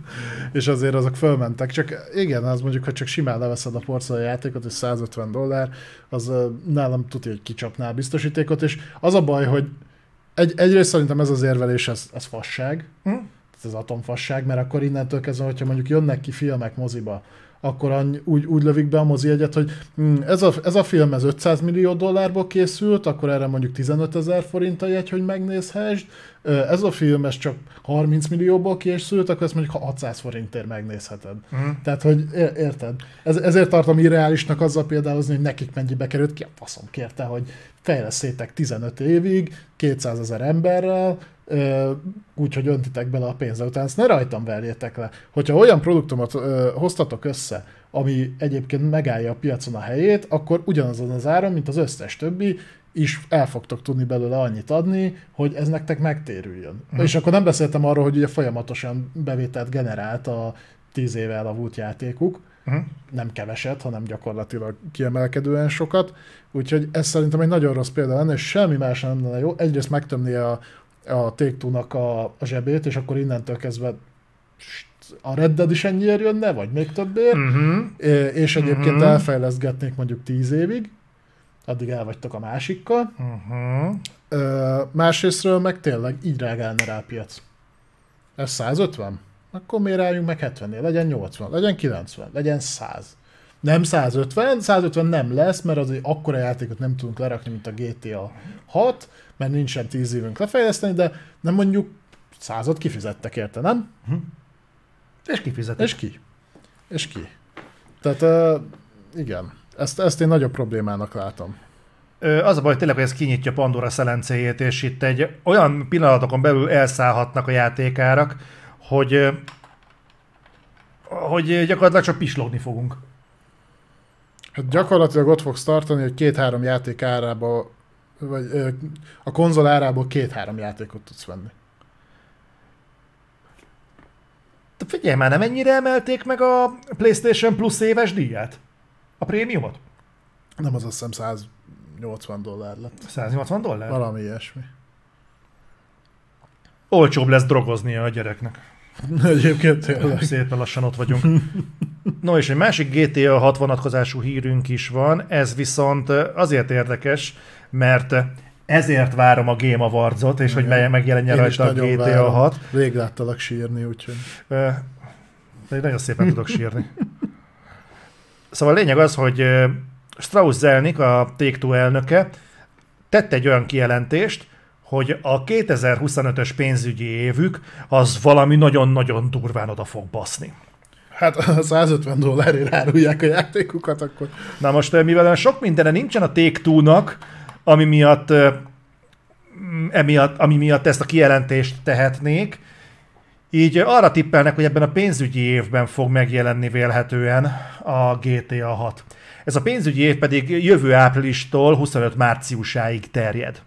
S2: És azért azok fölmentek. Csak igen, az mondjuk, hogy csak simán leveszed a porcol a játékot, és $150, az nálam tudja, hogy kicsapná a biztosítékot, és az a baj, hogy egyrészt szerintem ez az érvelés, ez fasság, ez atomfasság, mert akkor innentől kezdve, hogyha mondjuk jönnek ki filmek moziba, akkor úgy lövik be a mozi egyet, hogy ez a film ez $500 millió készült, akkor erre mondjuk 15 000 forint a jegy, hogy megnézhessd. Ez a film ez csak 30 millióból készült, akkor ezt mondjuk 600 forintért megnézheted. Tehát, hogy érted? Ezért tartom irreálisnak azzal példálozni, hogy nekik mennyibe került, ki a faszom kérte, hogy fejlesztétek 15 évig, 200 000 emberrel, úgyhogy öntitek bele a pénzre, utána ezt ne rajtam verjétek le. Hogyha olyan produktumot hoztatok össze, ami egyébként megállja a piacon a helyét, akkor ugyanazon az áron, mint az összes többi, is el fogtok tudni belőle annyit adni, hogy ez nektek megtérüljön. És akkor nem beszéltem arról, hogy ugye folyamatosan bevételt generált a 10 éve elavult játékuk, nem keveset, hanem gyakorlatilag kiemelkedően sokat, úgyhogy ez szerintem egy nagyon rossz példa lenne, és semmi más nem lenne jó. Egyrészt megtömni a Take-Two-nak a zsebét, és akkor innentől kezdve a Red Dead is ennyiért jönne, vagy még többért, és egyébként elfejlesztgetnék mondjuk 10 évig, addig elvagytok a másikkal. Másrésztről meg tényleg így rágálna rá a piac. Ez 150? Akkor miért álljunk meg 70-nél? Legyen 80, legyen 90, legyen 100. Nem 150 nem lesz, mert az egy akkora játékot nem tudunk lerakni, mint a GTA 6, mert nincsen 10 évünk lefejleszteni, de nem mondjuk 100-at kifizettek érte, nem?
S1: És kifizettek.
S2: És ki. Tehát igen, ezt én nagyobb problémának látom.
S1: Az a baj, tényleg, hogy ez kinyitja Pandora szelencéjét, és itt egy olyan pillanatokon belül elszállhatnak a játékárak, hogy gyakorlatilag csak pislogni fogunk.
S2: Hát gyakorlatilag ott fogsz tartani, hogy 2-3 játék árába, vagy a konzol árából 2-3 játékot tudsz venni.
S1: De figyelj már, nem ennyire emelték meg a PlayStation Plus éves díját? A prémiumot?
S2: Nem, az azt hiszem $180 lett.
S1: $180?
S2: Valami ilyesmi.
S1: Olcsóbb lesz drogoznia a gyereknek.
S2: Egyébként tényleg.
S1: Szépen lassan ott vagyunk. No, és egy másik GTA 6 vonatkozású hírünk is van, ez viszont azért érdekes, mert ezért várom a Game Awards-ot, és hogy megjelenjen rajta a GTA várom. 6.
S2: Rég láttalak sírni, úgyhogy...
S1: Nagyon szépen tudok sírni. Szóval a lényeg az, hogy Strauss Zelnick, a Take-Two elnöke, tett egy olyan kijelentést, hogy a 2025-ös pénzügyi évük az valami nagyon-nagyon durván oda fog baszni.
S2: Hát $150 árulják a játékukat, akkor...
S1: Na most, mivel sok mindene nincsen a Take-Two-nak, ami miatt ezt a kijelentést tehetnék, így arra tippelnek, hogy ebben a pénzügyi évben fog megjelenni vélhetően a GTA 6. Ez a pénzügyi év pedig jövő áprilistól 25 márciusáig terjed.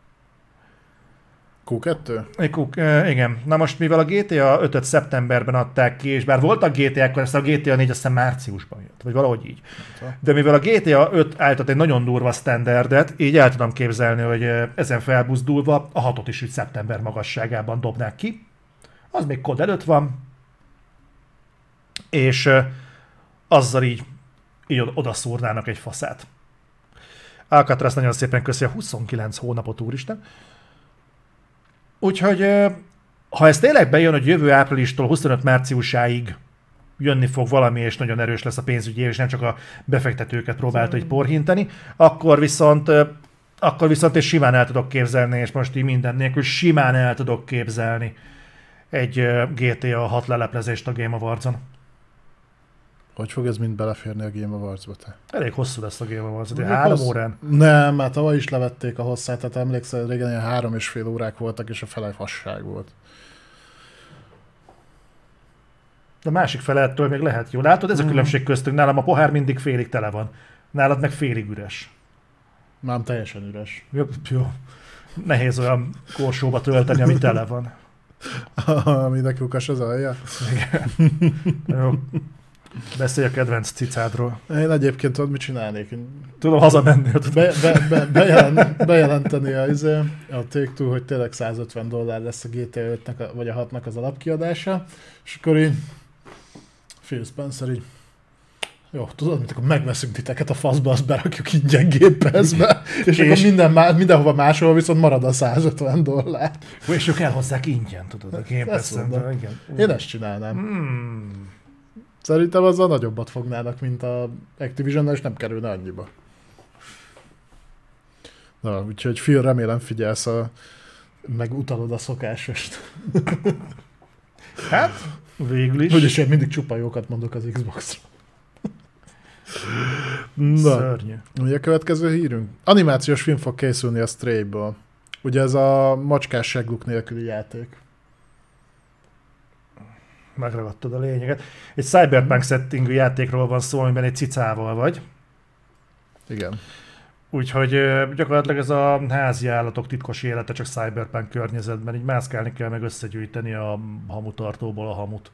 S2: Q2?
S1: Igen. Na most, mivel a GTA 5-öt szeptemberben adták ki, és bár voltak GTA-k, ezt a GTA 4 aztán márciusban jött, vagy valahogy így. De mivel a GTA 5 állított egy nagyon durva standardet, így el tudom képzelni, hogy ezen felbuzdulva a 6-ot is úgy szeptember magasságában dobnák ki. Az még kod előtt van. És azzal így odaszúrnának egy faszát. Alcatraz nagyon szépen köszi a 29 hónapot, úristen. Úgyhogy ha ez tényleg bejön, hogy jövő áprilistól 25 márciusáig jönni fog valami, és nagyon erős lesz a pénzügyi év, és nem csak a befektetőket próbálta egy porhintani, akkor viszont és simán el tudok képzelni, és most így minden nélkül simán el tudok képzelni egy GTA 6 leleplezést a Game Awards-on.
S2: Hogy fog ez mind beleférni a Game Awards-ba te?
S1: Elég hosszú lesz a Game Awards, 3 órán.
S2: Nem, már tavaly is levették a hosszát, tehát emlékszel, régen ilyen 3,5 órák voltak, és a fele fasság volt.
S1: De a másik felettől még lehet jó. Látod, ez a különbség köztünk. Nálam a pohár mindig félig tele van. Nálad meg félig üres.
S2: Már teljesen üres.
S1: Jó. Nehéz olyan korsóba tölteni, ami tele van.
S2: Aminek lukas az alja.
S1: Jó. Beszélj a kedvenc cicádról.
S2: Én egyébként tudod, mit csinálnék?
S1: Tudom, hazamennél.
S2: Bejelenteni a Take-Two, hogy tényleg $150 lesz a GTA 5-nek vagy a 6-nak az alapkiadása, és akkor így Phil Spencer így, jó, tudod, mint akkor megveszünk titeket a faszba, azt berakjuk ingyen Game Pass-be, és akkor mindenhova máshol viszont marad a $150.
S1: És ők elhozzák ingyen, tudod, a Game Pass-en.
S2: Én ezt csinálnám. Szerintem azzal nagyobbat fognának, mint a Activision-nel, és nem kerülne annyiba. Na, úgyhogy Phil, remélem figyelsz, meg utalod a szokásost.
S1: Hát, végül is.
S2: Úgyis én mindig csupa jókat mondok az Xbox-ra.
S1: Szörnyű.
S2: Ugye a következő hírünk? Animációs film fog készülni a Stray-ból. Ugye ez a macskás segluk nélküli játék.
S1: Megragadtad a lényeget. Egy cyberpunk settingű játékról van szó, amiben egy cicával vagy.
S2: Igen.
S1: Úgyhogy gyakorlatilag ez a házi állatok titkos élete csak cyberpunk környezetben. Így mászkálni kell, meg összegyűjteni a hamutartóból a hamut.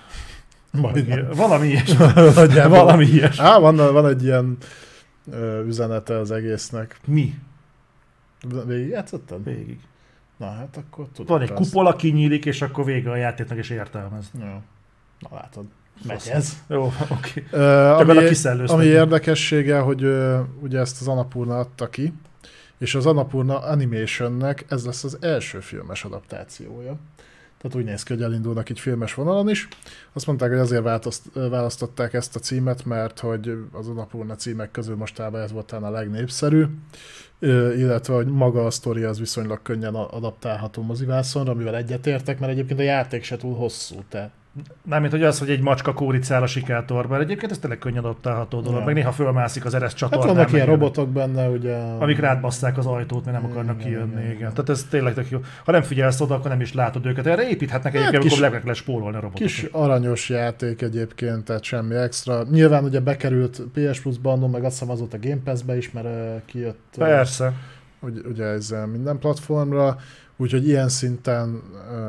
S1: Valami ilyesmi. Valami ilyesmi.
S2: Van egy ilyen üzenete az egésznek.
S1: Mi?
S2: Végig játszottad?
S1: Végig.
S2: Na hát akkor tudom.
S1: Van egy kupola, kinyílik, és akkor vége a játéknak, és értelmez.
S2: Jó. Na látod. Megy ez.
S1: Jó, oké. Csak
S2: ami érdekessége, hogy ugye ezt az Annapurna adta ki, és az Annapurna Animationnek ez lesz az első filmes adaptációja. Tehát úgy néz ki, hogy elindulnak így filmes vonalon is. Azt mondták, hogy azért választották ezt a címet, mert hogy az Annapurna címek közül mostában ez volt talán a legnépszerű, illetve hogy maga a sztori az viszonylag könnyen adaptálható mozivászonra, amivel egyetértek, mert egyébként a játék se túl hosszú.
S1: Mármint, hogy az, hogy egy macska kóricál a sikátorban, egyébként ez tényleg könnyen adaptálható dolog, ja. Meg néha fölmászik az ereszt csatornán.
S2: Hát vannak ilyen robotok benne, ugye...
S1: Amik rátbasszák az ajtót, mert nem akarnak kijönni. Igen. Tehát ez tényleg tök jó. Ha nem figyelsz oda, akkor nem is látod őket. Erre építhetnek egyébként, amikor le kell spórolni a robotokat.
S2: Kis aranyos játék egyébként, tehát semmi extra. Nyilván ugye bekerült PS Plus-ba, meg azt hiszem azóta Game Pass-be is, mert kijött...
S1: Persze.
S2: Ugye ez minden platformra, úgyhogy ilyen szinten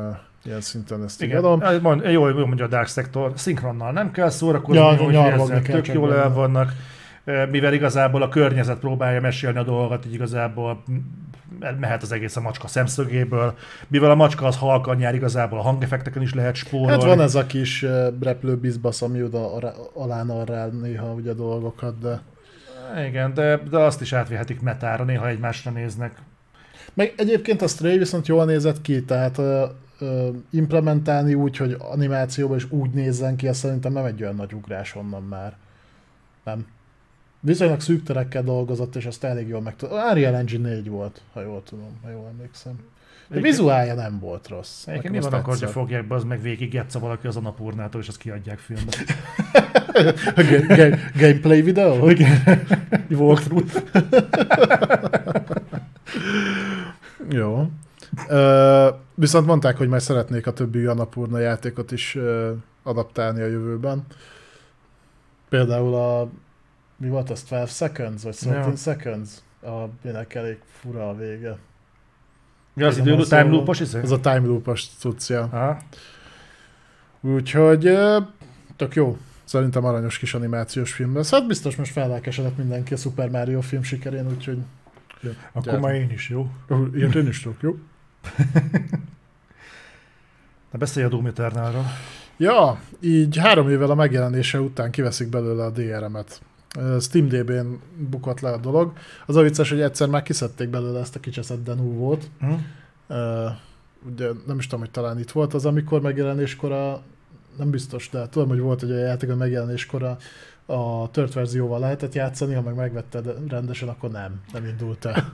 S2: ezt igen.
S1: Jól mondja a Dark Sector, szinkronnal nem kell szórakozni, hogy tök jól el vannak, mivel igazából a környezet próbálja mesélni a dolgokat, így igazából mehet az egész a macska szemszögéből, mivel a macska az halkan jár, igazából a hangeffekteken is lehet spórolni.
S2: Hát van ez a kis repülő bizbasz, ami oda alá narrál néha ugye dolgokat, de...
S1: Igen, de azt is átvihetik metára, néha egymásra néznek.
S2: Meg egyébként a Stray viszont jól nézett ki, tehát implementálni úgy, hogy animációban is úgy nézzen ki, azt szerintem nem egy olyan nagy ugrás onnan már. Nem. Viszonylag szűk terekkel dolgozott, és azt elég jól megtudta. Unreal Engine 4 volt, ha jól tudom, ha jól emlékszem. De vizuálja nem volt rossz.
S1: Egyébként mi van akkor, hogy fogják be, az meg végig játssza valaki az Annapurnától, és azt kiadják filmbe.
S2: Gameplay videó?
S1: Igen. Walkthrough.
S2: Jó. Viszont mondták, hogy majd szeretnék a többi Annapurna játékot is adaptálni a jövőben. Például mi volt az, 12 Seconds, vagy 13 Seconds? Aminek elég fura a vége.
S1: Mi az idő, time loop-os izé?
S2: Ez a time loop-os cuccja. Úgyhogy tök jó. Szerintem aranyos kis animációs film lesz. Hát biztos most fellelkesedett mindenki a Super Mario film sikerén, úgyhogy...
S1: Ja, akkor már én is, jó?
S2: Ilyet én is tudok, jó?
S1: Na beszélj a Doom Eternalról.
S2: Ja, így 3 évvel a megjelenése után kiveszik belőle a DRM-et. SteamDB-n bukott le a dolog. Az a vicces, hogy egyszer már kiszedték belőle ezt a kicseszett Denuvót. Ugye nem is tudom, hogy talán itt volt az, amikor megjelenéskor nem biztos, de tudom, hogy volt egy olyan játék, a megjelenéskor a tört verzióval lehetett játszani, ha meg megvetted rendesen, akkor nem indult el.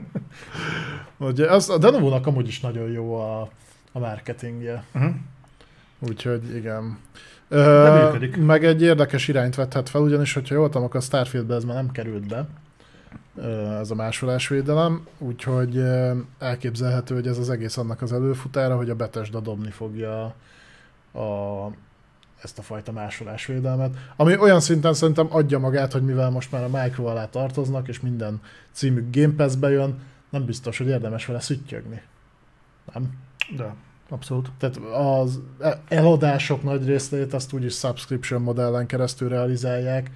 S2: Ugye, a Denovónak amúgy is nagyon jó a marketingje. Úgyhogy igen. Meg egy érdekes irányt vethet fel, ugyanis, hogyha jól tudom, akkor a Starfieldbe ez már nem került be, ez a másolásvédelem, úgyhogy elképzelhető, hogy ez az egész annak az előfutára, hogy a Bethesda dobni fogja ezt a fajta másolásvédelmet, ami olyan szinten szerintem adja magát, hogy mivel most már a Micro alá tartoznak, és minden címük Game Pass-be jön, nem biztos, hogy érdemes vele szüttyögni. Nem?
S1: De, abszolút.
S2: Tehát az eladások nagy részét azt úgyis subscription modellen keresztül realizálják.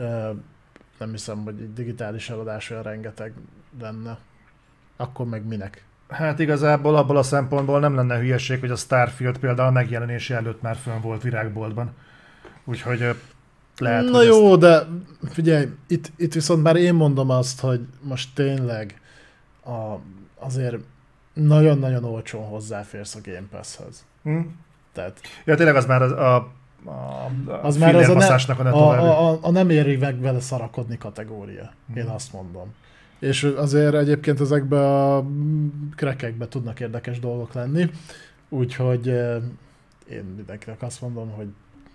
S2: Nem hiszem, hogy egy digitális eladás olyan rengeteg lenne. Akkor meg minek?
S1: Hát igazából abból a szempontból nem lenne hülyeség, hogy a Starfield például megjelenése előtt már fönn volt virágboltban. Úgyhogy lehet,
S2: na jó, de figyelj, itt viszont már én mondom azt, hogy most tényleg azért nagyon-nagyon olcsón hozzáférsz a Game Pass-hez. Tehát,
S1: ja, tényleg az már
S2: az már az
S1: a
S2: nem éri meg vele szarakodni kategória. Én azt mondom. És azért egyébként ezekben a crackekben tudnak érdekes dolgok lenni, úgyhogy én mindenkinek azt mondom, hogy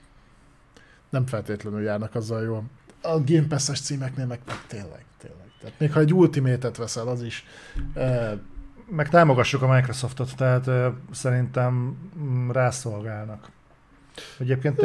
S2: nem feltétlenül járnak azzal jól. A Game Pass-es címeknél meg tényleg. Tehát még ha egy Ultimate-et veszel, az is...
S1: Meg támogassuk a Microsoftot, tehát szerintem rászolgálnak. Egyébként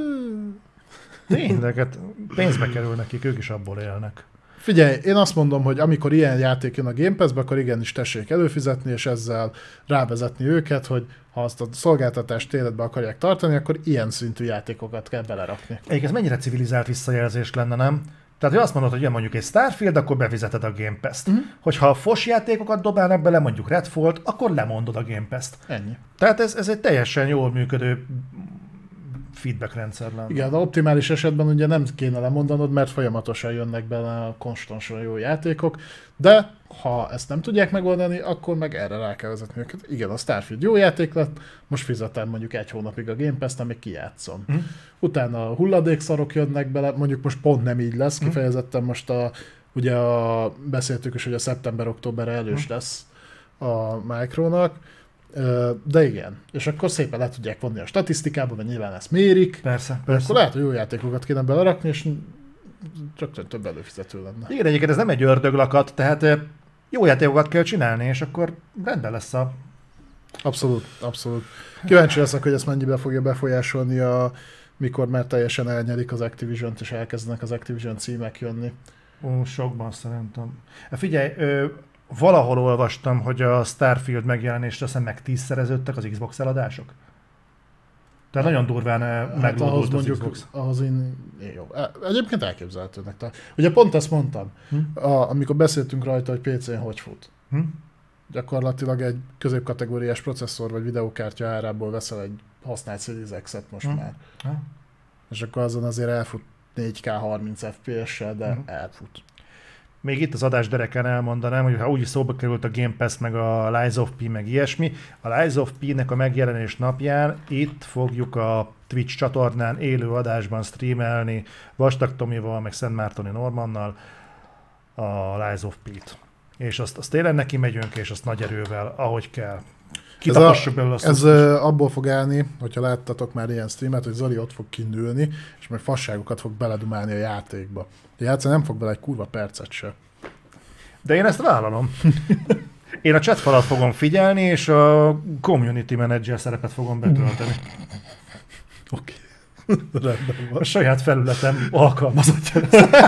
S1: tényleg, hát pénzbe kerül nekik, ők is abból élnek.
S2: Figyelj, én azt mondom, hogy amikor ilyen játék jön a Game Pass-be, akkor igenis tessék előfizetni, és ezzel rávezetni őket, hogy ha azt a szolgáltatást életbe akarják tartani, akkor ilyen szintű játékokat kell belerakni.
S1: Egyébként ez mennyire civilizált visszajelzés lenne, nem? Tehát, hogy azt mondod, hogy jön mondjuk egy Starfield, akkor befizeted a Game Pass-t. Hogyha a fos játékokat dobálnak bele, mondjuk Redfall-t, akkor lemondod a Game Pass-t.
S2: Ennyi.
S1: Tehát ez egy teljesen jól működő feedback rendszer lenne.
S2: Igen, de optimális esetben ugye nem kéne lemondanod, mert folyamatosan jönnek bele konstansan jó játékok, de ha ezt nem tudják megoldani, akkor meg erre rá kell vezetni őket. Igen, a Starfield jó játék lett, most fizetem mondjuk 1 hónapig a Game Pass-t, amíg kijátszom. Utána a hulladékszarok jönnek bele, mondjuk most pont nem így lesz, kifejezetten most beszéltük is, hogy a szeptember-október elős lesz a Micronak, de igen, és akkor szépen le tudják vonni a statisztikába, mert nyilván ezt mérik.
S1: Persze.
S2: Akkor lehet, hogy jó játékokat kéne belerakni, és csak több előfizető lenne.
S1: Igen, egyébként ez nem egy ördöglakat, tehát jó játékokat kell csinálni, és akkor rendben lesz a...
S2: Abszolút. Kíváncsi leszek, hogy ezt mennyibe fogja befolyásolni, mikor már teljesen elnyerik az Activision-t, és elkezdenek az Activision címek jönni.
S1: Sokban szerintem. Figyelj, valahol olvastam, hogy a Starfield megjelenésre aztán meg 10-szereződtek az Xbox eladások. Tehát nagyon durván meglódult az Xbox.
S2: Ahhoz jó. Egyébként elképzelhetőnek. Ugye pont ezt mondtam, amikor beszéltünk rajta, hogy PC-n hogy fut. Gyakorlatilag egy középkategóriás processzor vagy videókártya árából veszel egy használt Series X-et most már. És akkor azon azért elfut 4K 30 FPS-sel, de elfut.
S1: Még itt az adás dereken elmondanám, hogy ha úgyis szóba került a Game Pass, meg a Lies of P, meg ilyesmi, a Lies of P-nek a megjelenés napján itt fogjuk a Twitch csatornán élő adásban streamelni Vastag Tomival, meg Szent Mártoni Normannal a Lies of P-t. És azt tényleg neki megyünk, és azt nagy erővel, ahogy kell.
S2: Ez abból fog állni, hogyha láttatok már ilyen streamet, hogy Zoli ott fog kindülni, és meg fasságokat fog beledumálni a játékba. A játszani nem fog bele egy kurva percet se.
S1: De én ezt vállalom. Én a chat falat fogom figyelni, és a community manager szerepet fogom betölteni.
S2: Oké. Rendben van.
S1: A saját felületem alkalmazottja.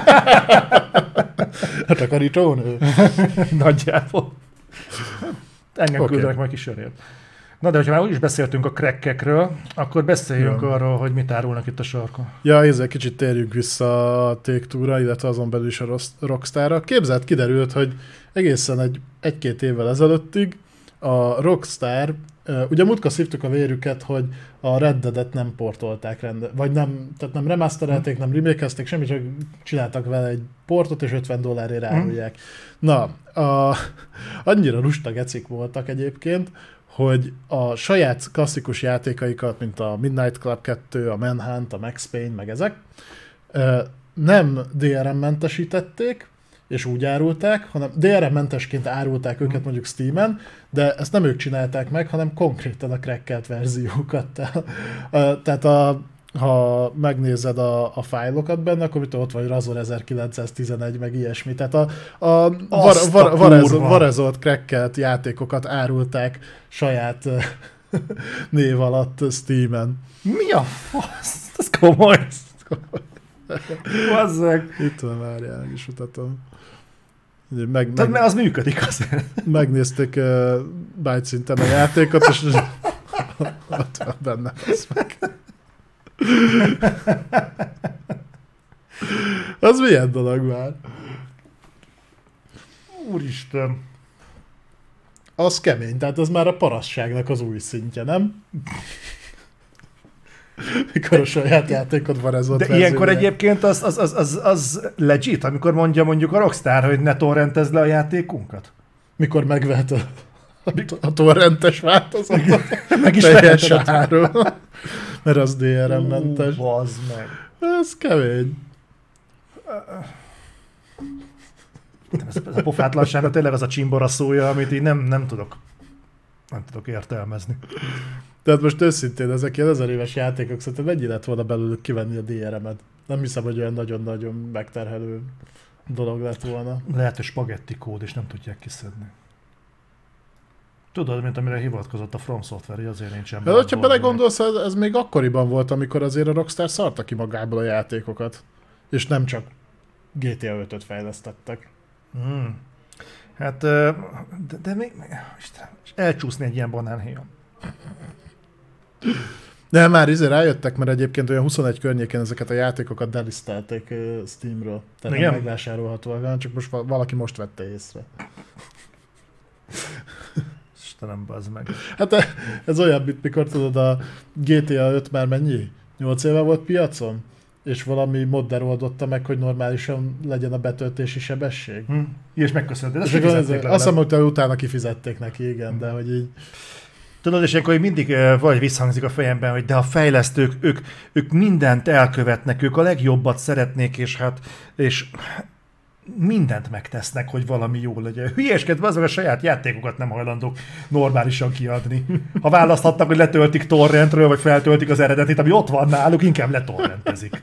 S2: Hát akarítónő?
S1: Nagyjából. Engem küldenek majd kis sörért. Na de hogyha már úgyis beszéltünk a crackekről, akkor beszéljünk arról, hogy mit árulnak itt a sarkon.
S2: Ja, ezzel kicsit térjünk vissza a Take-Two-ra, illetve azon belül is a Rockstar-ra. Képzeld, kiderült, hogy egészen egy-két évvel ezelőttig a Rockstar Ugye múltkor szívtuk a vérüket, hogy a Red Dead-et nem portolták vagy nem, tehát nem remasterelték, nem remakezték, semmit, csak csináltak vele egy portot, és $50 árulják. Na, annyira lusta gecik voltak egyébként, hogy a saját klasszikus játékaikat, mint a Midnight Club 2, a Manhunt, a Max Payne, meg ezek, nem DRM-mentesítették, és úgy árulták, hanem DRM-mentesként árulták őket mondjuk Steamen, de ezt nem ők csinálták meg, hanem konkrétan a crackelt verziókat. Tehát ha megnézed a fájlokat benne, akkor ott vagy Razor 1911, meg ilyesmi. Tehát a varezolt crackelt játékokat árulták saját név alatt Steamen.
S1: Mi a fasz? Ez komoly. Bazzeg.
S2: Itt van, várjál, is mutatom.
S1: Tehát mert az működik azért.
S2: Megnézték byte szinten a játékot, és ott van benne, az meg. Az milyen dolog már?
S1: Úristen.
S2: Az kemény, tehát az már a parasságnak az új szintje, nem? Mikor a saját játékot van ez ott.
S1: De ilyenkor egyébként az legit, amikor mondja mondjuk a Rockstar, hogy ne torrentezd le a játékunkat?
S2: Mikor megvehet a torrentes változatot.
S1: Meg is
S2: teljes áron. Mert az DRM-mentes.
S1: Bazd meg.
S2: Ez kemény.
S1: Ez a pofátlanságnak tényleg az a csimbora szója, amit így nem tudok értelmezni.
S2: Tehát most őszintén, ezek ilyen 1000 éves játékok, szerintem mennyi lett volna belőlük kivenni a DRM-et? Nem hiszem, hogy olyan nagyon-nagyon megterhelő dolog lett volna.
S1: Lehet, hogy spagetti kód, és nem tudják kiszedni. Tudod, mint amire hivatkozott a From Software, hogy azért nincsen.
S2: De hogyha belegondolsz, ez még akkoriban volt, amikor azért a Rockstar szarta ki magából a játékokat. És nem csak GTA 5-öt fejlesztettek.
S1: Hát, de még Istenem, elcsúszni egy ilyen banánhéjon.
S2: De már rájöttek, mert egyébként olyan 21 környéken ezeket a játékokat delisztelték Steamről. Tehát nem megvásárolhatóak, csak most valaki most vette észre.
S1: Istenem, bazd meg.
S2: Hát ez olyan, mint mikor tudod, a GTA 5 már mennyi? 8 éve volt piacon? És valami modder oldotta meg, hogy normálisan legyen a betöltési sebesség.
S1: És megköszönted.
S2: Azt hiszem, hogy utána kifizették neki, igen, de hogy így...
S1: Tudod, és akkor mindig vagy visszhangzik a fejemben, hogy de a fejlesztők, ők mindent elkövetnek, ők a legjobbat szeretnék, és mindent megtesznek, hogy valami jó legyen. Hülyeskedve azok a saját játékokat nem hajlandók normálisan kiadni. Ha választhatnak, hogy letöltik torrentről, vagy feltöltik az eredetit, ami ott van náluk, inkább letorrentezik.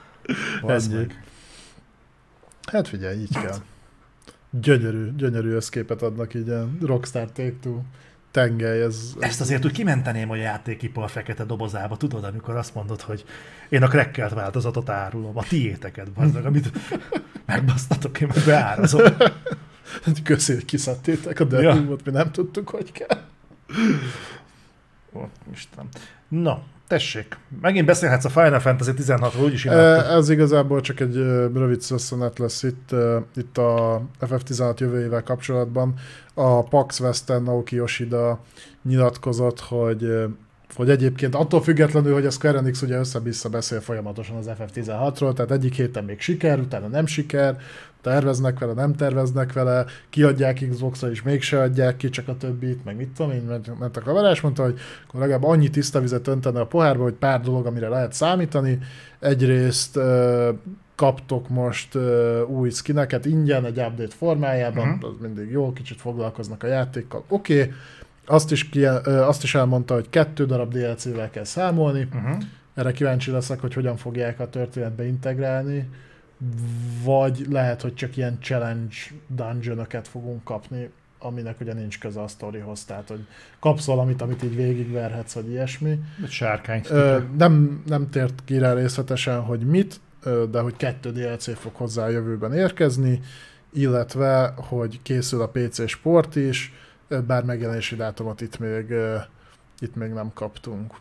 S2: Hát figyelj, így kell. Gyönyörű összképet adnak így a Rockstar Take-Two. Tengely,
S1: Ezt azért úgy kimenteném a játékipar fekete dobozába, tudod, amikor azt mondod, hogy én a crackelt változatot árulom, a tiéteket, bazdmeg, amit megbasztatok, én meg beárazom.
S2: Köszi, hogy kiszedtétek a Deathloop-ot, mi nem tudtuk, hogy kell.
S1: Istenem. Na, tessék, megint beszélhetsz a Final Fantasy 16-ról, úgyis imádtam.
S2: Ez igazából csak egy rövid szösszenet lesz itt a FF16 jövőjével kapcsolatban. A PAX West-en Naoki Yoshida nyilatkozott, hogy egyébként attól függetlenül, hogy a Square Enix ugye össze-vissza beszél folyamatosan az FF16-ról, tehát egyik héten még siker, utána nem siker, terveznek vele, nem terveznek vele, kiadják Xbox-ra és mégse adják ki, csak a többit, meg mit tudom én, mert a kavarás mondta, hogy akkor legalább annyi tiszta vizet öntene a pohárba, hogy pár dolog, amire lehet számítani. Egyrészt kaptok most új skineket ingyen, egy update formájában, az mindig jó, kicsit foglalkoznak a játékkal, oké. Azt is elmondta, hogy 2 darab DLC-vel kell számolni. Erre kíváncsi leszek, hogy hogyan fogják a történetbe integrálni. Vagy lehet, hogy csak ilyen challenge dungeon-öket fogunk kapni, aminek ugye nincs köze a sztorihoz. Tehát, hogy kapsz valamit, amit így végigverhetsz, vagy ilyesmi.
S1: Sárkány.
S2: Nem tért ki rá részletesen, hogy mit, de hogy 2 DLC fog hozzá a jövőben érkezni, illetve, hogy készül a PC Sport is, bár megjelenési dátumot itt még nem kaptunk.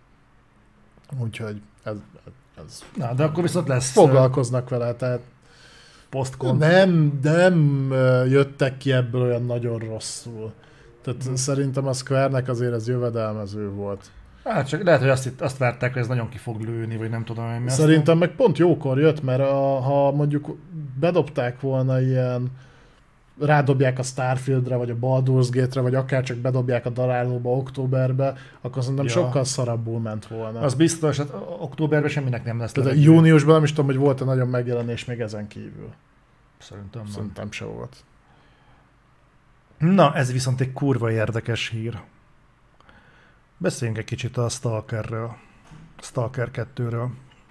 S2: Úgyhogy ez
S1: Na, de akkor viszont lesz...
S2: Foglalkoznak vele, tehát...
S1: Post-con.
S2: Nem jöttek ki ebből olyan nagyon rosszul. Tehát szerintem a Square-nek azért ez jövedelmező volt.
S1: Hát csak lehet, hogy azt várták, hogy ez nagyon ki fog lőni, vagy nem tudom én mi.
S2: Szerintem meg pont jókor jött, mert ha mondjuk bedobták volna ilyen, rádobják a Starfieldre, vagy a Baldur's Gate-re, vagy akár csak bedobják a darálóba októberbe, akkor szerintem sokkal szarabbul ment volna.
S1: Az biztos, hát októberben semminek nem lesz.
S2: Tehát júniusban nem is tudom, hogy volt-e nagyon megjelenés még ezen kívül. Szerintem se volt.
S1: Na, ez viszont egy kurva érdekes hír. Beszéljünk egy kicsit a Stalkerről. Stalker 2-ről.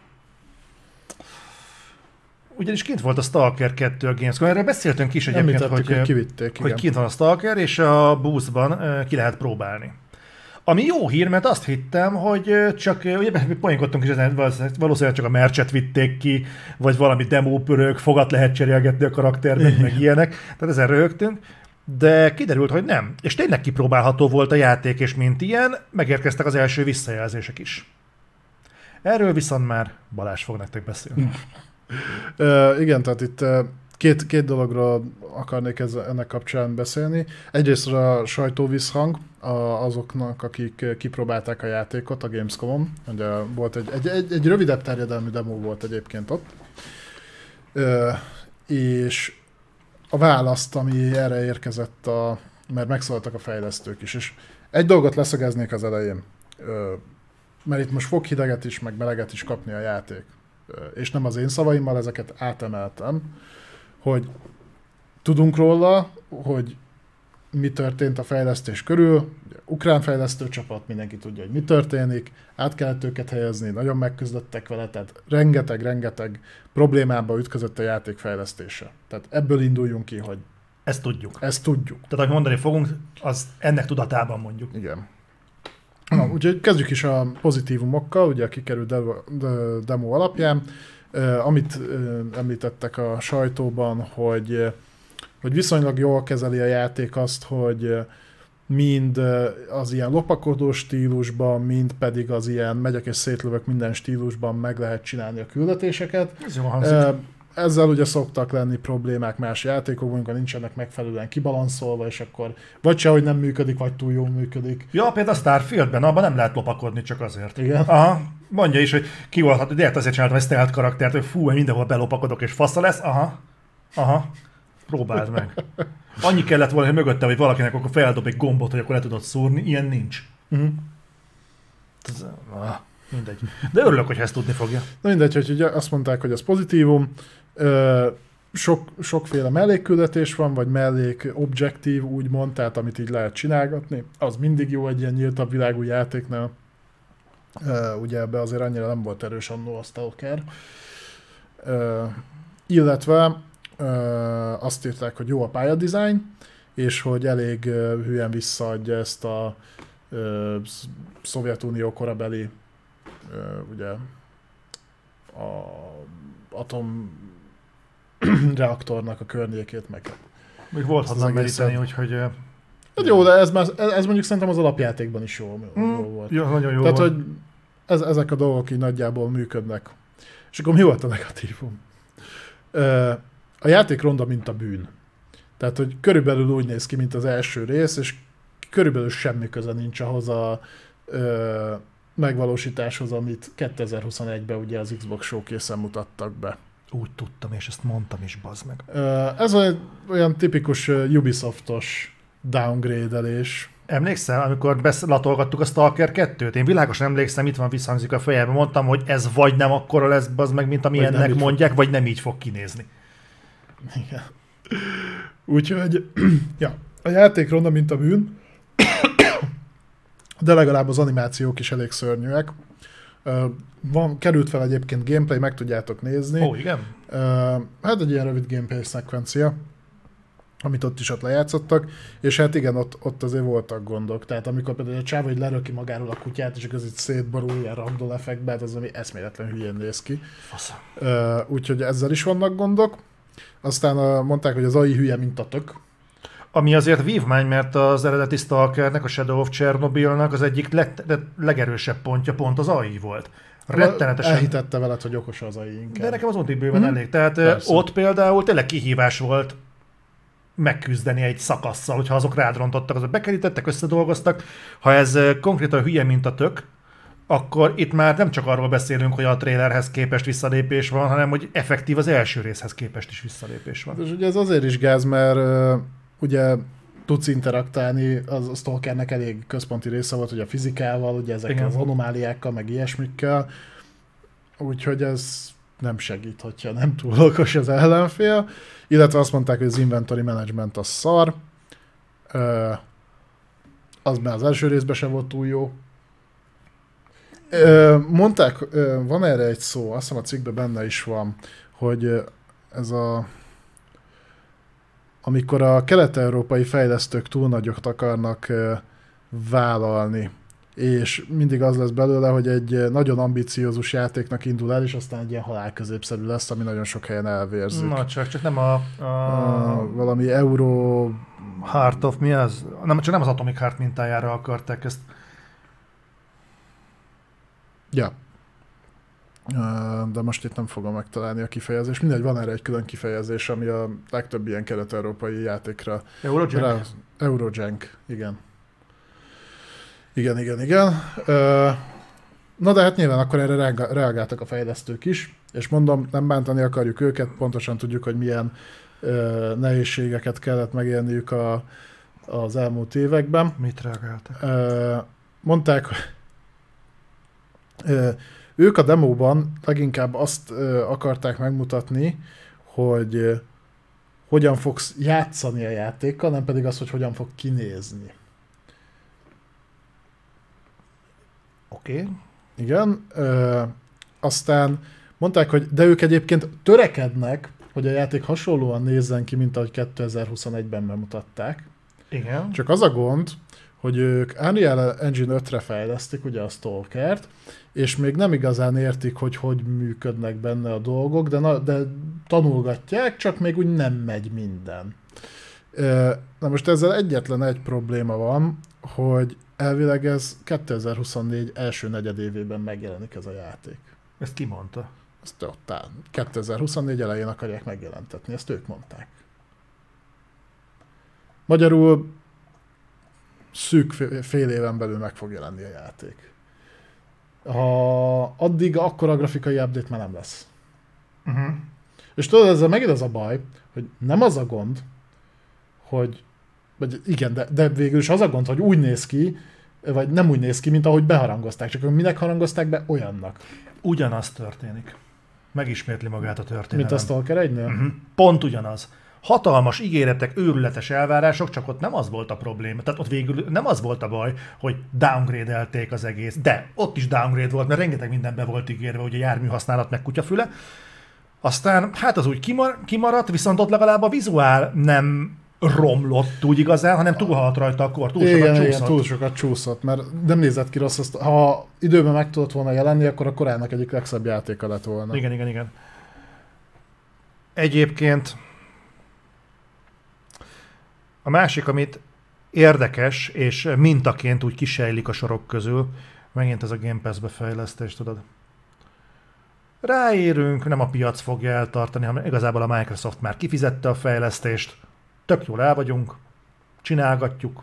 S1: Ugyanis kint volt a Stalker 2 a Gamescom, erről beszéltünk is egyébként, hogy kint van a Stalker, és a boothban ki lehet próbálni. Ami jó hír, mert azt hittem, hogy csak, ugye poénkodtunk is, valószínűleg csak a merchet vitték ki, vagy valami demo pörög, fogat lehet cserélgetni a karakternek, meg ilyenek, tehát ezen röhögtünk. De kiderült, hogy nem. És tényleg kipróbálható volt a játék, és mint ilyen, megérkeztek az első visszajelzések is. Erről viszont már Balázs fog nektek beszélni.
S2: Igen, tehát itt két dologról akarnék ennek kapcsán beszélni. Egyrészt a sajtóvízhang azoknak, akik kipróbálták a játékot a Gamescom-on. Ugye volt egy rövidebb terjedelmű demo volt egyébként ott. És a választ, ami erre érkezett, mert megszólaltak a fejlesztők is. És egy dolgot leszögeznék az elején, mert itt most fog hideget is, meg meleget is kapni a játék. És nem az én szavaimmal, ezeket átemeltem, hogy tudunk róla, hogy mi történt a fejlesztés körül, ukrán fejlesztőcsapat, mindenki tudja, hogy mi történik, át kellett őket helyezni, nagyon megküzdöttek vele, tehát rengeteg problémába ütközött a játék fejlesztése. Tehát ebből induljunk ki, hogy
S1: ezt tudjuk.
S2: Tehát
S1: ahogy mondani fogunk, az ennek tudatában mondjuk.
S2: Igen. Na, úgyhogy kezdjük is a pozitívumokkal, ugye a kikerült demo alapján, amit említettek a sajtóban, hogy viszonylag jól kezeli a játék azt, hogy mind az ilyen lopakodó stílusban, mind pedig az ilyen megyek és szétlövök minden stílusban meg lehet csinálni a küldetéseket.
S1: Ez jó hangzik.
S2: Ezzel ugye szoktak lenni problémák más játékokban, amikor nincsenek megfelelően kibalanszolva, és akkor vagy sehogy nem működik, vagy túl jól működik.
S1: Ja, például a Starfieldben, abban nem lehet lopakodni csak azért.
S2: Igen.
S1: Aha, mondja is, hogy kivolhat, de azért csináltam egy stealth karaktert, hogy fú, mindenhol belopakodok és fasza lesz. Aha, próbáld meg. Annyi kellett volna, hogy mögöttem, hogy valakinek akkor feldob egy gombot, hogy akkor le tudod szúrni, ilyen nincs. Mindegy. De örülök, hogy ezt tudni fogja.
S2: Na mindegy, hogy ugye azt mondták, hogy ez pozitívum. Sokféle mellékküldetés van, vagy mellék objektív, úgymond, tehát amit így lehet csinálgatni. Az mindig jó egy ilyen nyíltabb világú játéknál. Ugye ebbe azért annyira nem volt erős annó a Stalker. Illetve azt írták, hogy jó a pályadizájn, és hogy elég hülyen visszaadja ezt a Szovjetunió korabeli ugye a atomreaktornak a környékét meg.
S1: Még volt hozzá meríteni, úgyhogy...
S2: Hát jó, de ez mondjuk szerintem az alapjátékban is jó volt.
S1: Jó, nagyon jó.
S2: Tehát, hogy ezek a dolgok így nagyjából működnek. És akkor mi volt a negatívum? A játék ronda, mint a bűn. Tehát, hogy körülbelül úgy néz ki, mint az első rész, és körülbelül semmi köze nincs ahhoz a megvalósításhoz, amit 2021-ben ugye az Xbox Showcase-en mutattak be.
S1: Úgy tudtam, és ezt mondtam is, bazd meg.
S2: Ez olyan tipikus Ubisoftos downgrade-elés.
S1: Emlékszel, amikor latolgattuk a Stalker 2-t? Én világosan emlékszem, itt van, visszhangzik a fejembe, mondtam, hogy ez vagy nem akkora lesz, bazd meg, mint ami ennek mondják, vagy nem így fog kinézni.
S2: Igen. Úgyhogy, ja, a játék ronda, mint a bűn, de legalább az animációk is elég szörnyűek. Került fel egyébként gameplay, meg tudjátok nézni.
S1: Ó, igen?
S2: Hát egy ilyen rövid gameplay szekvencia, amit ott lejátszottak, és hát igen, ott azért voltak gondok. Tehát amikor például a csáva, hogy leröki magáról a kutyát, és akkor az itt szétborul ilyen ragdoll effektbe, hát az ami eszméletlen hülyén néz ki. Úgyhogy ezzel is vannak gondok. Aztán mondták, hogy az AI hülye, mint a tök.
S1: Ami azért vívmány, mert az eredeti Stalkernek, a Shadow of Chernobylnak az egyik legerősebb pontja pont az AI volt. Rettenetesen.
S2: Elhitette veled, hogy okos az AI inkább.
S1: De nekem az ott bőven elég. Tehát persze. Ott például tényleg kihívás volt megküzdeni egy szakasszal, hogyha azok rád rontottak, azok bekerítettek, összedolgoztak. Ha ez konkrétan hülye, mint a tök, akkor itt már nem csak arról beszélünk, hogy a trailerhez képest visszalépés van, hanem hogy effektív az első részhez képest is visszalépés van.
S2: És ugye ez azért is gáz, mert ugye tudsz interaktálni, a Stalkernek elég központi része volt, ugye a fizikával, ugye ezekkel az anomáliákkal, meg ilyesmikkel, úgyhogy ez nem segít, hogyha nem túl okos az ellenfél, illetve azt mondták, hogy az inventory management az szar, az már az első részben sem volt túl jó. Mondták, van erre egy szó, azt hiszem a cikkben benne is van, hogy ez amikor a kelet-európai fejlesztők túl nagyot akarnak vállalni, és mindig az lesz belőle, hogy egy nagyon ambiciózus játéknak indul el, és aztán egy ilyen halálközépszerű lesz, ami nagyon sok helyen elvérzik.
S1: Na, csak nem
S2: valami Euro...
S1: Heart of mi az? Csak nem az Atomic Heart mintájára akarták ezt.
S2: Ja. De most itt nem fogom megtalálni a kifejezést. Mindegy, van erre egy külön kifejezés, ami a legtöbb ilyen kelet-európai játékra...
S1: Eurojank?
S2: Eurojank, igen. Igen. Na de hát nyilván akkor erre reagáltak a fejlesztők is, és mondom, nem bántani akarjuk őket, pontosan tudjuk, hogy milyen nehézségeket kellett megélniük az elmúlt években.
S1: Mit reagáltak?
S2: Mondták, ők a demóban leginkább azt akarták megmutatni, hogy hogyan fogsz játszani a játékkal, nem pedig az, hogy hogyan fog kinézni.
S1: Oké.
S2: Igen. Aztán mondták, hogy de ők egyébként törekednek, hogy a játék hasonlóan nézzen ki, mint ahogy 2021-ben bemutatták.
S1: Igen.
S2: Csak az a gond, hogy ők Unreal Engine 5-re fejlesztik ugye a Stalkert, és még nem igazán értik, hogy működnek benne a dolgok, de tanulgatják, csak még úgy nem megy minden. Na most ezzel egyetlen egy probléma van, hogy elvileg ez 2024 első negyedévében megjelenik ez a játék.
S1: Ezt ki mondta?
S2: Ezt ott áll. 2024 elején akarják megjelentetni, ezt ők mondták. Magyarul szűk fél éven belül meg fog jelenni a játék. Ha addig akkora grafikai update már nem lesz.
S1: Uh-huh.
S2: És tudod, ezzel megint az a baj, hogy nem az a gond, hogy vagy igen, de végül is az a gond, hogy úgy néz ki, vagy nem úgy néz ki, mint ahogy beharangozták. Csak minek harangozták be olyannak?
S1: Ugyanaz történik. Megismétli magát a történet.
S2: Mint a Stalker 1-nél?
S1: Uh-huh. Pont ugyanaz. Hatalmas ígéretek, őrületes elvárások, csak ott nem az volt a probléma. Tehát ott végül nem az volt a baj, hogy downgrade-elték az egész. De ott is downgrade volt, mert rengeteg minden be volt ígérve, ugye járműhasználat meg kutyafüle. Aztán hát az úgy kimaradt, viszont ott legalább a vizuál nem romlott úgy igazán, hanem túlhalt rajta a kor,
S2: túl sokat csúszott, mert nem nézett ki rossz, ha időben meg tudott volna jelenni, akkor a korának egyik legszebb játéka lett volna.
S1: Igen. Egyébként a másik, amit érdekes, és mintaként úgy kisejlik a sorok közül, megint ez a Game Pass befejlesztés, tudod. Ráérünk, nem a piac fogja eltartani, hanem igazából a Microsoft már kifizette a fejlesztést, tök jól el vagyunk, csinálgatjuk,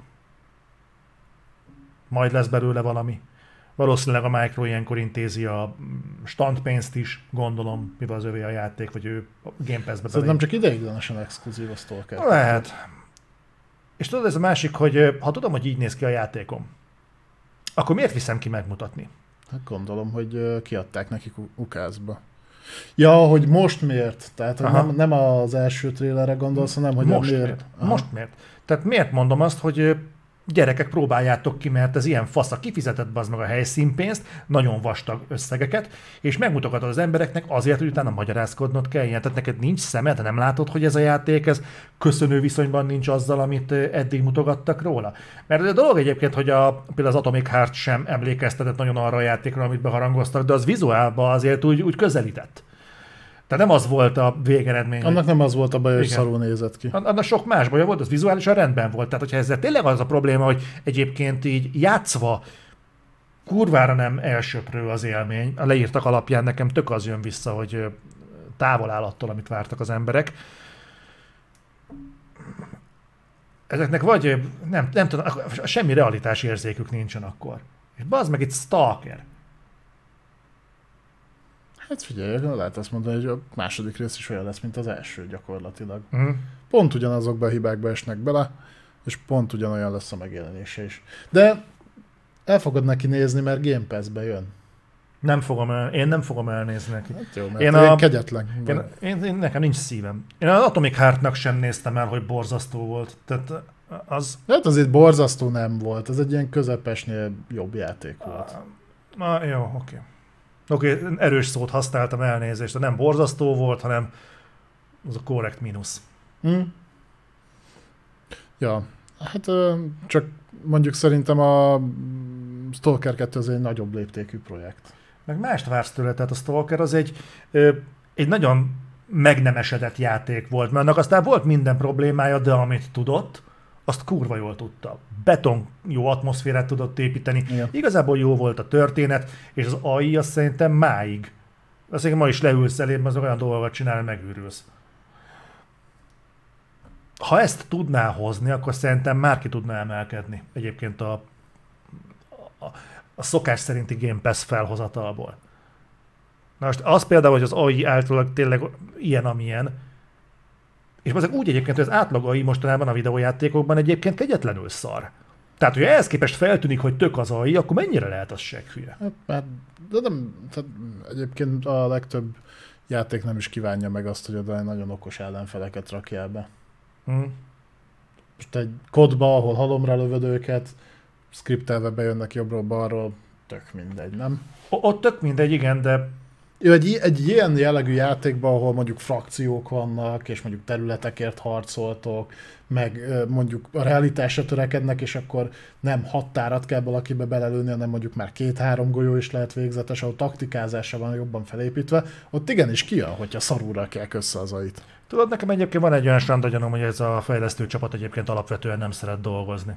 S1: majd lesz belőle valami. Valószínűleg a Micro ilyenkor intézi a standpénzt is, gondolom, mivel az övé a játék, vagy ő a Game Pass-be.
S2: Szóval nem csak ideiglenesen exkluzív a Stalker.
S1: Lehet. És tudod, ez a másik, hogy ha tudom, hogy így néz ki a játékom, akkor miért viszem ki megmutatni?
S2: Hát gondolom, hogy kiadták nekik ukázba. Ja, hogy most miért? Tehát nem az első trailerre gondolsz, hanem hogy
S1: most
S2: miért?
S1: Most miért? Tehát miért mondom azt, hogy gyerekek, próbáljátok ki, mert ez ilyen fasz, kifizetett bazd meg a helyszínpénzt, nagyon vastag összegeket, és megmutogatod az embereknek azért, hogy utána magyarázkodnod kell. Tehát neked nincs szemed, nem látod, hogy ez a játék, ez köszönő viszonyban nincs azzal, amit eddig mutogattak róla. Mert a dolog egyébként, hogy például az Atomic Heart sem emlékeztetett nagyon arra a játékra, amit beharangoztak, de az vizuálban azért úgy közelített. Tehát nem az volt a végeredmény.
S2: Annak nem az volt a baj, hogy szarul nézett ki.
S1: Annak sok más baja volt, az vizuálisan rendben volt. Tehát, hogyha ezzel tényleg az a probléma, hogy egyébként így játszva kurvára nem elsöprő az élmény. A leírtak alapján nekem tök az jön vissza, hogy távol áll attól, amit vártak az emberek. ezeknek vagy nem tudom, semmi realitás érzékük nincsen akkor. És bazd meg, itt Stalker.
S2: Hát figyelj, lehet azt mondani, hogy a második rész is olyan lesz, mint az első gyakorlatilag.
S1: Uh-huh.
S2: Pont ugyanazokba a hibákba esnek bele, és pont ugyanolyan lesz a megjelenése is. De el fogod neki nézni, mert Game Pass-be jön.
S1: Én nem fogom elnézni neki.
S2: Hát jó, mert én kegyetlen.
S1: Nekem nincs szívem. Én az Atomic Heart-nak sem néztem el, hogy borzasztó volt. Tehát az...
S2: Hát azért borzasztó nem volt, ez egy ilyen közepesnél jobb játék volt.
S1: Jó, oké. Oké, erős szót használtam, elnézést, de nem borzasztó volt, hanem az a korrekt mínusz.
S2: Ja, hát csak mondjuk szerintem a Stalker 2 az egy nagyobb léptékű projekt.
S1: Meg mást vársz tőle, tehát a Stalker az egy nagyon megnemesedett játék volt, mert annak aztán volt minden problémája, de amit tudott, azt kurva jól tudta. Beton jó atmoszférát tudott építeni. Igen. Igazából jó volt a történet, és az AI azt szerintem máig. Azt szerintem ma is leülsz elébb, az olyan dolgokat csinál, megőrülsz. Ha ezt tudná hozni, akkor szerintem már ki tudná emelkedni. Egyébként a szokás szerinti Game Pass felhozatalból. Na most az például, hogy az AI általában tényleg ilyen, amilyen, és azért úgy egyébként, hogy az átlag AI mostanában a videójátékokban egyébként kegyetlenül szar. Tehát, hogy ehhez képest feltűnik, hogy tök az AI, akkor mennyire lehet az segghülye?
S2: Hát, de nem, tehát egyébként a legtöbb játék nem is kívánja meg azt, hogy oda nagyon okos ellenfeleket rakjál be. Most egy kodba, ahol halomra lövöd őket, skriptelve bejönnek jobbról-balról, tök mindegy, nem?
S1: Ott tök mindegy, igen, de...
S2: Egy ilyen jellegű játékban, ahol mondjuk frakciók vannak, és mondjuk területekért harcoltok, meg mondjuk a realitásra törekednek, és akkor nem 6 tárat kell valakibe belelőni, hanem mondjuk már 2-3 golyó is lehet végzetes, ahol taktikázásra van jobban felépítve, ott igenis kijön, hogyha szarul rakják össze az AI-t.
S1: Tudod, nekem egyébként van egy olyan strandagyanom, hogy ez a fejlesztő csapat egyébként alapvetően nem szeret dolgozni.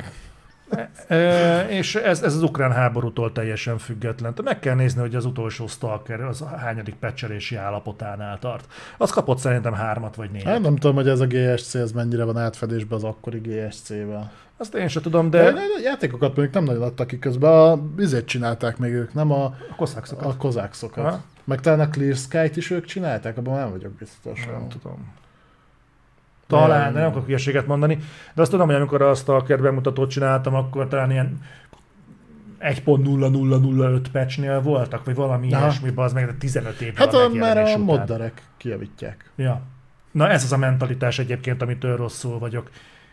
S1: És ez az ukrán háborútól teljesen független. Meg kell nézni, hogy az utolsó Stalker az a hányadik patchelési állapotánál tart. Az kapott szerintem 3 vagy 4.
S2: Hát nem tudom, hogy ez a GSC ez mennyire van átfedésben az akkori GSC-vel.
S1: Azt én sem tudom, de...
S2: A játékokat mondjuk nem nagyon adtak ki közben, vizet csinálták még ők, nem a kozákszokat. Meg talán a Clear Sky-t is ők csinálták, abban nem vagyok biztos.
S1: Nem tudom. Talán, de nem akarok hülyeséget mondani, de azt tudom, hogy amikor a Stalker bemutatót csináltam, akkor talán ilyen 1.0005 patchnél voltak, vagy valami ilyesmi, az meg 15 évvel
S2: hát
S1: a megjelenés
S2: már a
S1: után.
S2: modderek kijavítják.
S1: Ja. Na ez az a mentalitás egyébként, amitől rosszul vagyok.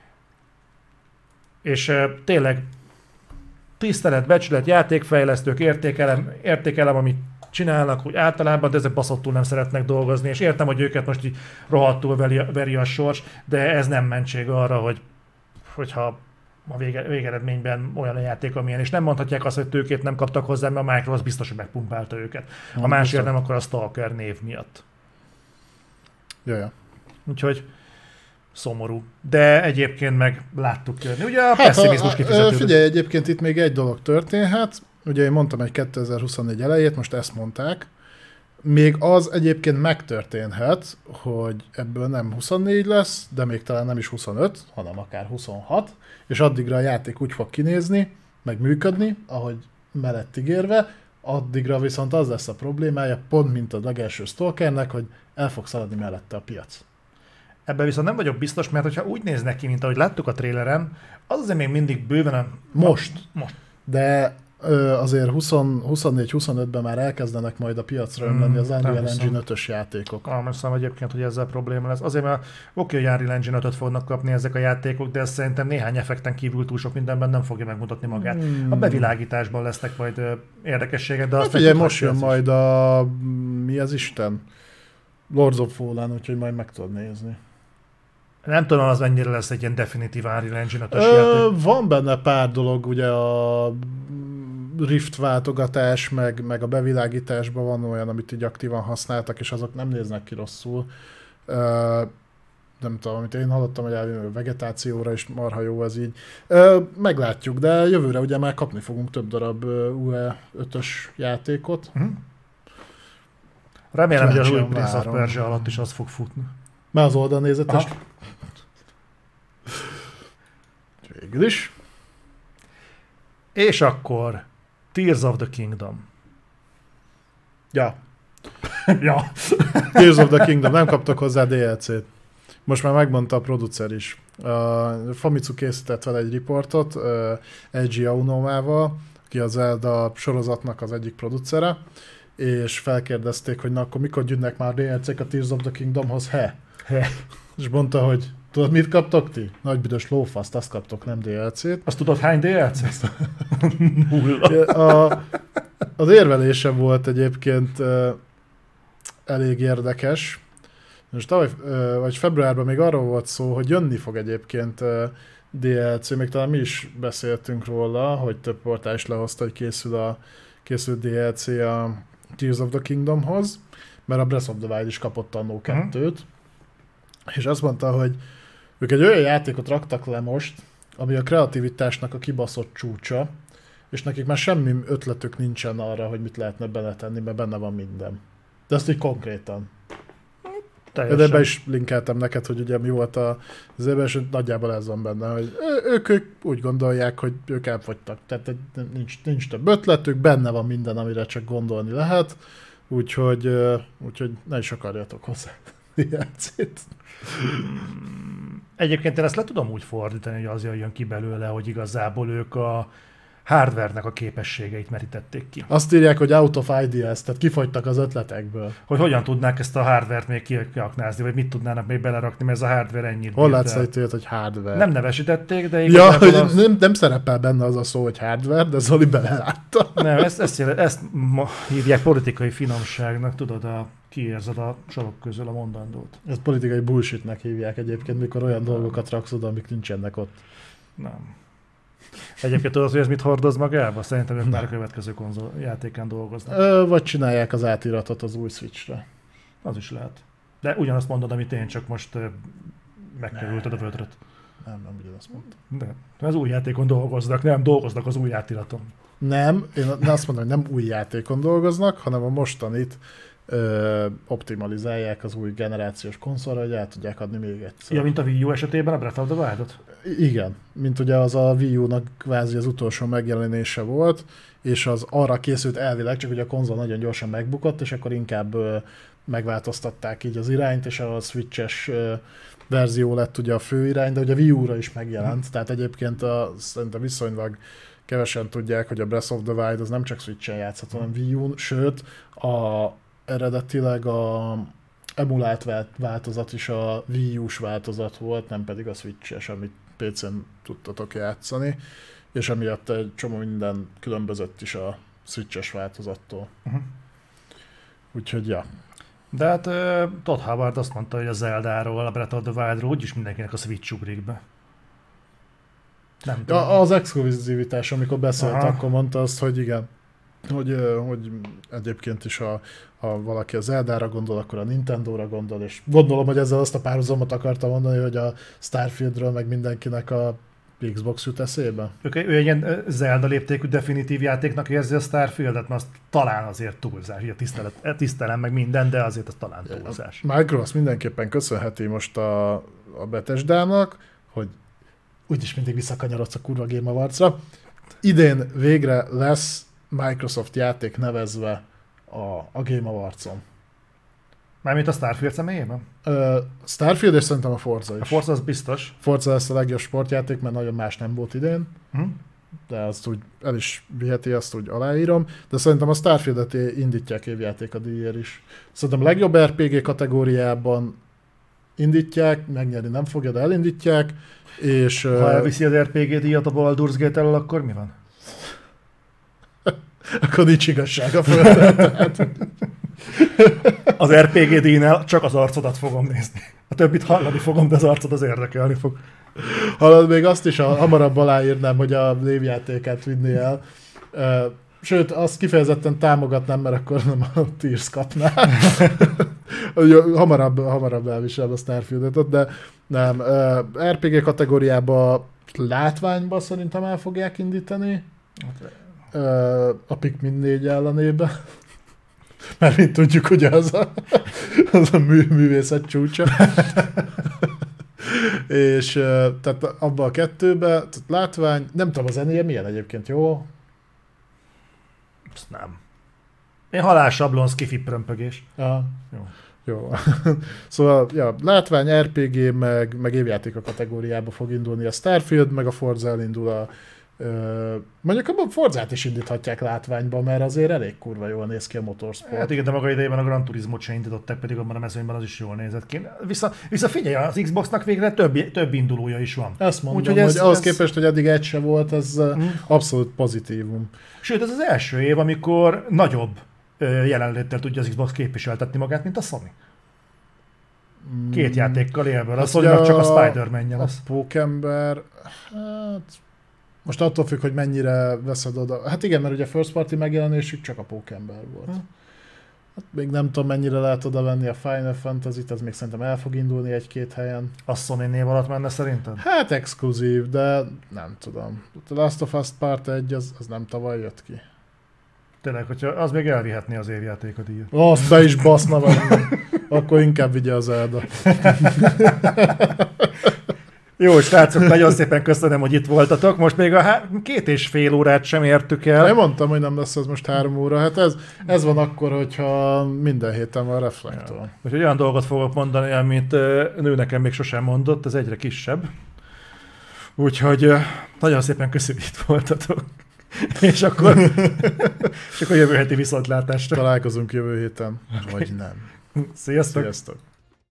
S1: És tényleg tisztelet, becsület, játékfejlesztők, értékelem, amit csinálnak úgy általában, de ezek baszottul nem szeretnek dolgozni, és értem, hogy őket most így rohadtul veri a sors, de ez nem mentség arra, hogyha a végeredményben olyan a játék, amilyen, és nem mondhatják azt, hogy tőkét nem kaptak hozzá, mert a Microsoft biztos, hogy megpumpálta őket. Ha másért nem, akkor a Stalker név miatt.
S2: Jaja.
S1: Úgyhogy szomorú. De egyébként meg láttuk jönni. Ugye a pessimizmus kifizetődött.
S2: Figyelj, egyébként itt még egy dolog történhet. Ugye én mondtam egy 2024 elejét, most ezt mondták. Még az egyébként megtörténhet, hogy ebből nem 24 lesz, de még talán nem is 25, hanem akár 26, és addigra a játék úgy fog kinézni, meg működni, ahogy mellett ígérve, addigra viszont az lesz a problémája, pont mint a legelső Stalkernek, hogy el fog szaladni mellette a piac.
S1: Ebben viszont nem vagyok biztos, mert hogyha úgy néznek ki, mint ahogy láttuk a traileren, az azért még mindig bőven a...
S2: Most. De azért 24-25-ben már elkezdenek majd a piacra ömleni az Unreal Engine 5-ös játékok.
S1: Azt hiszem egyébként, hogy ezzel probléma lesz. Azért, mert oké, hogy Unreal Engine 5-öt fognak kapni ezek a játékok, de ez szerintem néhány effekten kívül túl sok mindenben nem fogja megmutatni magát. A bevilágításban lesznek majd érdekességek, de azt
S2: figyelj, most jön majd a... mi az Isten? Lords of Fallen, úgyhogy majd meg tudod nézni.
S1: Nem tudom, az mennyire lesz egy ilyen definitív Unreal Engine 5-ös játék.
S2: Van benne pár dolog, ugye a Rift váltogatás, meg a bevilágításban van olyan, amit így aktívan használtak, és azok nem néznek ki rosszul. Nem tudom, amit én hallottam, hogy a vegetációra is marha jó ez így. Meglátjuk, de jövőre ugye már kapni fogunk több darab UE 5-ös játékot.
S1: Remélem, hogy az új Prince of Persia alatt is az fog futni.
S2: Már az oldalnézetes. Végül is.
S1: És akkor Tears of the Kingdom.
S2: Ja.
S1: Ja.
S2: Tears of the Kingdom, nem kaptak hozzá DLC-t. Most már megmondta a producer is. Famitsu készített vele egy riportot, Eiji Aonomával, aki az Zelda sorozatnak az egyik producere, és felkérdezték, hogy na akkor mikor gyűnnek már DLC-k a Tears of the Kingdomhoz, És mondta, hogy tudod, mit kaptok ti? Nagy büdös lófaszt, azt kaptok, nem DLC-t.
S1: Azt tudod, hány DLC?
S2: Az érvelése volt egyébként elég érdekes. Most tavaly, vagy februárban még arról volt szó, hogy jönni fog egyébként DLC, még talán mi is beszéltünk róla, hogy több portál is lehozta, hogy készül DLC a Tears of the Kingdomhoz, mert a Breath of the Wild is kapott annó 2-t, és azt mondta, hogy ők egy olyan játékot raktak le most, ami a kreativitásnak a kibaszott csúcsa, és nekik már semmi ötletük nincsen arra, hogy mit lehetne beletenni, mert benne van minden. De ezt így konkrétan.
S1: Teljesen.
S2: De ebben is linkeltem neked, hogy ugye mi volt az ebben, és nagyjából ez van benne, hogy ők úgy gondolják, hogy ők elfogytak. Tehát nincs több ötletük, benne van minden, amire csak gondolni lehet, úgyhogy ne is akarjatok hozzá DLC-t.
S1: Egyébként én ezt le tudom úgy fordítani, hogy azért jön ki belőle, hogy igazából ők a hardware-nek a képességeit merítették ki.
S2: Azt írják, hogy out of ideas, tehát kifogytak az ötletekből.
S1: Hogy hogyan tudnák ezt a hardware-t még kiaknázni, vagy mit tudnának még belerakni, mert ez a hardware ennyit.
S2: Hol látsz egy ilyet, hogy hardware?
S1: Nem nevesítették, de
S2: igazából... Ja, hogy nem szerepel benne az a szó, hogy hardware, de Zoli belelátta.
S1: Nem, ezt hívják politikai finomságnak, tudod, kiérzed a sorok közül a mondandót.
S2: Ezt politikai bullshitnek hívják egyébként, mikor olyan dolgokat raksz oda, amik nincsenek ott.
S1: Nem. Egyébként tudod, hogy ez mit hordoz magába? Szerintem ők már a következő konzoljátékán dolgoznak.
S2: Vagy csinálják az átiratot az új Switchre.
S1: Az is lehet. De ugyanazt mondod, amit én, csak most megkerülted a vödröt.
S2: Nem ugyanazt mondtam.
S1: De az új játékon dolgoznak az új átiraton.
S2: Nem, én azt mondom, hogy nem új játékon dolgoznak, hanem a mostanit optimalizálják az új generációs konzolra, hogy el tudják adni még egyszer.
S1: Ja, mint a Wii U esetében a Breath of the Wild-ot?
S2: Igen, mint ugye az a Wii U-nak kvázi az utolsó megjelenése volt, és az arra készült elvileg, csak ugye a konzol nagyon gyorsan megbukott, és akkor inkább megváltoztatták így az irányt, és a Switch-es verzió lett ugye a fő irány, de ugye a Wii U-ra is megjelent, tehát egyébként szerintem viszonylag kevesen tudják, hogy a Breath of the Wild az nem csak Switch-en játszható, hanem Wii U-n, sőt, eredetileg a emulált változat is a Wii U-s változat volt, nem pedig a Switch-es, amit PC-n tudtatok játszani, és emiatt egy csomó minden különbözött is a Switch-es változattól. Úgyhogy ja.
S1: De hát Todd Howard azt mondta, hogy a Zeldáról, a Breath of the Wild-ról úgyis mindenkinek a Switch ugrik be. Nem tudom.
S2: Az exkluzivitás, amikor beszélt, akkor mondta azt, hogy igen, hogy egyébként is ha valaki a Zeldára gondol, akkor a Nintendóra gondol, és gondolom, hogy ezzel azt a párhuzamot akarta mondani, hogy a Starfieldről meg mindenkinek a Xbox jut eszébe.
S1: Ő egy ilyen Zelda léptékű definitív játéknak érzi a Starfieldet, mert az talán azért túlzás, ugye tisztelem meg minden, de azért az talán túlzás.
S2: Microsoft mindenképpen köszönheti most a Bethesdának, hogy úgyis mindig visszakanyarodsz a kurva Game Awards-ra. Idén végre lesz Microsoft játék nevezve a Game Awards-on.
S1: Mármint a Starfield személyében?
S2: Starfield és szerintem a Forza is.
S1: A Forza az biztos.
S2: Forza lesz a legjobb sportjáték, mert nagyon más nem volt idén. De azt úgy el is viheti, azt úgy aláírom. De szerintem a Starfieldet indítják évjáték a díjért is. Szerintem a legjobb RPG kategóriában indítják, megnyerni nem fogja, de elindítják. És,
S1: ha elviszi az RPG díjat a Baldur's Gate elől, akkor mi van?
S2: Akkor nincs igazság a földön.
S1: Az RPG díjnál csak az arcodat fogom nézni. A többit hallani fogom, de az arcod az érdekelni fog.
S2: Hallod, még azt is hamarabb aláírnám, hogy a lévjátékát vinni el. Sőt, azt kifejezetten támogatnám, mert akkor nem a Tears kapná. hamarabb elviselem a Starfieldet, de nem. RPG kategóriába látványba szerintem el fogják indítani. A Pikmin 4 ellenében. Mert mint tudjuk, ugye az a művészet csúcsa. És tehát abban a kettőben, tehát látvány, nem tudom, a zenéje milyen egyébként, jó?
S1: Azt nem. Én halálsablon, skifi prömpögés.
S2: Ja.
S1: Jó.
S2: Jó. Szóval, ja, látvány, RPG, meg évjáték a kategóriába fog indulni a Starfield, meg a Forza elindul a... mondjuk a Forzát is indíthatják látványba, mert azért elég kurva jól néz ki a motorsport.
S1: Hát igen, de maga idejében a Gran Turismo-t se indították, pedig abban a mezőnyben az is jól nézett ki. Vissza figyelj, az Xboxnak végre több indulója is van.
S2: Ezt mondom, hogy ahhoz képest, hogy eddig egy se volt, ez abszolút pozitívum.
S1: Sőt, ez az első év, amikor nagyobb jelenléttel tudja az Xbox képviseltetni magát, mint a Sony. 2 játékkal élből, a Sony-nak csak a Spider-Man-je lesz.
S2: A Pókember, hát most attól függ, hogy mennyire veszed oda. Hát igen, mert ugye a first party megjelenésük csak a Pókember volt. Hát még nem tudom, mennyire lehet oda venni a Final Fantasy-t, az még szerintem el fog indulni 1-2 helyen.
S1: A Sony név alatt menne szerinted?
S2: Hát exkluzív, de nem tudom. A Last of Us Part 1 az nem tavaly jött ki.
S1: Tényleg, hogyha az még elvihetné az évjátékot így.
S2: Azt be is baszna velem. Akkor inkább vigye az Zelda.
S1: Jó, srácok, nagyon szépen köszönöm, hogy itt voltatok. Most még a 2,5 órát sem értük el.
S2: Nem mondtam, hogy nem lesz ez most 3 óra. Hát ez van akkor, hogyha minden héten van reflektor.
S1: Ja. Úgyhogy olyan dolgot fogok mondani, amit nő nekem még sosem mondott, ez egyre kisebb. Úgyhogy nagyon szépen köszönjük, hogy itt voltatok. és akkor jövő heti viszontlátásra.
S2: Találkozunk jövő héten, vagy nem.
S1: Sziasztok!
S2: Sziasztok!